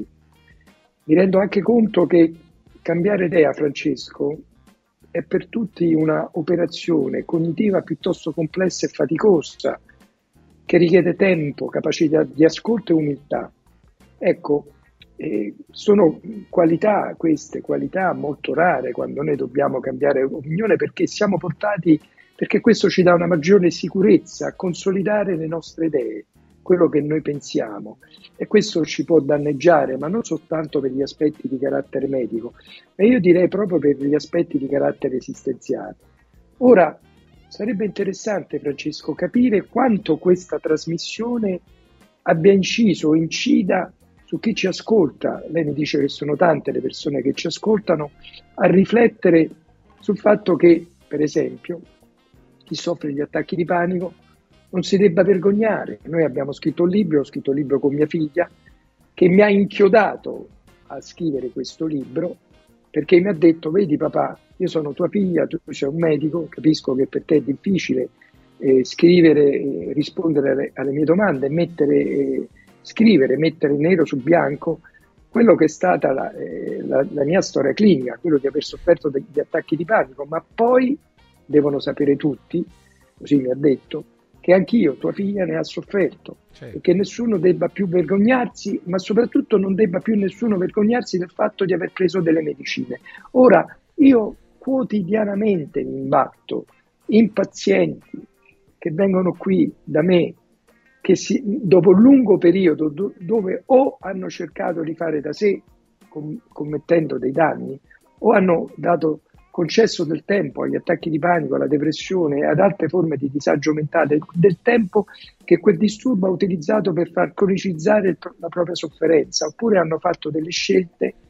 Mi rendo anche conto che cambiare idea, Francesco, è per tutti una operazione cognitiva piuttosto complessa e faticosa, che richiede tempo, capacità di ascolto e umiltà. Ecco, eh, sono qualità, queste qualità molto rare quando noi dobbiamo cambiare opinione, perché siamo portati, perché questo ci dà una maggiore sicurezza a consolidare le nostre idee, quello che noi pensiamo, e questo ci può danneggiare, ma non soltanto per gli aspetti di carattere medico, ma io direi proprio per gli aspetti di carattere esistenziale. Ora, sarebbe interessante, Francesco, capire quanto questa trasmissione abbia inciso o incida su chi ci ascolta. Lei mi dice che sono tante le persone che ci ascoltano, a riflettere sul fatto che, per esempio, chi soffre di attacchi di panico non si debba vergognare. Noi abbiamo scritto un libro, ho scritto un libro con mia figlia, che mi ha inchiodato a scrivere questo libro, perché mi ha detto: vedi papà, io sono tua figlia, tu sei un medico, capisco che per te è difficile eh, scrivere, eh, rispondere alle, alle mie domande, mettere, eh, scrivere, mettere nero su bianco quello che è stata la, eh, la, la mia storia clinica, quello di aver sofferto de- di attacchi di panico, ma poi devono sapere tutti, così mi ha detto, che anch'io, tua figlia, ne ha sofferto, certo. E che nessuno debba più vergognarsi, ma soprattutto non debba più nessuno vergognarsi del fatto di aver preso delle medicine. Ora, io quotidianamente mi imbatto in pazienti che vengono qui da me, che si, dopo un lungo periodo do, dove o hanno cercato di fare da sé, com, commettendo dei danni, o hanno dato concesso del tempo agli attacchi di panico, alla depressione e ad altre forme di disagio mentale, del tempo che quel disturbo ha utilizzato per far cronicizzare il, la propria sofferenza, oppure hanno fatto delle scelte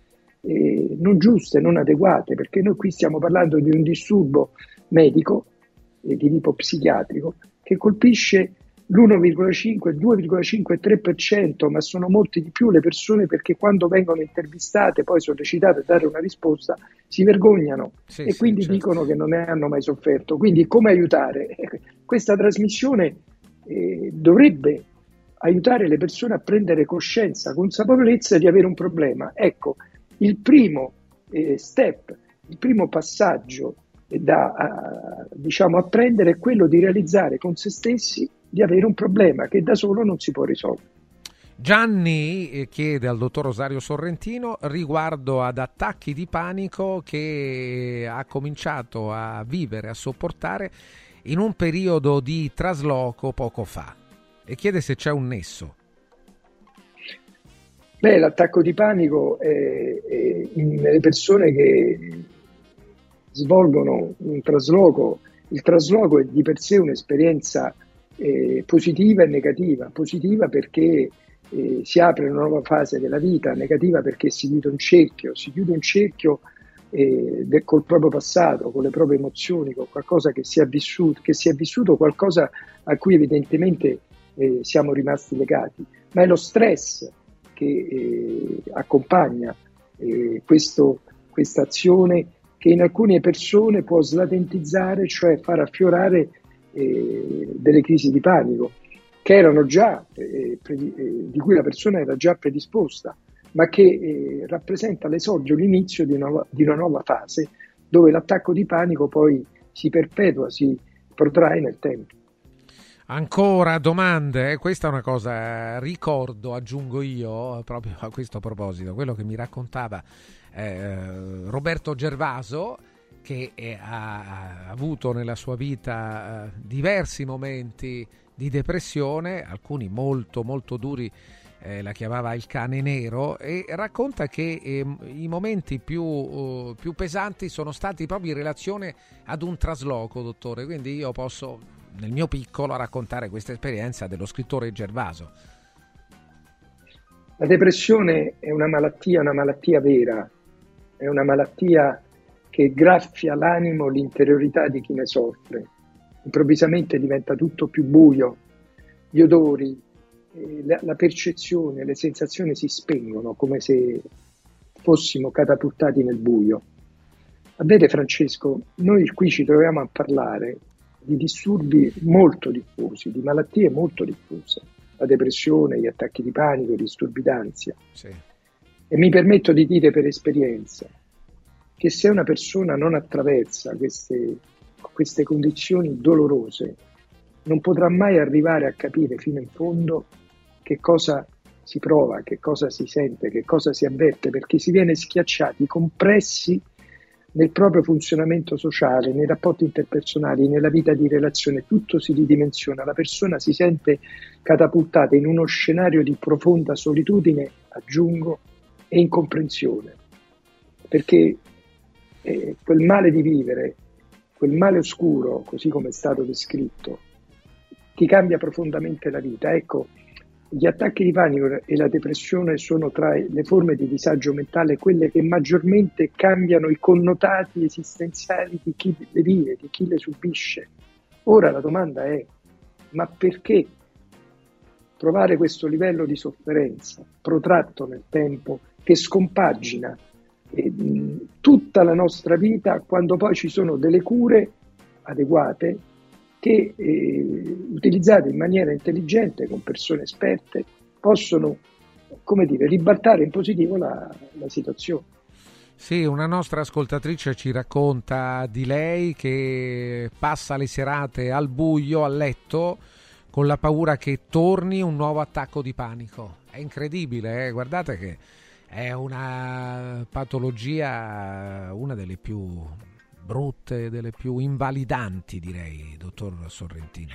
eh, non giuste, non adeguate, perché noi qui stiamo parlando di un disturbo medico eh, di tipo psichiatrico che colpisce l'uno virgola cinque, due virgola cinque, tre per cento, ma sono molti di più le persone, perché quando vengono intervistate, poi sollecitate a dare una risposta, si vergognano sì, e sì, quindi certo. dicono che non ne hanno mai sofferto. Quindi come aiutare? Questa trasmissione eh, dovrebbe aiutare le persone a prendere coscienza, consapevolezza di avere un problema. Ecco, il primo eh, step, il primo passaggio da a, diciamo, apprendere è quello di realizzare con se stessi di avere un problema che da solo non si può risolvere. Gianni chiede al dottor Rosario Sorrentino riguardo ad attacchi di panico che ha cominciato a vivere, a sopportare in un periodo di trasloco poco fa, e chiede se c'è un nesso. Beh, l'attacco di panico è, è nelle persone che svolgono un trasloco. Il trasloco è di per sé un'esperienza eh, positiva e negativa. Positiva perché eh, si apre una nuova fase della vita, negativa perché si chiude un cerchio, si chiude un cerchio eh, del, col proprio passato, con le proprie emozioni, con qualcosa che si è vissuto, che si è vissuto qualcosa a cui evidentemente eh, siamo rimasti legati. Ma è lo stress che eh, accompagna eh, questo, questa azione, che in alcune persone può slatentizzare, cioè far affiorare eh, delle crisi di panico che erano già eh, pre- eh, di cui la persona era già predisposta, ma che eh, rappresenta l'esordio, l'inizio di una, di una nuova fase dove l'attacco di panico poi si perpetua, si protrae nel tempo. Ancora domande? Eh? Questa è una cosa, ricordo, aggiungo io, proprio a questo proposito, quello che mi raccontava eh, Roberto Gervaso, che è, ha, ha avuto nella sua vita eh, diversi momenti di depressione, alcuni molto molto duri, eh, la chiamava il cane nero, e racconta che eh, i momenti più, uh, più pesanti sono stati proprio in relazione ad un trasloco, dottore, quindi io posso nel mio piccolo raccontare questa esperienza dello scrittore Gervaso. La depressione è una malattia, una malattia vera, è una malattia che graffia l'animo, l'interiorità di chi ne soffre. Improvvisamente diventa tutto più buio, gli odori, eh, la, la percezione, le sensazioni si spengono come se fossimo catapultati nel buio. Vede Francesco, noi qui ci troviamo a parlare di disturbi molto diffusi, di malattie molto diffuse, la depressione, gli attacchi di panico, i disturbi d'ansia. Sì. E mi permetto di dire per esperienza che se una persona non attraversa queste, queste condizioni dolorose, non potrà mai arrivare a capire fino in fondo che cosa si prova, che cosa si sente, che cosa si avverte, perché si viene schiacciati, compressi nel proprio funzionamento sociale, nei rapporti interpersonali, nella vita di relazione, tutto si ridimensiona, la persona si sente catapultata in uno scenario di profonda solitudine, aggiungo, e incomprensione, perché eh, quel male di vivere, quel male oscuro, così come è stato descritto, ti cambia profondamente la vita. Ecco, gli attacchi di panico e la depressione sono tra le forme di disagio mentale quelle che maggiormente cambiano i connotati esistenziali di chi le vive, di chi le subisce. Ora la domanda è: ma perché provare questo livello di sofferenza protratto nel tempo, che scompagina eh, tutta la nostra vita, quando poi ci sono delle cure adeguate che eh, utilizzate in maniera intelligente con persone esperte possono, come dire, ribaltare in positivo la, la situazione. Sì, una nostra ascoltatrice ci racconta di lei che passa le serate al buio, a letto, con la paura che torni un nuovo attacco di panico. È incredibile, eh? Guardate che è una patologia, una delle più brutte, delle più invalidanti, direi, dottor Sorrentino.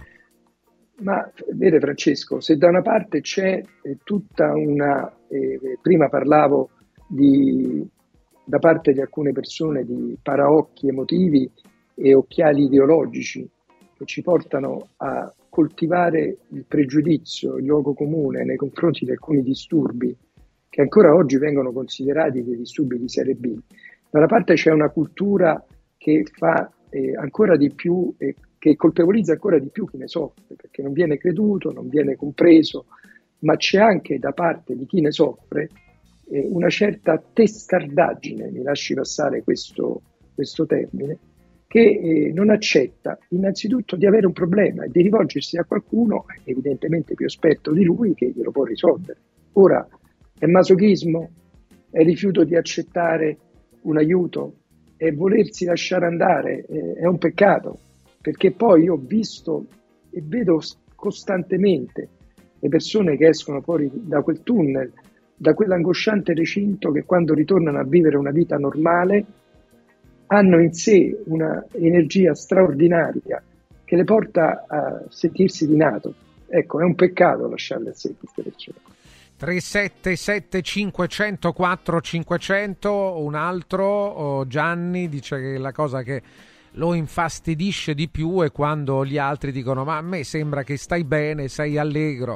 Ma vede Francesco, se da una parte c'è eh, tutta una, eh, prima parlavo di, da parte di alcune persone di paraocchi emotivi e occhiali ideologici che ci portano a coltivare il pregiudizio, il luogo comune nei confronti di alcuni disturbi che ancora oggi vengono considerati dei disturbi di serie B. Da una parte c'è una cultura che fa eh, ancora di più, eh, che colpevolizza ancora di più chi ne soffre, perché non viene creduto, non viene compreso, ma c'è anche da parte di chi ne soffre eh, una certa testardaggine, mi lasci passare questo, questo termine, che eh, non accetta innanzitutto di avere un problema e di rivolgersi a qualcuno, evidentemente più esperto di lui, che glielo può risolvere. Ora, è masochismo? È rifiuto di accettare un aiuto? È volersi lasciare andare? Eh, è un peccato, perché poi io ho visto e vedo costantemente le persone che escono fuori da quel tunnel, da quell'angosciante recinto, che quando ritornano a vivere una vita normale hanno in sé una energia straordinaria che le porta a sentirsi rinato. Ecco, è un peccato lasciarle a sé queste persone. tre sette sette cinque zero zero quattro cinquecento, un altro, oh, Gianni, dice che la cosa che lo infastidisce di più è quando gli altri dicono ma a me sembra che stai bene, sei allegro,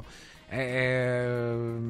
eh,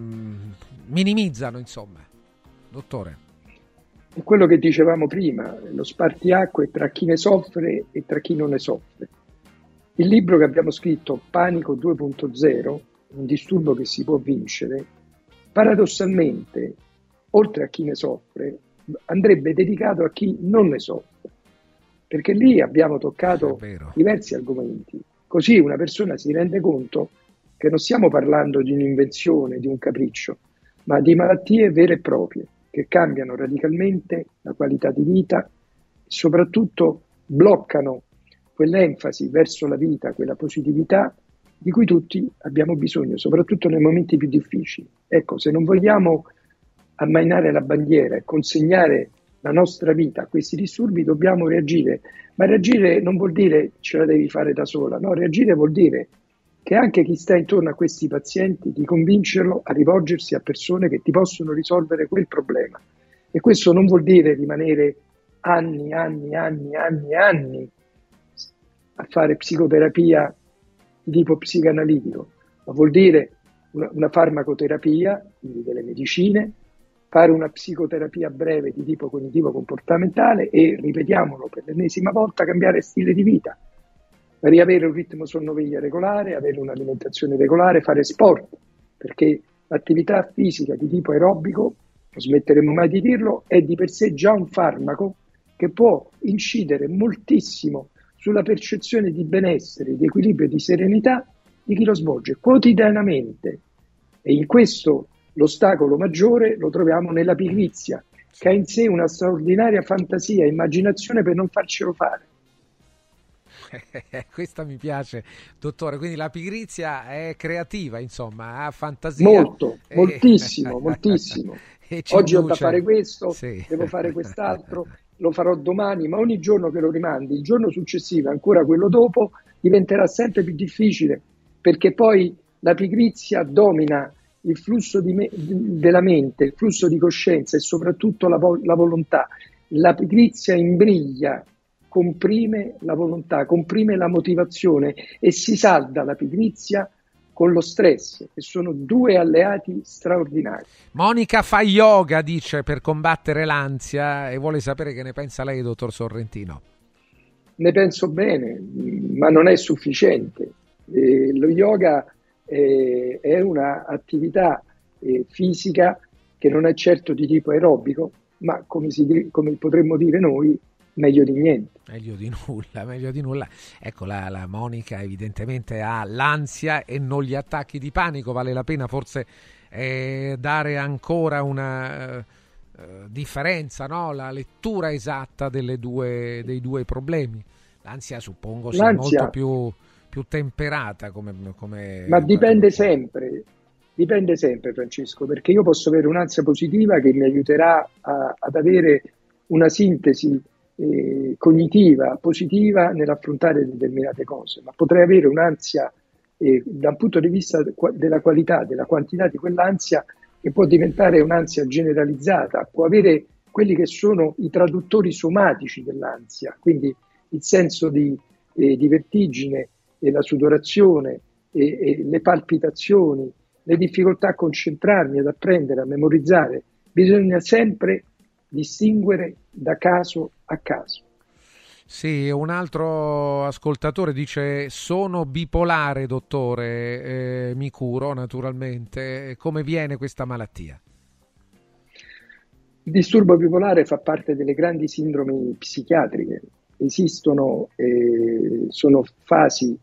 minimizzano, insomma. Dottore. È quello che dicevamo prima, lo spartiacque tra chi ne soffre e tra chi non ne soffre. Il libro che abbiamo scritto, Panico due punto zero, un disturbo che si può vincere, paradossalmente, oltre a chi ne soffre, andrebbe dedicato a chi non ne soffre, perché lì abbiamo toccato diversi argomenti. Così una persona si rende conto che non stiamo parlando di un'invenzione, di un capriccio, ma di malattie vere e proprie, che cambiano radicalmente la qualità di vita e soprattutto bloccano quell'enfasi verso la vita, quella positività di cui tutti abbiamo bisogno, soprattutto nei momenti più difficili. Ecco, se non vogliamo ammainare la bandiera e consegnare la nostra vita a questi disturbi, dobbiamo reagire. Ma reagire non vuol dire ce la devi fare da sola, no, reagire vuol dire che anche chi sta intorno a questi pazienti, di convincerlo a rivolgersi a persone che ti possono risolvere quel problema. E questo non vuol dire rimanere anni, anni, anni, anni, anni a fare psicoterapia di tipo psicanalitico, ma vuol dire una, una farmacoterapia, quindi delle medicine, fare una psicoterapia breve di tipo cognitivo-comportamentale e, ripetiamolo per l'ennesima volta, cambiare stile di vita, riavere un ritmo sonno-veglia regolare, avere un'alimentazione regolare, fare sport, perché l'attività fisica di tipo aerobico, non smetteremo mai di dirlo, è di per sé già un farmaco che può incidere moltissimo sulla percezione di benessere, di equilibrio e di serenità di chi lo svolge quotidianamente. E in questo l'ostacolo maggiore lo troviamo nella pigrizia, che ha in sé una straordinaria fantasia e immaginazione per non farcelo fare. Questa mi piace, dottore, quindi la pigrizia è creativa, insomma, ha fantasia. Molto, e... moltissimo, moltissimo. Oggi induce... ho da fare questo, sì. devo fare quest'altro, lo farò domani, ma ogni giorno che lo rimandi, il giorno successivo, ancora quello dopo, diventerà sempre più difficile, perché poi la pigrizia domina il flusso di me- della mente, il flusso di coscienza e soprattutto la, vo- la volontà. La pigrizia imbriglia, comprime la volontà, comprime la motivazione e si salda la pigrizia con lo stress, che sono due alleati straordinari. Monica fa yoga, dice, per combattere l'ansia, e vuole sapere che ne pensa lei, dottor Sorrentino. Ne penso bene, ma non è sufficiente. Eh, lo yoga eh, è un'attività eh, fisica che non è certo di tipo aerobico, ma come, si, come potremmo dire noi, meglio di niente. Meglio di nulla, meglio di nulla. Ecco, la, la Monica evidentemente ha l'ansia e non gli attacchi di panico. Vale la pena forse eh, dare ancora una eh, differenza, no? La lettura esatta delle due, dei due problemi. L'ansia suppongo sia L'ansia, molto più, più temperata come, come ma dipende sempre, dipende sempre, Francesco, perché io posso avere un'ansia positiva che mi aiuterà a, ad avere una sintesi Eh, cognitiva, positiva nell'affrontare determinate cose, ma potrei avere un'ansia eh, dal punto di vista della qualità, della quantità di quell'ansia, che può diventare un'ansia generalizzata, può avere quelli che sono i traduttori somatici dell'ansia, quindi il senso di, eh, di vertigine, e la sudorazione, e, e le palpitazioni, le difficoltà a concentrarmi, ad apprendere, a memorizzare. Bisogna sempre distinguere da caso a caso. Sì, un altro ascoltatore dice: sono bipolare, dottore, eh, mi curo naturalmente. Come viene questa malattia? Il disturbo bipolare fa parte delle grandi sindromi psichiatriche. Esistono, eh, sono fasi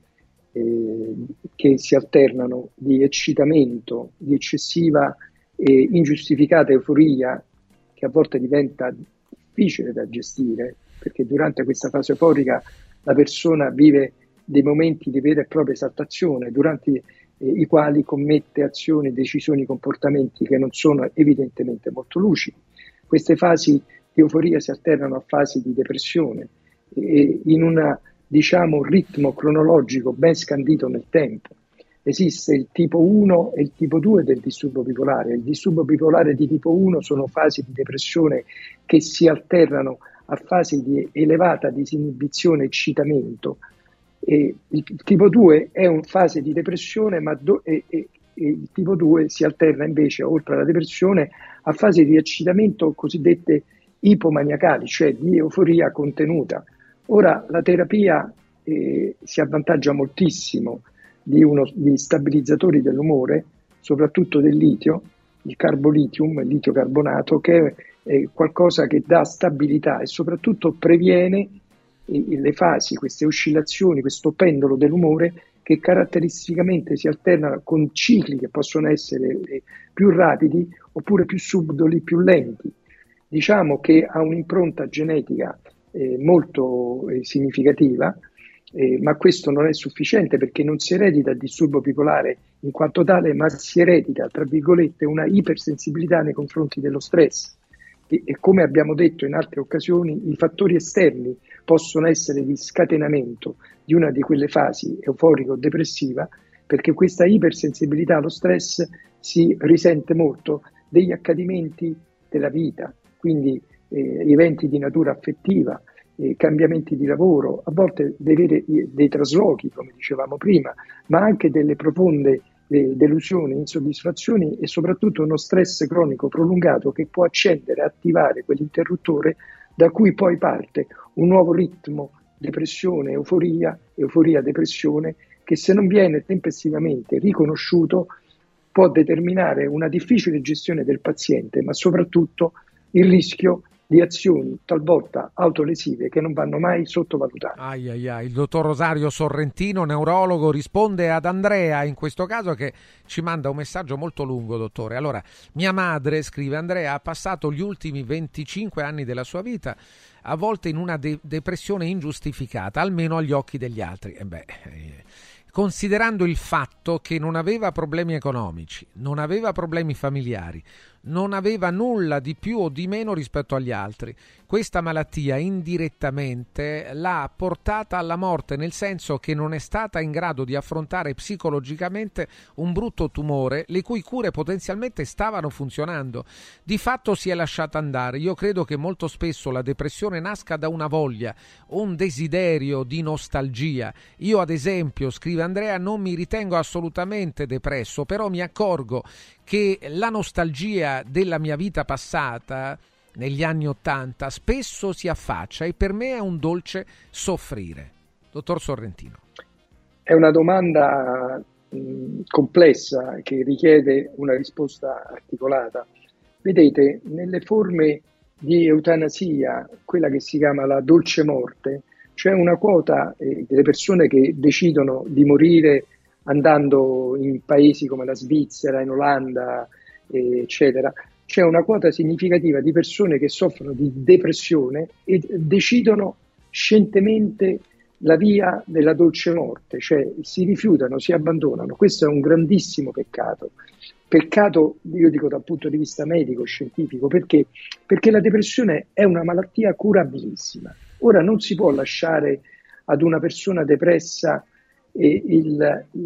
eh, che si alternano di eccitamento, di eccessiva e ingiustificata euforia, che a volte diventa difficile da gestire, perché durante questa fase euforica la persona vive dei momenti di vera e propria esaltazione, durante eh, i quali commette azioni, decisioni, comportamenti che non sono evidentemente molto lucidi. Queste fasi di euforia si alternano a fasi di depressione e in un diciamo, ritmo cronologico ben scandito nel tempo. Esiste il tipo uno e il tipo due del disturbo bipolare. Il disturbo bipolare di tipo uno sono fasi di depressione che si alternano a fasi di elevata disinibizione e eccitamento. E il tipo due è una fase di depressione, ma do, e, e, e il tipo due si alterna invece, oltre alla depressione, a fasi di eccitamento cosiddette ipomaniacali, cioè di euforia contenuta. Ora la terapia eh, si avvantaggia moltissimo di, uno, di stabilizzatori dell'umore, soprattutto del litio, il carbolitium, il litio carbonato, che è è qualcosa che dà stabilità e soprattutto previene le fasi, queste oscillazioni, questo pendolo dell'umore che caratteristicamente si alterna con cicli che possono essere più rapidi oppure più subdoli, più lenti. Diciamo che ha un'impronta genetica eh, molto eh, significativa, eh, ma questo non è sufficiente, perché non si eredita il disturbo bipolare in quanto tale, ma si eredita, tra virgolette, una ipersensibilità nei confronti dello stress. E come abbiamo detto in altre occasioni, i fattori esterni possono essere di scatenamento di una di quelle fasi euforico-depressiva, perché questa ipersensibilità allo stress si risente molto degli accadimenti della vita, quindi eh, eventi di natura affettiva, eh, cambiamenti di lavoro, a volte dei, veri, dei traslochi, come dicevamo prima, ma anche delle profonde delusioni, insoddisfazioni e soprattutto uno stress cronico prolungato che può accendere, attivare quell'interruttore da cui poi parte un nuovo ritmo, depressione, euforia, euforia, depressione, che se non viene tempestivamente riconosciuto può determinare una difficile gestione del paziente, ma soprattutto il rischio di azioni talvolta autolesive che non vanno mai sottovalutate. Ai ai ai. Il dottor Rosario Sorrentino, neurologo, risponde ad Andrea in questo caso, che ci manda un messaggio molto lungo, dottore. Allora, mia madre, scrive Andrea, ha passato gli ultimi venticinque anni della sua vita a volte in una de- depressione ingiustificata, almeno agli occhi degli altri. E beh, eh, considerando il fatto che non aveva problemi economici, non aveva problemi familiari, non aveva nulla di più o di meno rispetto agli altri. Questa malattia indirettamente l'ha portata alla morte, nel senso che non è stata in grado di affrontare psicologicamente un brutto tumore, le cui cure potenzialmente stavano funzionando. Di fatto si è lasciata andare. Io credo che molto spesso la depressione nasca da una voglia, un desiderio di nostalgia. Io, ad esempio, scrive Andrea, non mi ritengo assolutamente depresso, però mi accorgo che la nostalgia della mia vita passata negli anni Ottanta spesso si affaccia e per me è un dolce soffrire. Dottor Sorrentino. È una domanda mh, complessa che richiede una risposta articolata. Vedete, nelle forme di eutanasia, quella che si chiama la dolce morte, c'è una quota eh, delle persone che decidono di morire andando in paesi come la Svizzera, in Olanda, eh, eccetera. C'è una quota significativa di persone che soffrono di depressione e decidono scientemente la via della dolce morte, cioè si rifiutano, si abbandonano. Questo è un grandissimo peccato. Peccato, io dico dal punto di vista medico, scientifico, perché? Perché la depressione è una malattia curabilissima. Ora non si può lasciare ad una persona depressa e il,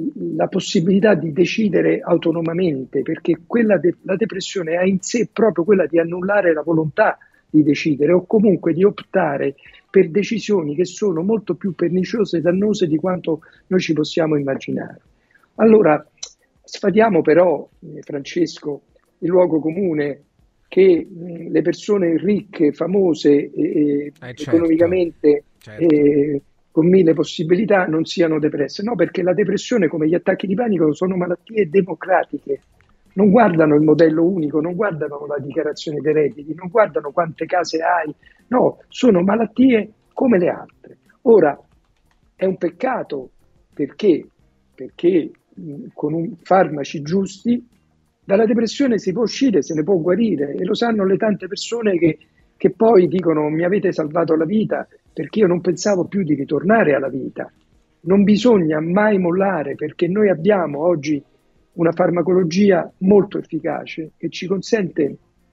la possibilità di decidere autonomamente, perché quella de, la depressione ha in sé proprio quella di annullare la volontà di decidere o comunque di optare per decisioni che sono molto più perniciose e dannose di quanto noi ci possiamo immaginare. Allora, Sfatiamo però, eh, Francesco, il luogo comune che mh, le persone ricche, famose e eh, certo, economicamente certo. Eh, con mille possibilità non siano depresse. No, perché la depressione, come gli attacchi di panico, sono malattie democratiche. Non guardano il modello unico, non guardano la dichiarazione dei redditi, non guardano quante case hai. No, sono malattie come le altre. Ora, è un peccato perché, perché mh, con un farmaci giusti dalla depressione si può uscire, se ne può guarire, e lo sanno le tante persone che, che poi dicono mi avete salvato la vita perché io non pensavo più di ritornare alla vita. Non bisogna mai mollare, perché noi abbiamo oggi una farmacologia molto efficace che ci consente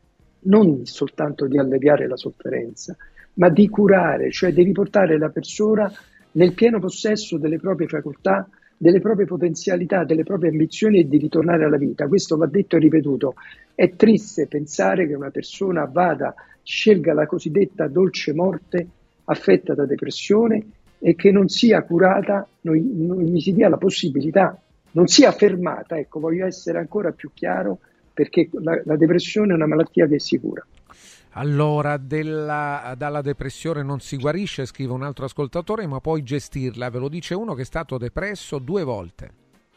non soltanto di alleviare la sofferenza, ma di curare, cioè di riportare la persona nel pieno possesso delle proprie facoltà, delle proprie potenzialità, delle proprie ambizioni e di ritornare alla vita. Questo va detto e ripetuto. È triste pensare che una persona vada, scelga la cosiddetta dolce morte affetta da depressione e che non sia curata, non, non gli si dia la possibilità, non sia fermata. Ecco, voglio essere ancora più chiaro, perché la, la depressione è una malattia che si cura. Allora, della, dalla depressione non si guarisce, scrive un altro ascoltatore, ma puoi gestirla. Ve lo dice uno che è stato depresso due volte.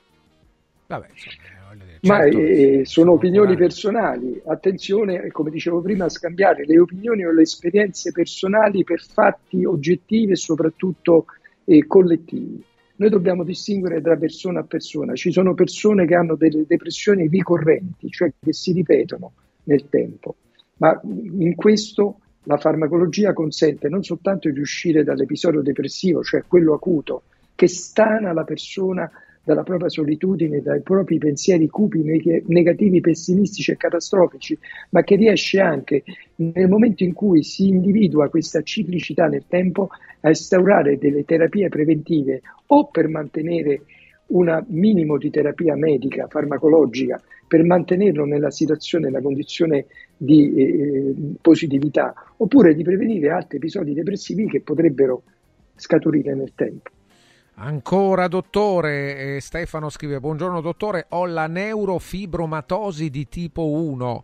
Vabbè, insomma, certo, ma eh, sono opinioni curare. personali. Attenzione, come dicevo prima, a scambiare le opinioni o le esperienze personali per fatti oggettivi e soprattutto eh, collettivi. Noi dobbiamo distinguere tra persona a persona. Ci sono persone che hanno delle depressioni ricorrenti, cioè che si ripetono nel tempo. Ma in questo la farmacologia consente non soltanto di uscire dall'episodio depressivo, cioè quello acuto, che stana la persona dalla propria solitudine, dai propri pensieri cupi, negativi, pessimistici e catastrofici, ma che riesce anche, nel momento in cui si individua questa ciclicità nel tempo, a instaurare delle terapie preventive o per mantenere un minimo di terapia medica, farmacologica, per mantenerlo nella situazione, nella condizione di eh, positività, oppure di prevenire altri episodi depressivi che potrebbero scaturire nel tempo. Ancora, dottore, eh, Stefano scrive: buongiorno dottore, ho la neurofibromatosi di tipo uno.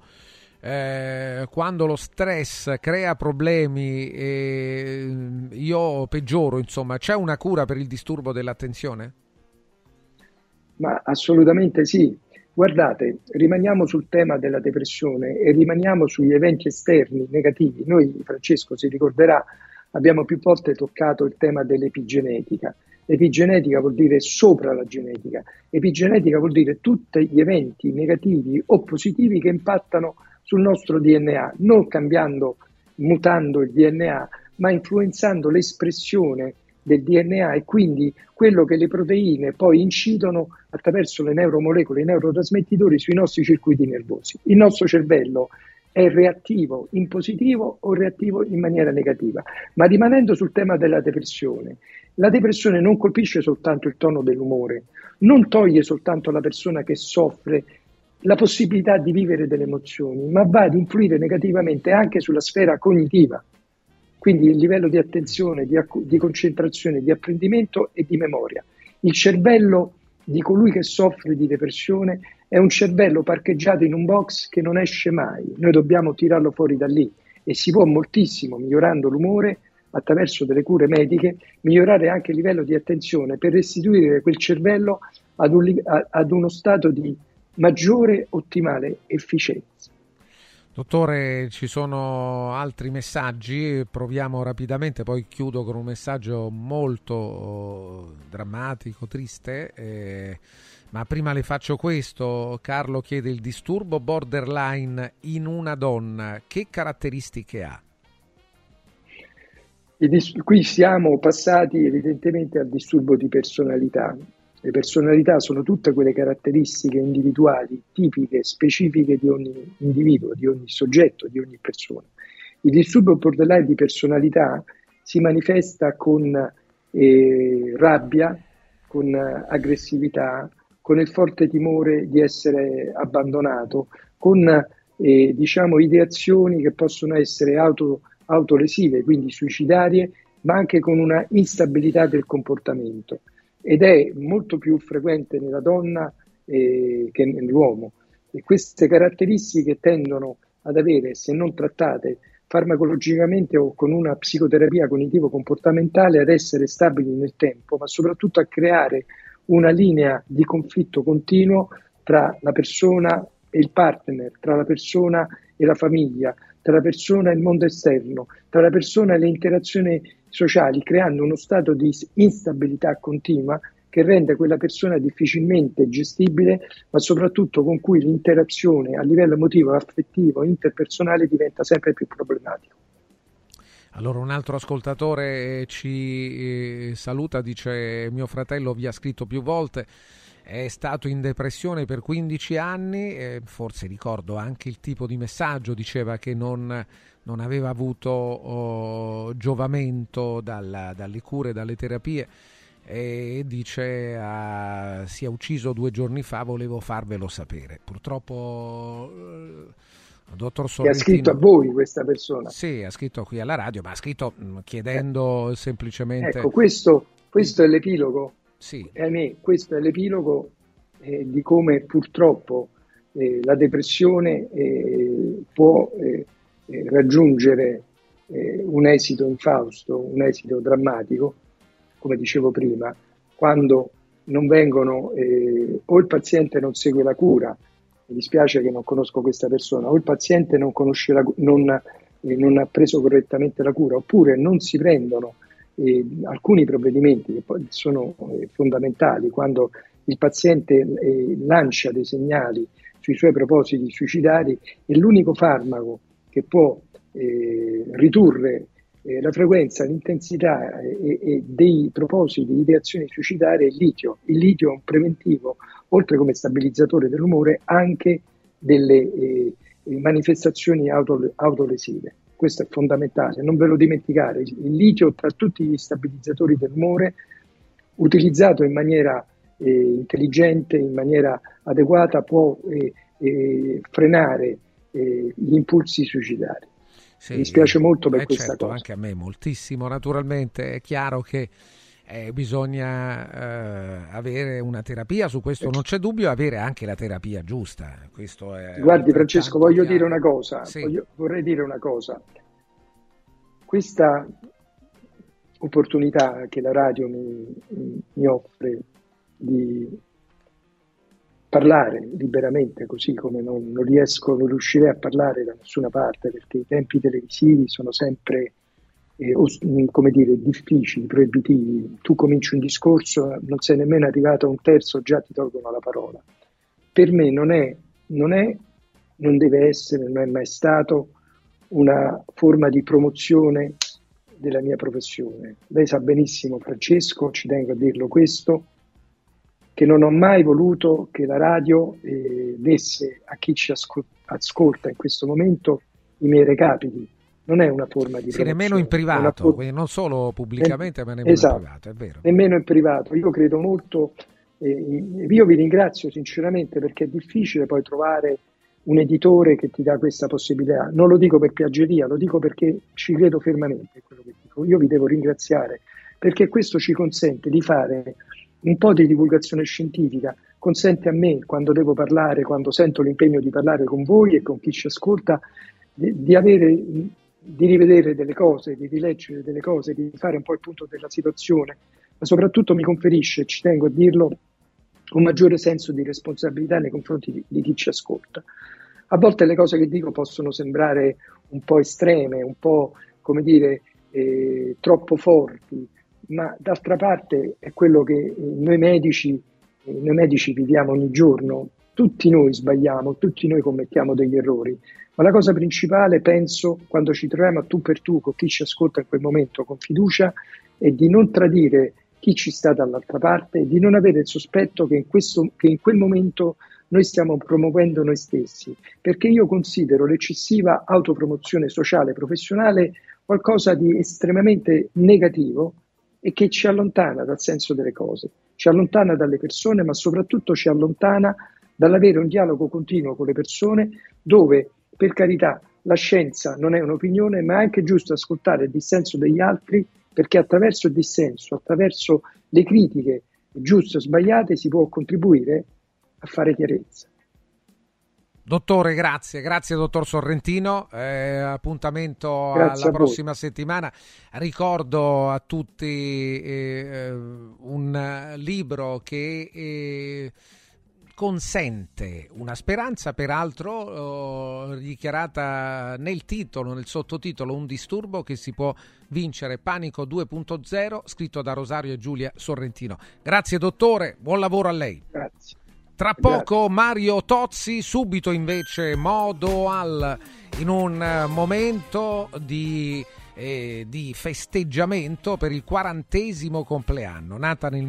Eh, quando lo stress crea problemi eh, io peggioro, insomma, c'è una cura per il disturbo dell'attenzione? Ma assolutamente sì. Guardate, rimaniamo sul tema della depressione e rimaniamo sugli eventi esterni negativi. Noi, Francesco si ricorderà, abbiamo più volte toccato il tema dell'epigenetica. L'epigenetica vuol dire sopra la genetica. Epigenetica vuol dire tutti gli eventi negativi o positivi che impattano sul nostro D N A, non cambiando, mutando il D N A, ma influenzando l'espressione del D N A e quindi quello che le proteine poi incidono attraverso le neuromolecole, i neurotrasmettitori sui nostri circuiti nervosi. Il nostro cervello è reattivo in positivo o reattivo in maniera negativa. Ma rimanendo sul tema della depressione, la depressione non colpisce soltanto il tono dell'umore, non toglie soltanto alla persona che soffre la possibilità di vivere delle emozioni, ma va ad influire negativamente anche sulla sfera cognitiva. Quindi il livello di attenzione, di, acc- di concentrazione, di apprendimento e di memoria. Il cervello di colui che soffre di depressione è un cervello parcheggiato in un box che non esce mai. Noi dobbiamo tirarlo fuori da lì e si può moltissimo, migliorando l'umore, attraverso delle cure mediche, migliorare anche il livello di attenzione per restituire quel cervello ad, un, ad uno stato di maggiore ottimale efficienza. Dottore, ci sono altri messaggi, proviamo rapidamente, poi chiudo con un messaggio molto drammatico, triste, eh, ma prima le faccio questo. Carlo chiede: il disturbo borderline in una donna, che caratteristiche ha? Qui siamo passati evidentemente al disturbo di personalità. Le personalità sono tutte quelle caratteristiche individuali, tipiche, specifiche di ogni individuo, di ogni soggetto, di ogni persona. Il disturbo borderline di personalità si manifesta con eh, rabbia, con aggressività, con il forte timore di essere abbandonato, con eh, diciamo ideazioni che possono essere auto, autolesive, quindi suicidarie, ma anche con una instabilità del comportamento. Ed è molto più frequente nella donna eh, che nell'uomo. E queste caratteristiche tendono ad avere, se non trattate farmacologicamente o con una psicoterapia cognitivo-comportamentale, ad essere stabili nel tempo, ma soprattutto a creare una linea di conflitto continuo tra la persona e il partner, tra la persona e la famiglia, tra la persona e il mondo esterno, tra la persona e le interazioni sociali, creando uno stato di instabilità continua che rende quella persona difficilmente gestibile, ma soprattutto con cui l'interazione a livello emotivo, affettivo, interpersonale diventa sempre più problematico. Allora un altro ascoltatore ci eh, saluta, dice: mio fratello vi ha scritto più volte, è stato in depressione per quindici anni, eh, forse ricordo anche il tipo di messaggio, diceva che non, non aveva avuto oh, giovamento dalla, dalle cure, dalle terapie, e dice ah, si è ucciso due giorni fa, volevo farvelo sapere. Purtroppo eh, dottor Sorrentino, che ha scritto a voi questa persona? Sì, ha scritto qui alla radio, ma ha scritto mh, chiedendo eh. semplicemente, ecco, questo, questo è l'epilogo. Sì. E a me questo è l'epilogo eh, di come purtroppo eh, la depressione eh, può eh, eh, raggiungere eh, un esito infausto, un esito drammatico, come dicevo prima, quando non vengono, eh, o il paziente non segue la cura, mi dispiace che non conosco questa persona, o il paziente non, conosce la, non, eh, non ha preso correttamente la cura, oppure non si prendono eh, alcuni provvedimenti che poi sono eh, fondamentali, quando il paziente eh, lancia dei segnali sui suoi propositi suicidari, e l'unico farmaco che può eh, ridurre Eh, la frequenza, l'intensità e, e dei propositi di ideazioni suicidarie è il litio. Il litio è un preventivo, oltre come stabilizzatore dell'umore, anche delle eh, manifestazioni auto, autolesive. Questo è fondamentale, non ve lo dimenticare. Il, il litio, tra tutti gli stabilizzatori dell'umore, utilizzato in maniera eh, intelligente, in maniera adeguata, può eh, eh, frenare eh, gli impulsi suicidari. Sì, mi dispiace molto per eh questa certo, cosa. Anche a me moltissimo, naturalmente. È chiaro che eh, bisogna eh, avere una terapia, su questo non c'è dubbio, avere anche la terapia giusta. Questo è Guardi Francesco, voglio chiaro. dire una cosa, Sì. voglio, vorrei dire una cosa. Questa opportunità che la radio mi, mi offre di parlare liberamente, così come non, non riesco, non riuscirei a parlare da nessuna parte, perché i tempi televisivi sono sempre eh, os, come dire, difficili, proibitivi. Tu cominci un discorso, non sei nemmeno arrivato a un terzo, già ti tolgono la parola. Per me non è, non è, non deve essere, non è mai stato una forma di promozione della mia professione. Lei sa benissimo, Francesco, ci tengo a dirlo questo, che non ho mai voluto che la radio eh, desse a chi ci ascol- ascolta in questo momento i miei recapiti. Non è una forma di sì, nemmeno in privato, for- quindi non solo pubblicamente, eh, ma nemmeno esatto, in privato, è vero. Nemmeno in privato. Io credo molto, eh, io vi ringrazio sinceramente, perché è difficile poi trovare un editore che ti dà questa possibilità. Non lo dico per piaggeria, lo dico perché ci credo fermamente in quello che dico. Io vi devo ringraziare, perché questo ci consente di fare un po' di divulgazione scientifica, consente a me, quando devo parlare, quando sento l'impegno di parlare con voi e con chi ci ascolta, di, di avere, di rivedere delle cose, di rileggere delle cose, di fare un po' il punto della situazione, ma soprattutto mi conferisce, ci tengo a dirlo, un maggiore senso di responsabilità nei confronti di, di chi ci ascolta. A volte le cose che dico possono sembrare un po' estreme, un po', come dire, eh, troppo forti, ma d'altra parte è quello che noi medici, noi medici viviamo ogni giorno. Tutti noi sbagliamo, tutti noi commettiamo degli errori, ma la cosa principale, penso, quando ci troviamo a tu per tu con chi ci ascolta in quel momento con fiducia, è di non tradire chi ci sta dall'altra parte e di non avere il sospetto che in, questo, che in quel momento noi stiamo promuovendo noi stessi, perché io considero l'eccessiva autopromozione sociale e professionale qualcosa di estremamente negativo e che ci allontana dal senso delle cose, ci allontana dalle persone, ma soprattutto ci allontana dall'avere un dialogo continuo con le persone, dove, per carità, la scienza non è un'opinione, ma è anche giusto ascoltare il dissenso degli altri, perché attraverso il dissenso, attraverso le critiche giuste o sbagliate, si può contribuire a fare chiarezza. Dottore, grazie, grazie dottor Sorrentino, eh, appuntamento Grazie alla a prossima voi. settimana. Ricordo a tutti eh, un libro che eh, consente una speranza, peraltro eh, dichiarata nel titolo, nel sottotitolo, un disturbo che si può vincere, Panico due punto zero, scritto da Rosario e Giulia Sorrentino. Grazie dottore, buon lavoro a lei. Grazie. Tra poco Mario Tozzi, subito invece Modo Al, in un momento di, eh, di festeggiamento per il quarantesimo compleanno. Nata nel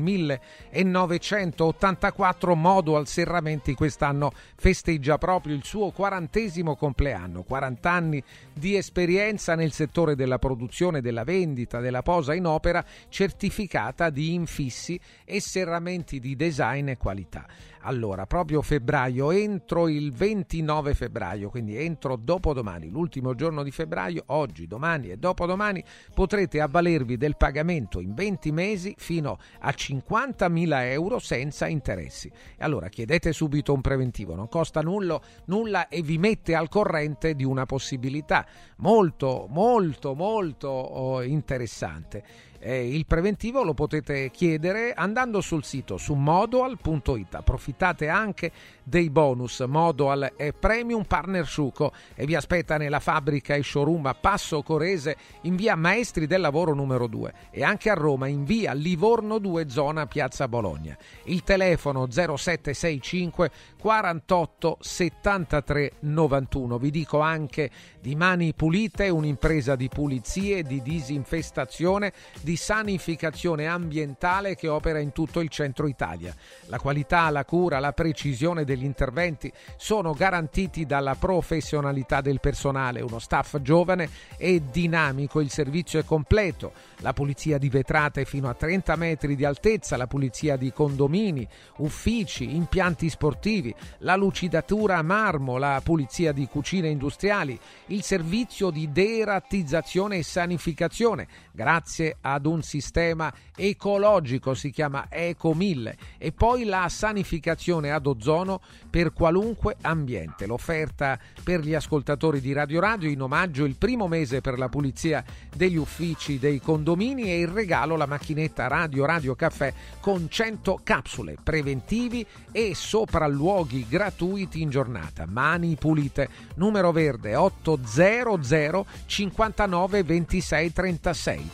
millenovecentottantaquattro, Modo Al Serramenti quest'anno festeggia proprio il suo quarantesimo compleanno. quaranta anni di esperienza nel settore della produzione, della vendita, della posa in opera, certificata di infissi e serramenti di design e qualità. Allora, proprio febbraio, entro il ventinove febbraio, quindi entro dopodomani, l'ultimo giorno di febbraio, oggi, domani e dopodomani, potrete avvalervi del pagamento in venti mesi fino a cinquantamila euro senza interessi. E allora chiedete subito un preventivo, non costa nulla, nulla e vi mette al corrente di una possibilità molto, molto, molto oh, interessante. Eh, il preventivo lo potete chiedere andando sul sito su modoal punto it. Approfittate anche dei bonus. Modoal è Premium Partner Sciuco e vi aspetta nella fabbrica e showroom a Passo Corese in via Maestri del Lavoro numero due e anche a Roma in via Livorno due zona Piazza Bologna. Il telefono zero sette sei cinque quarantotto settantatré novantuno. Vi dico anche di Mani Pulite, un'impresa di pulizie, di disinfestazione, di sanificazione ambientale che opera in tutto il centro Italia. La qualità, la cura, la precisione degli interventi sono garantiti dalla professionalità del personale, uno staff giovane e dinamico, il servizio è completo, la pulizia di vetrate fino a trenta metri di altezza, la pulizia di condomini, uffici, impianti sportivi, la lucidatura a marmo, la pulizia di cucine industriali, il servizio di derattizzazione e sanificazione grazie ad un sistema ecologico, si chiama Eco mille, e poi la sanificazione ad ozono per qualunque ambiente. L'offerta per gli ascoltatori di Radio Radio: in omaggio il primo mese per la pulizia degli uffici, dei condomini, e il regalo la macchinetta Radio Radio Caffè con cento capsule, preventivi e sopralluoghi gratuiti in giornata. Mani Pulite, numero verde ottocento cinquantanove ventisei trentasei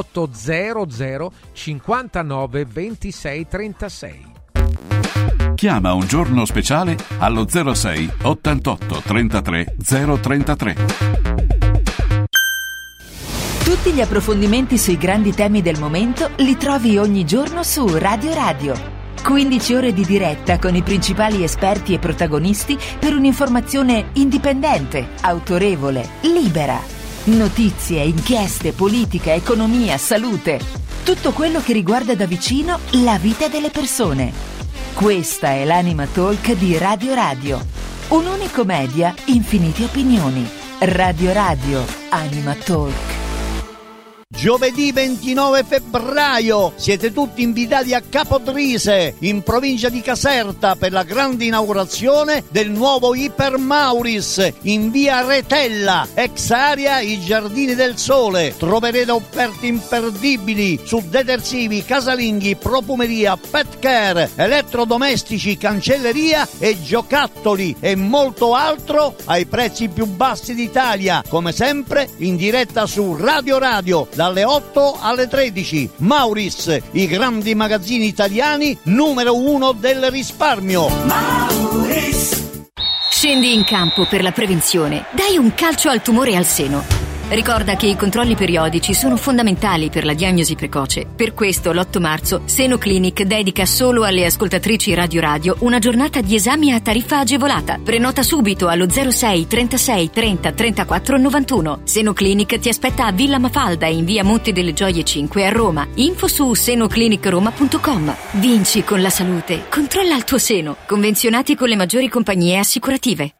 ottocento cinquantanove ventisei trentasei. Chiama un giorno speciale allo zero sei ottantotto trentatré zero trentatré. Tutti gli approfondimenti sui grandi temi del momento li trovi ogni giorno su Radio Radio. quindici ore di diretta con i principali esperti e protagonisti per un'informazione indipendente, autorevole, libera. Notizie, inchieste, politica, economia, salute. Tutto quello che riguarda da vicino la vita delle persone. Questa è l'Anima Talk di Radio Radio. Un unico media, infinite opinioni. Radio Radio, Anima Talk. Giovedì ventinove febbraio siete tutti invitati a Capodrise, in provincia di Caserta, per la grande inaugurazione del nuovo Iper Mauris in via Retella, ex area I Giardini del Sole. Troverete offerte imperdibili su detersivi, casalinghi, profumeria, pet care, elettrodomestici, cancelleria e giocattoli e molto altro ai prezzi più bassi d'Italia, come sempre in diretta su Radio Radio dalle otto alle tredici. Mauris, i grandi magazzini italiani numero uno del risparmio. Mauris. Scendi in campo per la prevenzione. Dai un calcio al tumore al seno. Ricorda che i controlli periodici sono fondamentali per la diagnosi precoce. Per questo l'otto marzo Seno Clinic dedica solo alle ascoltatrici Radio Radio una giornata di esami a tariffa agevolata. Prenota subito allo zero sei trentasei trenta trentaquattro novantuno. Seno Clinic ti aspetta a Villa Mafalda in via Monte delle Gioie cinque a Roma. Info su senoclinicroma punto com. Vinci con la salute. Controlla il tuo seno. Convenzionati con le maggiori compagnie assicurative. Guarda!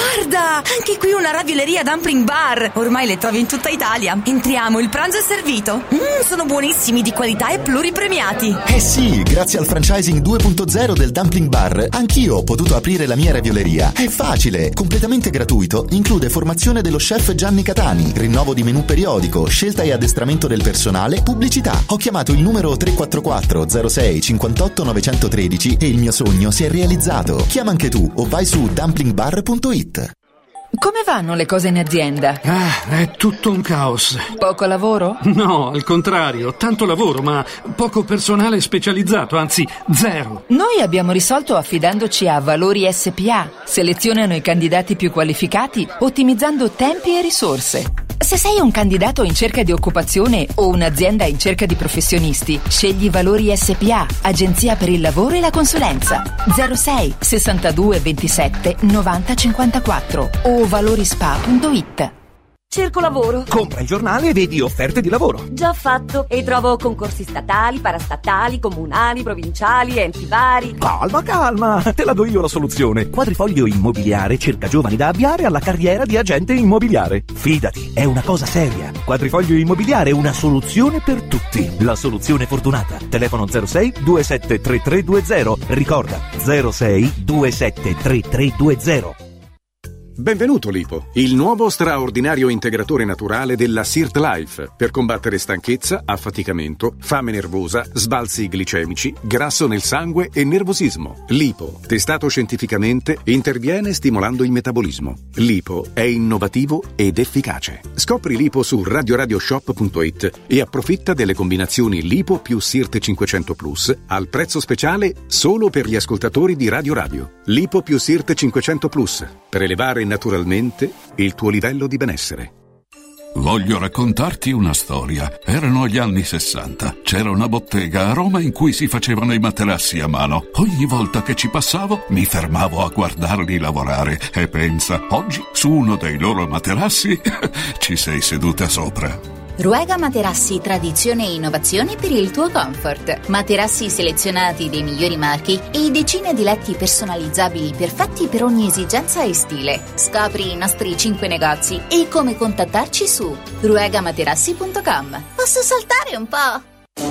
Guarda, anche qui una ravioleria Dumpling Bar. Ormai le trovi in tutta Italia. Entriamo, il pranzo è servito. Mmm, sono buonissimi, di qualità e pluripremiati. Eh sì, grazie al franchising due punto zero del Dumpling Bar, anch'io ho potuto aprire la mia ravioleria. È facile, completamente gratuito, include formazione dello chef Gianni Catani, rinnovo di menù periodico, scelta e addestramento del personale, pubblicità. Ho chiamato il numero tre quattro quattro zero sei cinquantotto novecentotredici e il mio sogno si è realizzato. Chiama anche tu o vai su dumpling bar punto it. Come vanno le cose in azienda? Ah, è tutto un caos. Poco lavoro? No, al contrario, tanto lavoro, ma poco personale specializzato, anzi zero. Noi abbiamo risolto affidandoci a Valori S P A. Selezionano i candidati più qualificati, ottimizzando tempi e risorse. Se sei un candidato in cerca di occupazione o un'azienda in cerca di professionisti, scegli Valori S P A, agenzia per il lavoro e la consulenza. zero sei sessantadue ventisette novanta cinquantaquattro o valorispa punto it. Cerco lavoro. Compra il giornale e vedi offerte di lavoro. Già fatto. E trovo concorsi statali, parastatali, comunali, provinciali, enti vari. Calma, calma. Te la do io la soluzione. Quadrifoglio Immobiliare cerca giovani da avviare alla carriera di agente immobiliare. Fidati, è una cosa seria. Quadrifoglio Immobiliare è una soluzione per tutti. La soluzione fortunata. Telefono zero sei due sette tre tre due zero. Ricorda, zero sei due sette tre tre due zero. Benvenuto Lipo, il nuovo straordinario integratore naturale della Sirt Life per combattere stanchezza, affaticamento, fame nervosa, sbalzi glicemici, grasso nel sangue e nervosismo. Lipo, testato scientificamente, interviene stimolando il metabolismo. Lipo è innovativo ed efficace. Scopri Lipo su radio radio shop punto it e approfitta delle combinazioni Lipo più Sirt cinquecento Plus al prezzo speciale solo per gli ascoltatori di Radio Radio. Lipo più Sirt cinquecento Plus per elevare naturalmente il tuo livello di benessere. Voglio raccontarti una storia. Erano gli anni sessanta. C'era una bottega a Roma in cui si facevano i materassi a mano. Ogni volta che ci passavo mi fermavo a guardarli lavorare e pensa, oggi su uno dei loro materassi ci sei seduta sopra. Ruega Materassi, tradizione e innovazione per il tuo comfort. Materassi selezionati dei migliori marchi e decine di letti personalizzabili perfetti per ogni esigenza e stile. Scopri i nostri cinque negozi e come contattarci su ruega materassi punto com. Posso saltare un po'?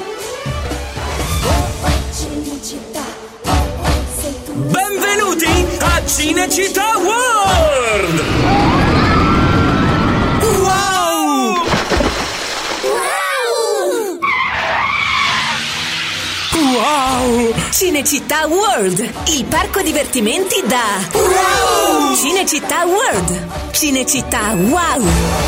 Benvenuti a Cinecittà World! Wow! Cinecittà World, il parco divertimenti da wow! Cinecittà World, Cinecittà wow!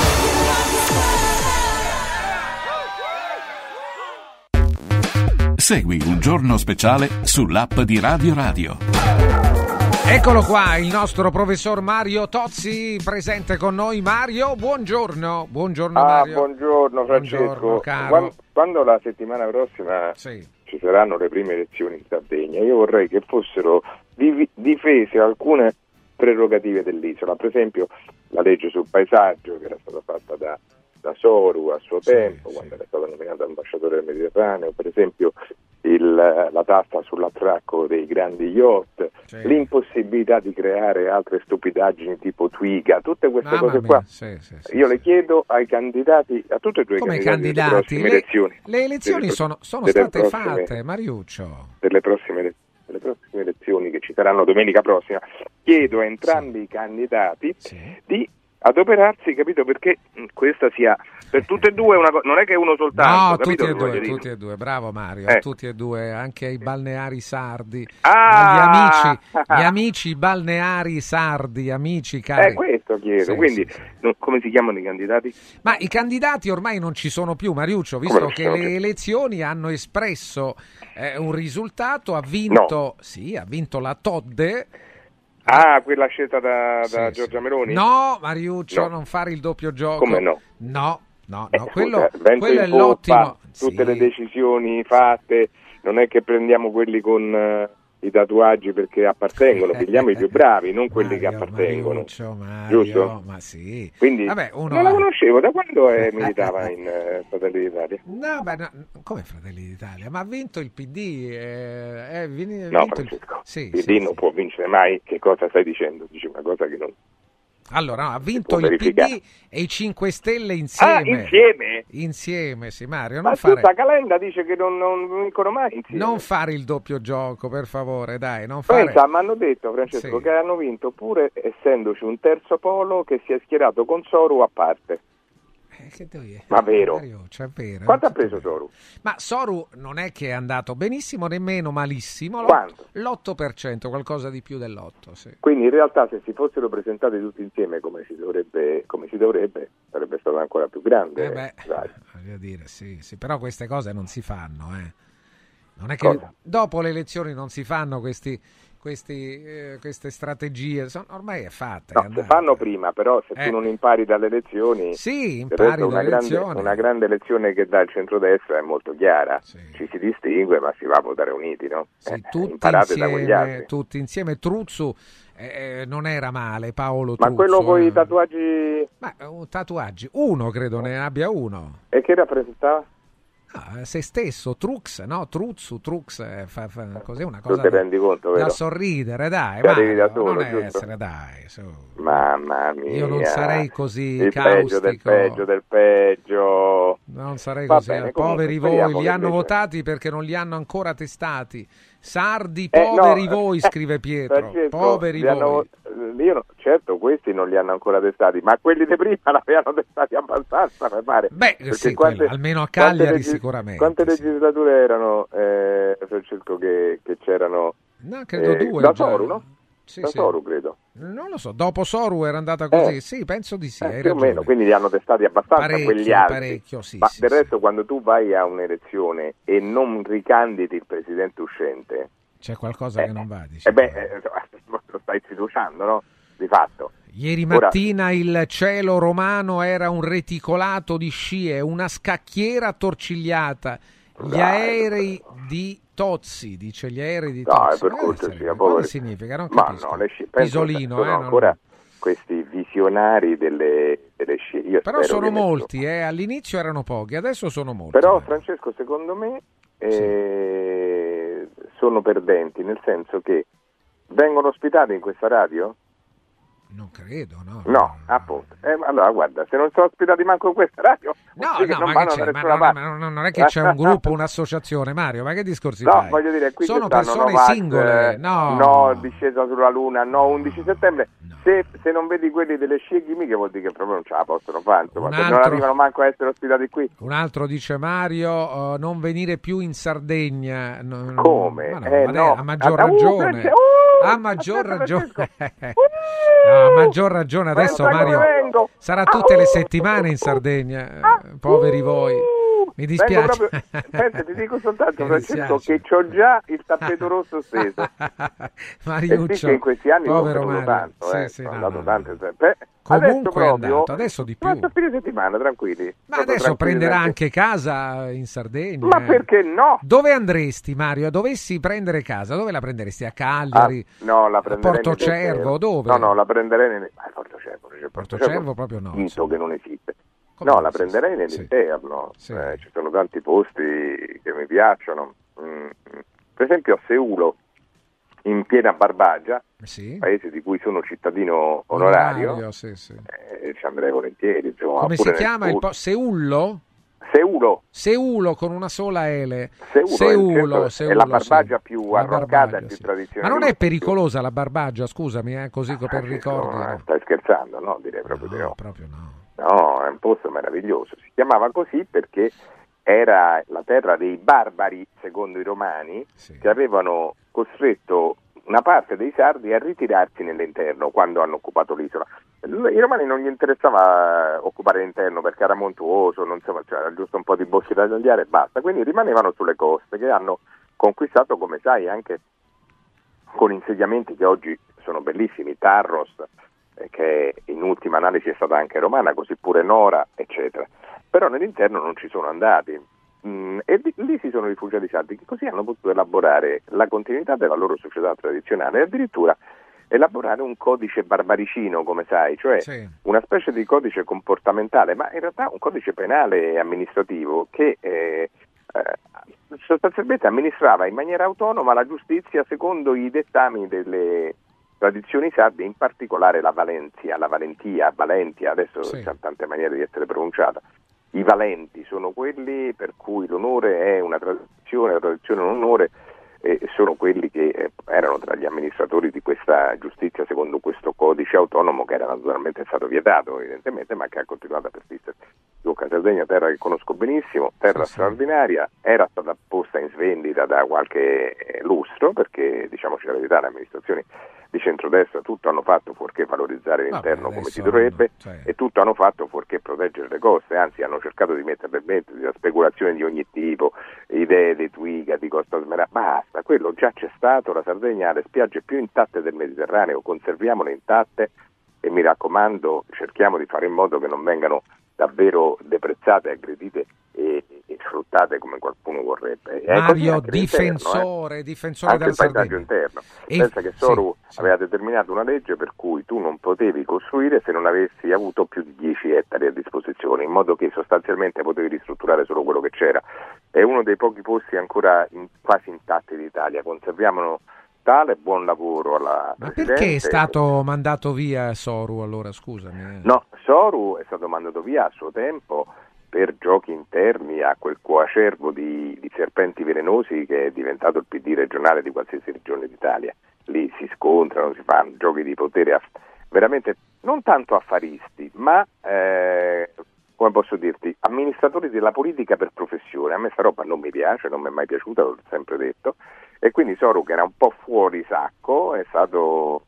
Segui Un Giorno Speciale sull'app di Radio Radio. Eccolo qua, il nostro professor Mario Tozzi, presente con noi. Mario, buongiorno. Buongiorno ah, Mario. Buongiorno Francesco. Buongiorno, caro. Quando, quando la settimana prossima sì. ci saranno le prime elezioni in Sardegna, io vorrei che fossero div- difese alcune prerogative dell'isola, per esempio la legge sul paesaggio che era stata fatta da, da Soru a suo sì, tempo, sì. quando era stato nominato ambasciatore del Mediterraneo, per esempio il, la tassa sull'attracco dei grandi yacht, sì. l'impossibilità di creare altre stupidaggini tipo Twiga, tutte queste Mamma cose mia, qua. sì, sì, sì, io sì. le chiedo ai candidati, a tutti e due i Come candidati, candidati? delle prossime Le, elezioni. Le elezioni delle, sono, sono delle state prossime, fatte, Mariuccio. Delle prossime, delle prossime elezioni che ci saranno domenica prossima, chiedo a entrambi sì. i candidati sì. di adoperarsi, capito, perché questa sia per tutte e due una cosa, non è che uno soltanto, no, capito, tutti e due, dire. tutti e due, bravo Mario, eh. tutti e due, anche ai balneari sardi, ah! agli amici, gli amici balneari sardi, amici cari. Eh, questo chiedo, sì, quindi sì, sì. Non, come si chiamano i candidati? Ma i candidati ormai non ci sono più, Mariuccio, visto che le più? elezioni hanno espresso eh, un risultato, ha vinto, no. sì, ha vinto la Todde. Ah, quella scelta da, da sì, Giorgia sì. Meloni? No, Mariuccio, no. non fare il doppio gioco. Come no? No, no, no, eh, quello, scusa, quello è poppa, l'ottimo. Tutte sì. le decisioni fatte, non è che prendiamo quelli con, i tatuaggi perché appartengono, pigliamo i più bravi, non quelli Mario, che appartengono. Mariuccio, Mario, giusto? Ma sì. Quindi Vabbè, uno non la ha- conoscevo, da quando è, militava in eh, Fratelli d'Italia? No, beh, no, come Fratelli d'Italia? Ma ha vinto il P D. Eh, eh, vini- ha No, vinto il- Francesco, Sì, il sì, P D non può vincere mai. Che cosa stai dicendo? Dici una cosa che non... Allora, no, ha vinto può il P D verificare. e i cinque Stelle insieme. Ah, insieme? Insieme, sì, Mario. Ma Non fare, scusa, Calenda dice che non, non vincono mai insieme. non fare il doppio gioco, per favore, dai. Non fare... Pensa, mi hanno detto, Francesco, Sì. che hanno vinto pure essendoci un terzo polo che si è schierato con Soru a parte. Eh, che devi- Ma vero? Mario, cioè, vero, Quanto ha tutto preso vero. Soru? Ma Soru non è che è andato benissimo, nemmeno malissimo. Quanto? L'otto per cento, qualcosa di più dell'otto, sì. Quindi in realtà se si fossero presentati tutti insieme come si dovrebbe, come si dovrebbe sarebbe stato ancora più grande. Eh beh, Dai. voglio dire, sì, sì, però queste cose non si fanno, eh. Non è che Cosa? dopo le elezioni non si fanno questi, questi, eh, queste strategie, sono, ormai è fatta. No, è si andata. fanno prima, però se Eh. tu non impari dalle elezioni, Sì, del impari resto una dalle grande, elezioni. una grande lezione che dà il centrodestra è molto chiara. Ci si distingue, ma si va a votare uniti, no? Sì, Eh, tutti, imparate da quegli insieme, altri. tutti insieme, Truzzu eh, non era male, Paolo Ma Truzzu. quello con eh. i tatuaggi, Ma uh, tatuaggi, uno credo ne abbia uno. e che rappresentava? Ah, se stesso, Trux, no? Truzzu, Trux, eh, fa, fa così una Tu cosa ti da, rendi conto, da vero? sorridere, dai, Ci arrivi Mario, da solo, non giusto? essere, dai, su. Mamma mia. Io non sarei così il peggio del caustico. peggio del peggio. Non sarei Va così, bene, eh, comunque, poveri voi, speriamo li che hanno invece- votati perché non li hanno ancora testati. Sardi, Eh, poveri no, voi, eh, scrive Pietro, Francesco, poveri li voi. hanno- io no- certo, questi non li hanno ancora testati, ma quelli di prima l'avevano testati abbastanza, mi pare. Beh, Perché sì, quante- quello, almeno a quante Cagliari legis- sicuramente. Quante legislature erano, eh, Francesco, che, che c'erano? No, credo eh, due Da già. Soru, no? Sì, da sì. Soru, credo. Non lo so, dopo Soru era andata così, Eh. sì, penso di sì, Eh, hai più o ragione. meno, quindi li hanno testati abbastanza Parecchio, quegli altri. parecchio, sì, ma sì, del sì. resto, quando tu vai a un'elezione e non ricandidi il presidente uscente, C'è qualcosa Eh, che non va, dici. e beh, eh, lo stai sfiduciando, no? Di fatto. Ieri Ora- mattina il cielo romano era un reticolato di scie, una scacchiera attorcigliata. Gli Dai, aerei di Tozzi, dice gli aerei di No, Tozzi. è per Eh, cortesia, sarebbe- poveri. cosa significa? Non Ma capisco. no, le sci- penso Pisolino, sono eh, non- ancora questi visionari delle, delle sci. Io Però spero sono che nessuno- molti, eh. All'inizio erano pochi, adesso sono molti. Però dai. Francesco, secondo me eh, sono perdenti, nel senso che vengono ospitati in questa radio? Non credo, no. No, appunto. Eh, allora guarda, se non sono ospitati manco in questa radio, No, vuol dire che no, non ma, vanno che da c'è? Ma nessuna non, è, parte. ma non- non è che c'è un gruppo, un'associazione, Mario, ma che discorsi No, fai? voglio dire, qui Sono ci stanno persone Novax, singole, eh, no. no, discesa sulla Luna, no, undici settembre. Se, se non vedi quelli delle scie chimiche vuol dire che proprio non ce la possono fare, insomma, Un se non altro- arrivano manco a essere ospitati qui. Un altro dice Mario, uh, non venire più in Sardegna. No, Come? ma no, Eh, ma no. a maggior Ah, uh, ragione. perché- uh, a maggior aspetta, ragione. Francesco. No, a maggior ragione adesso Guarda Mario come vengo. sarà Ah, tutte le uh, settimane in Sardegna, eh, poveri voi. Mi Vengo dispiace. proprio- Aspetta, ti dico soltanto, Mi Francesco, dispiace. che c'ho già il tappeto rosso steso. E Mariuccio, sì che in questi anni povero non sono Mario. tanto, Sì, eh, sì, sono no, andato no, tante sempre. Comunque adesso è proprio, andato, adesso di più. Questo fine settimana, tranquilli. Ma Proprio adesso prenderà tranquilli, anche casa in Sardegna. Ma eh. perché no? Dove andresti, Mario? Dovessi prendere casa, dove la prenderesti? A Cagliari? Ah, no, la a prenderei Portocervo? nel- Dove? No, no, la prenderei nel... Ah, Portocervo, c'è Portocervo proprio no. Dito che non esiste. Come no, no, la sì, prenderei nell'interno. Eh, ci sono tanti posti che mi piacciono. Mm. Per esempio a Seulo, in piena Barbagia, Sì. paese di cui sono cittadino onorario, Onorario, sì, sì. eh, ci andrei volentieri. Insomma, Come si pure nel chiama il sud. po- Seullo? Seulo. Seulo con una sola L. Seulo, Seulo, è, il centro- Seulo, è la Barbagia sì. più La arroccata Barbagia, e più sì. tradizionale. Ma non è pericolosa la Barbagia, scusami, eh, così per ricordi. No, no. eh, stai scherzando, no? Direi proprio di no. Proprio no. No, è un posto meraviglioso. Si chiamava così perché era la terra dei barbari, secondo i romani, che avevano costretto una parte dei sardi a ritirarsi nell'interno quando hanno occupato l'isola. I romani non gli interessava occupare l'interno perché era montuoso, non so, cioè, era giusto un po' di boschi da tagliare e basta, quindi rimanevano sulle coste che hanno conquistato, come sai, anche con insediamenti che oggi sono bellissimi, Tarros, eh, che in ultima analisi è stata anche romana, così pure Nora, eccetera. Però nell'interno non ci sono andati. mh, e di, lì si sono rifugiati i sardi, che così hanno potuto elaborare la continuità della loro società tradizionale e addirittura elaborare un codice barbaricino, come sai, cioè sì. una specie di codice comportamentale, ma in realtà un codice penale e amministrativo che eh, eh, sostanzialmente amministrava in maniera autonoma la giustizia secondo i dettami delle tradizioni sarde, in particolare la Valentia, la Valentia, Valentia, adesso sì. c'è tante maniere di essere pronunciata. I valenti sono quelli per cui l'onore è una tradizione, la tradizione è un onore, e sono quelli che eh, erano tra gli amministratori di questa giustizia secondo questo codice autonomo che era naturalmente stato vietato evidentemente, ma che ha continuato a persistere. Lucca Sardegna, terra che conosco benissimo, terra sì, straordinaria, sì. era stata posta in svendita da qualche eh, lustro, perché diciamoci la verità, le amministrazioni di centrodestra tutto hanno fatto fuorché valorizzare l'interno Vabbè, come si dovrebbe, cioè... e tutto hanno fatto fuorché proteggere le coste, anzi hanno cercato di mettere per mente di speculazione di ogni tipo, idee di Twiga, di Costa Smeralda, basta, quello già c'è stato. La Sardegna ha le spiagge più intatte del Mediterraneo, conserviamole intatte e mi raccomando cerchiamo di fare in modo che non vengano davvero deprezzate, aggredite e, e sfruttate come qualcuno vorrebbe. E Mario, difensore, eh. difensore anche della il paesaggio Sardegna. interno. E, Pensa che Soru sì, aveva sì. determinato una legge per cui tu non potevi costruire se non avessi avuto più di dieci ettari a disposizione, in modo che sostanzialmente potevi ristrutturare solo quello che c'era. È uno dei pochi posti ancora in, quasi intatti d'Italia. Conserviamolo tale, buon lavoro alla Ma Presidente. perché è stato mandato via Soru allora, scusami? No, Soru è stato mandato via a suo tempo per giochi interni a quel coacervo di, di serpenti velenosi che è diventato il P D regionale di qualsiasi regione d'Italia. Lì si scontrano, si fanno giochi di potere aff- veramente non tanto affaristi, ma eh, come posso dirti, amministratori della politica per professione. A me sta roba non mi piace, non mi è mai piaciuta, l'ho sempre detto, e quindi Soru, che era un po' fuori sacco, è stato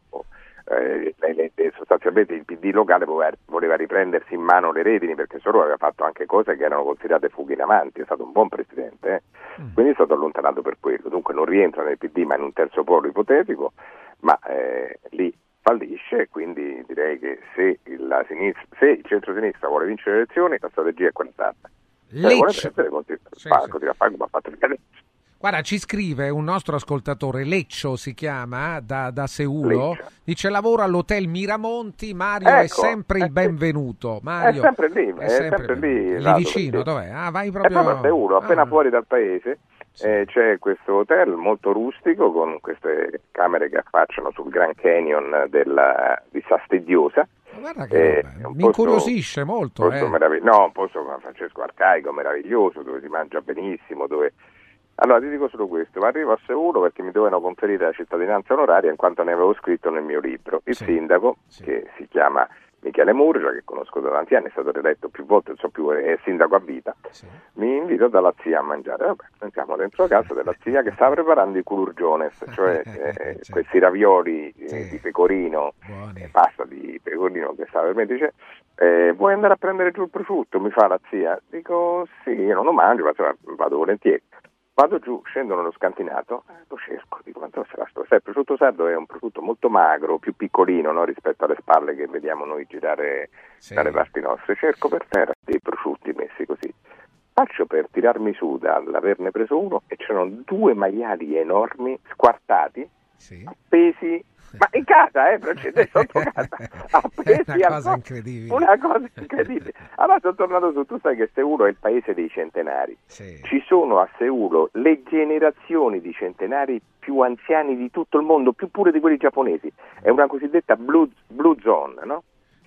eh, sostanzialmente il P D locale voleva, voleva riprendersi in mano le redini, perché Soru aveva fatto anche cose che erano considerate fughe in avanti, è stato un buon presidente, eh? mm. quindi è stato allontanato per quello, dunque non rientra nel P D ma in un terzo polo ipotetico, ma eh, lì fallisce, quindi direi che se, la sinistra, se il centro-sinistra vuole vincere le elezioni, la strategia è quella esatta. Lecce. Se vuole prendere, sì, continua a fare come ha fatto il Lecce. Guarda, ci scrive un nostro ascoltatore, Leccio si chiama, da, da Seulo, Leccio. Dice lavoro all'hotel Miramonti, Mario ecco, è sempre il benvenuto. Mario, è sempre lì, è, è sempre, sempre lì, lì vicino, dov'è? Ah, vai proprio... È proprio a Seulo, appena ah. fuori dal paese. Sì. Eh, c'è questo hotel molto rustico con queste camere che affacciano sul Grand Canyon della, di Sastediosa. Guarda che eh, mi incuriosisce molto. Posto eh. meravigli- no, un posto come Francesco Arcaico, meraviglioso, dove si mangia benissimo, dove... Allora ti dico solo questo, ma arrivo a Seulo perché mi dovevano conferire la cittadinanza onoraria in quanto ne avevo scritto nel mio libro. Il sì. sindaco, sì. che si chiama Michele Murgia, che conosco da tanti anni, è stato rieletto più volte, non so più, è sindaco a vita, sì. mi invita dalla zia a mangiare. Vabbè, entriamo dentro la casa della zia che stava preparando i culurgiones, cioè eh, sì. questi ravioli eh, sì. di pecorino, eh, pasta di pecorino che stava per me, dice eh, vuoi andare a prendere giù il prosciutto? Mi fa la zia. Dico sì, io non lo mangio, ma insomma, vado volentieri. Vado giù, scendo nello scantinato, eh, lo cerco, dico quanto sarà sto? Sai, il prosciutto sardo è un prosciutto molto magro, più piccolino, no, rispetto alle spalle che vediamo noi girare sì. dalle parti nostre. Cerco per terra dei prosciutti messi così. Faccio per tirarmi su dall'averne preso uno e c'erano due maiali enormi, squartati, sì. appesi, ma in casa, eh, procede sotto casa, appesi una cosa al... incredibile. Una cosa incredibile. Allora sono tornato su, tu sai che Seulo è il paese dei centenari. Sì. Ci sono a Seulo le generazioni di centenari più anziani di tutto il mondo, più pure di quelli giapponesi. È una cosiddetta blue, blue zone, no?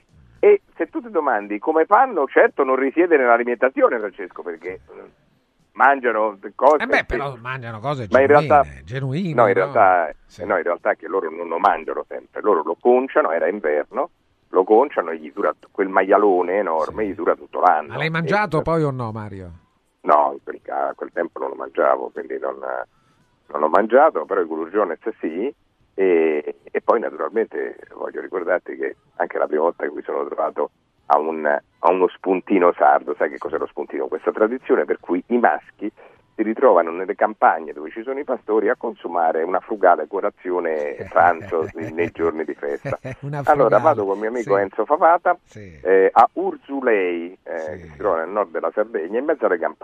E se tu ti domandi come fanno, certo non risiede nell'alimentazione, Francesco, perché mangiano cose eh beh, però che... mangiano cose ma genuine, in realtà, genuine no, in realtà, no? Sì. no, in realtà che loro non lo mangiano sempre, loro lo conciano, era inverno, lo conciano e gli dura quel maialone enorme, sì. gli dura tutto l'anno. Ma l'hai mangiato e... poi o no, Mario? No, a quel tempo non lo mangiavo, quindi non, non l'ho mangiato, però i culurgiones sì, e, e poi naturalmente voglio ricordarti che anche la prima volta che mi sono trovato a, un, a uno spuntino sardo, sai che cos'è lo spuntino? Questa tradizione per cui i maschi si ritrovano nelle campagne dove ci sono i pastori a consumare una frugale colazione pranzo nei giorni di festa. Allora vado con mio amico sì. Enzo Favata sì. eh, a Urzulei, eh, sì. che si trova nel nord della Sardegna, in mezzo alle campagne.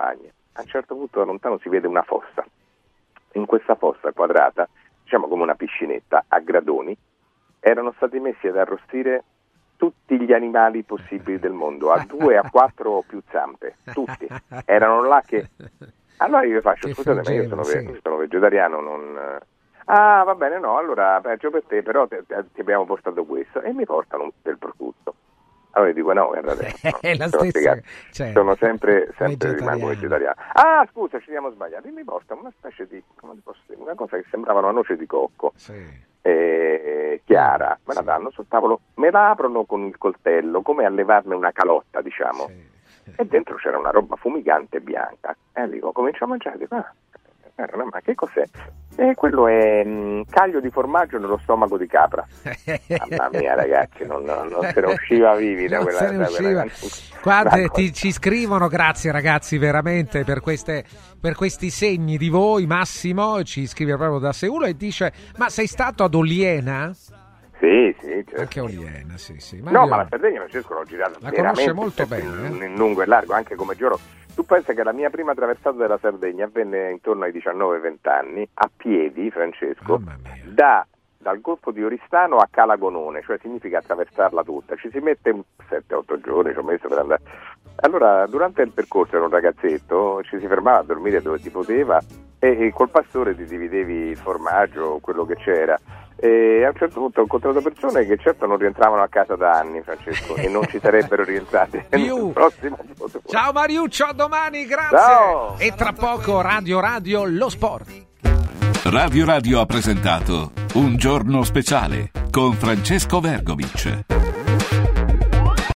a un certo punto da lontano si vede una fossa. In questa fossa quadrata, diciamo come una piscinetta a gradoni, erano stati messi ad arrostire tutti gli animali possibili del mondo, a due, a quattro o più zampe, tutti. Erano là che... Allora io vi faccio, Che scusate, ma io sono, fuggeva, ve- sì. sono vegetariano, non... Ah, va bene, no, allora peggio per te, però ti, ti abbiamo portato questo, e mi portano del prosciutto. Allora io dico, no, guardate, no, È la sono stessa, spiegato. cioè, sono sempre, sempre rimango vegetariano. vegetariano. Ah, scusa, ci siamo sbagliati, mi portano una specie di, come ti posso dire, una cosa che sembrava una noce di cocco, eh, chiara, me la danno sul tavolo, me la aprono con il coltello, come a levarne una calotta, diciamo, e dentro c'era una roba fumigante bianca, e dico, comincio a mangiare, dico, ah, ma che cos'è? E quello è mh, caglio di formaggio nello stomaco di capra. Mamma mia, ragazzi, non, non, non se ne usciva vivi da Non quella, se ne da usciva. quella Guarda, Ma- ti, ci scrivono, grazie ragazzi veramente per, queste, per questi segni di voi. Massimo ci scrive proprio da Seul e dice, ma sei stato ad Oliena? Sì, sì, certo. Anche Oliena, sì, sì. No, io- ma la Sardegna, Francesco, l'ho girata La veramente conosce molto bene, in, in lungo e largo, anche come giorno. Tu pensi che la mia prima traversata della Sardegna avvenne intorno ai diciannove venti anni, a piedi, Francesco, da, dal Golfo di Oristano a Calagonone, cioè significa attraversarla tutta. Ci si mette sette otto giorni, ci ho messo per andare. Allora, durante il percorso ero un ragazzetto, ci si fermava a dormire dove si poteva e, e col pastore ti dividevi il formaggio, quello che c'era. E a un certo punto ho incontrato persone che certo non rientravano a casa da anni, Francesco, e non ci sarebbero rientrate nel prossimo futuro. Ciao Mariuccio, a domani, grazie. Ciao. E tra poco Radio Radio lo sport. Radio Radio ha presentato Un giorno speciale con Francesco Vergovic.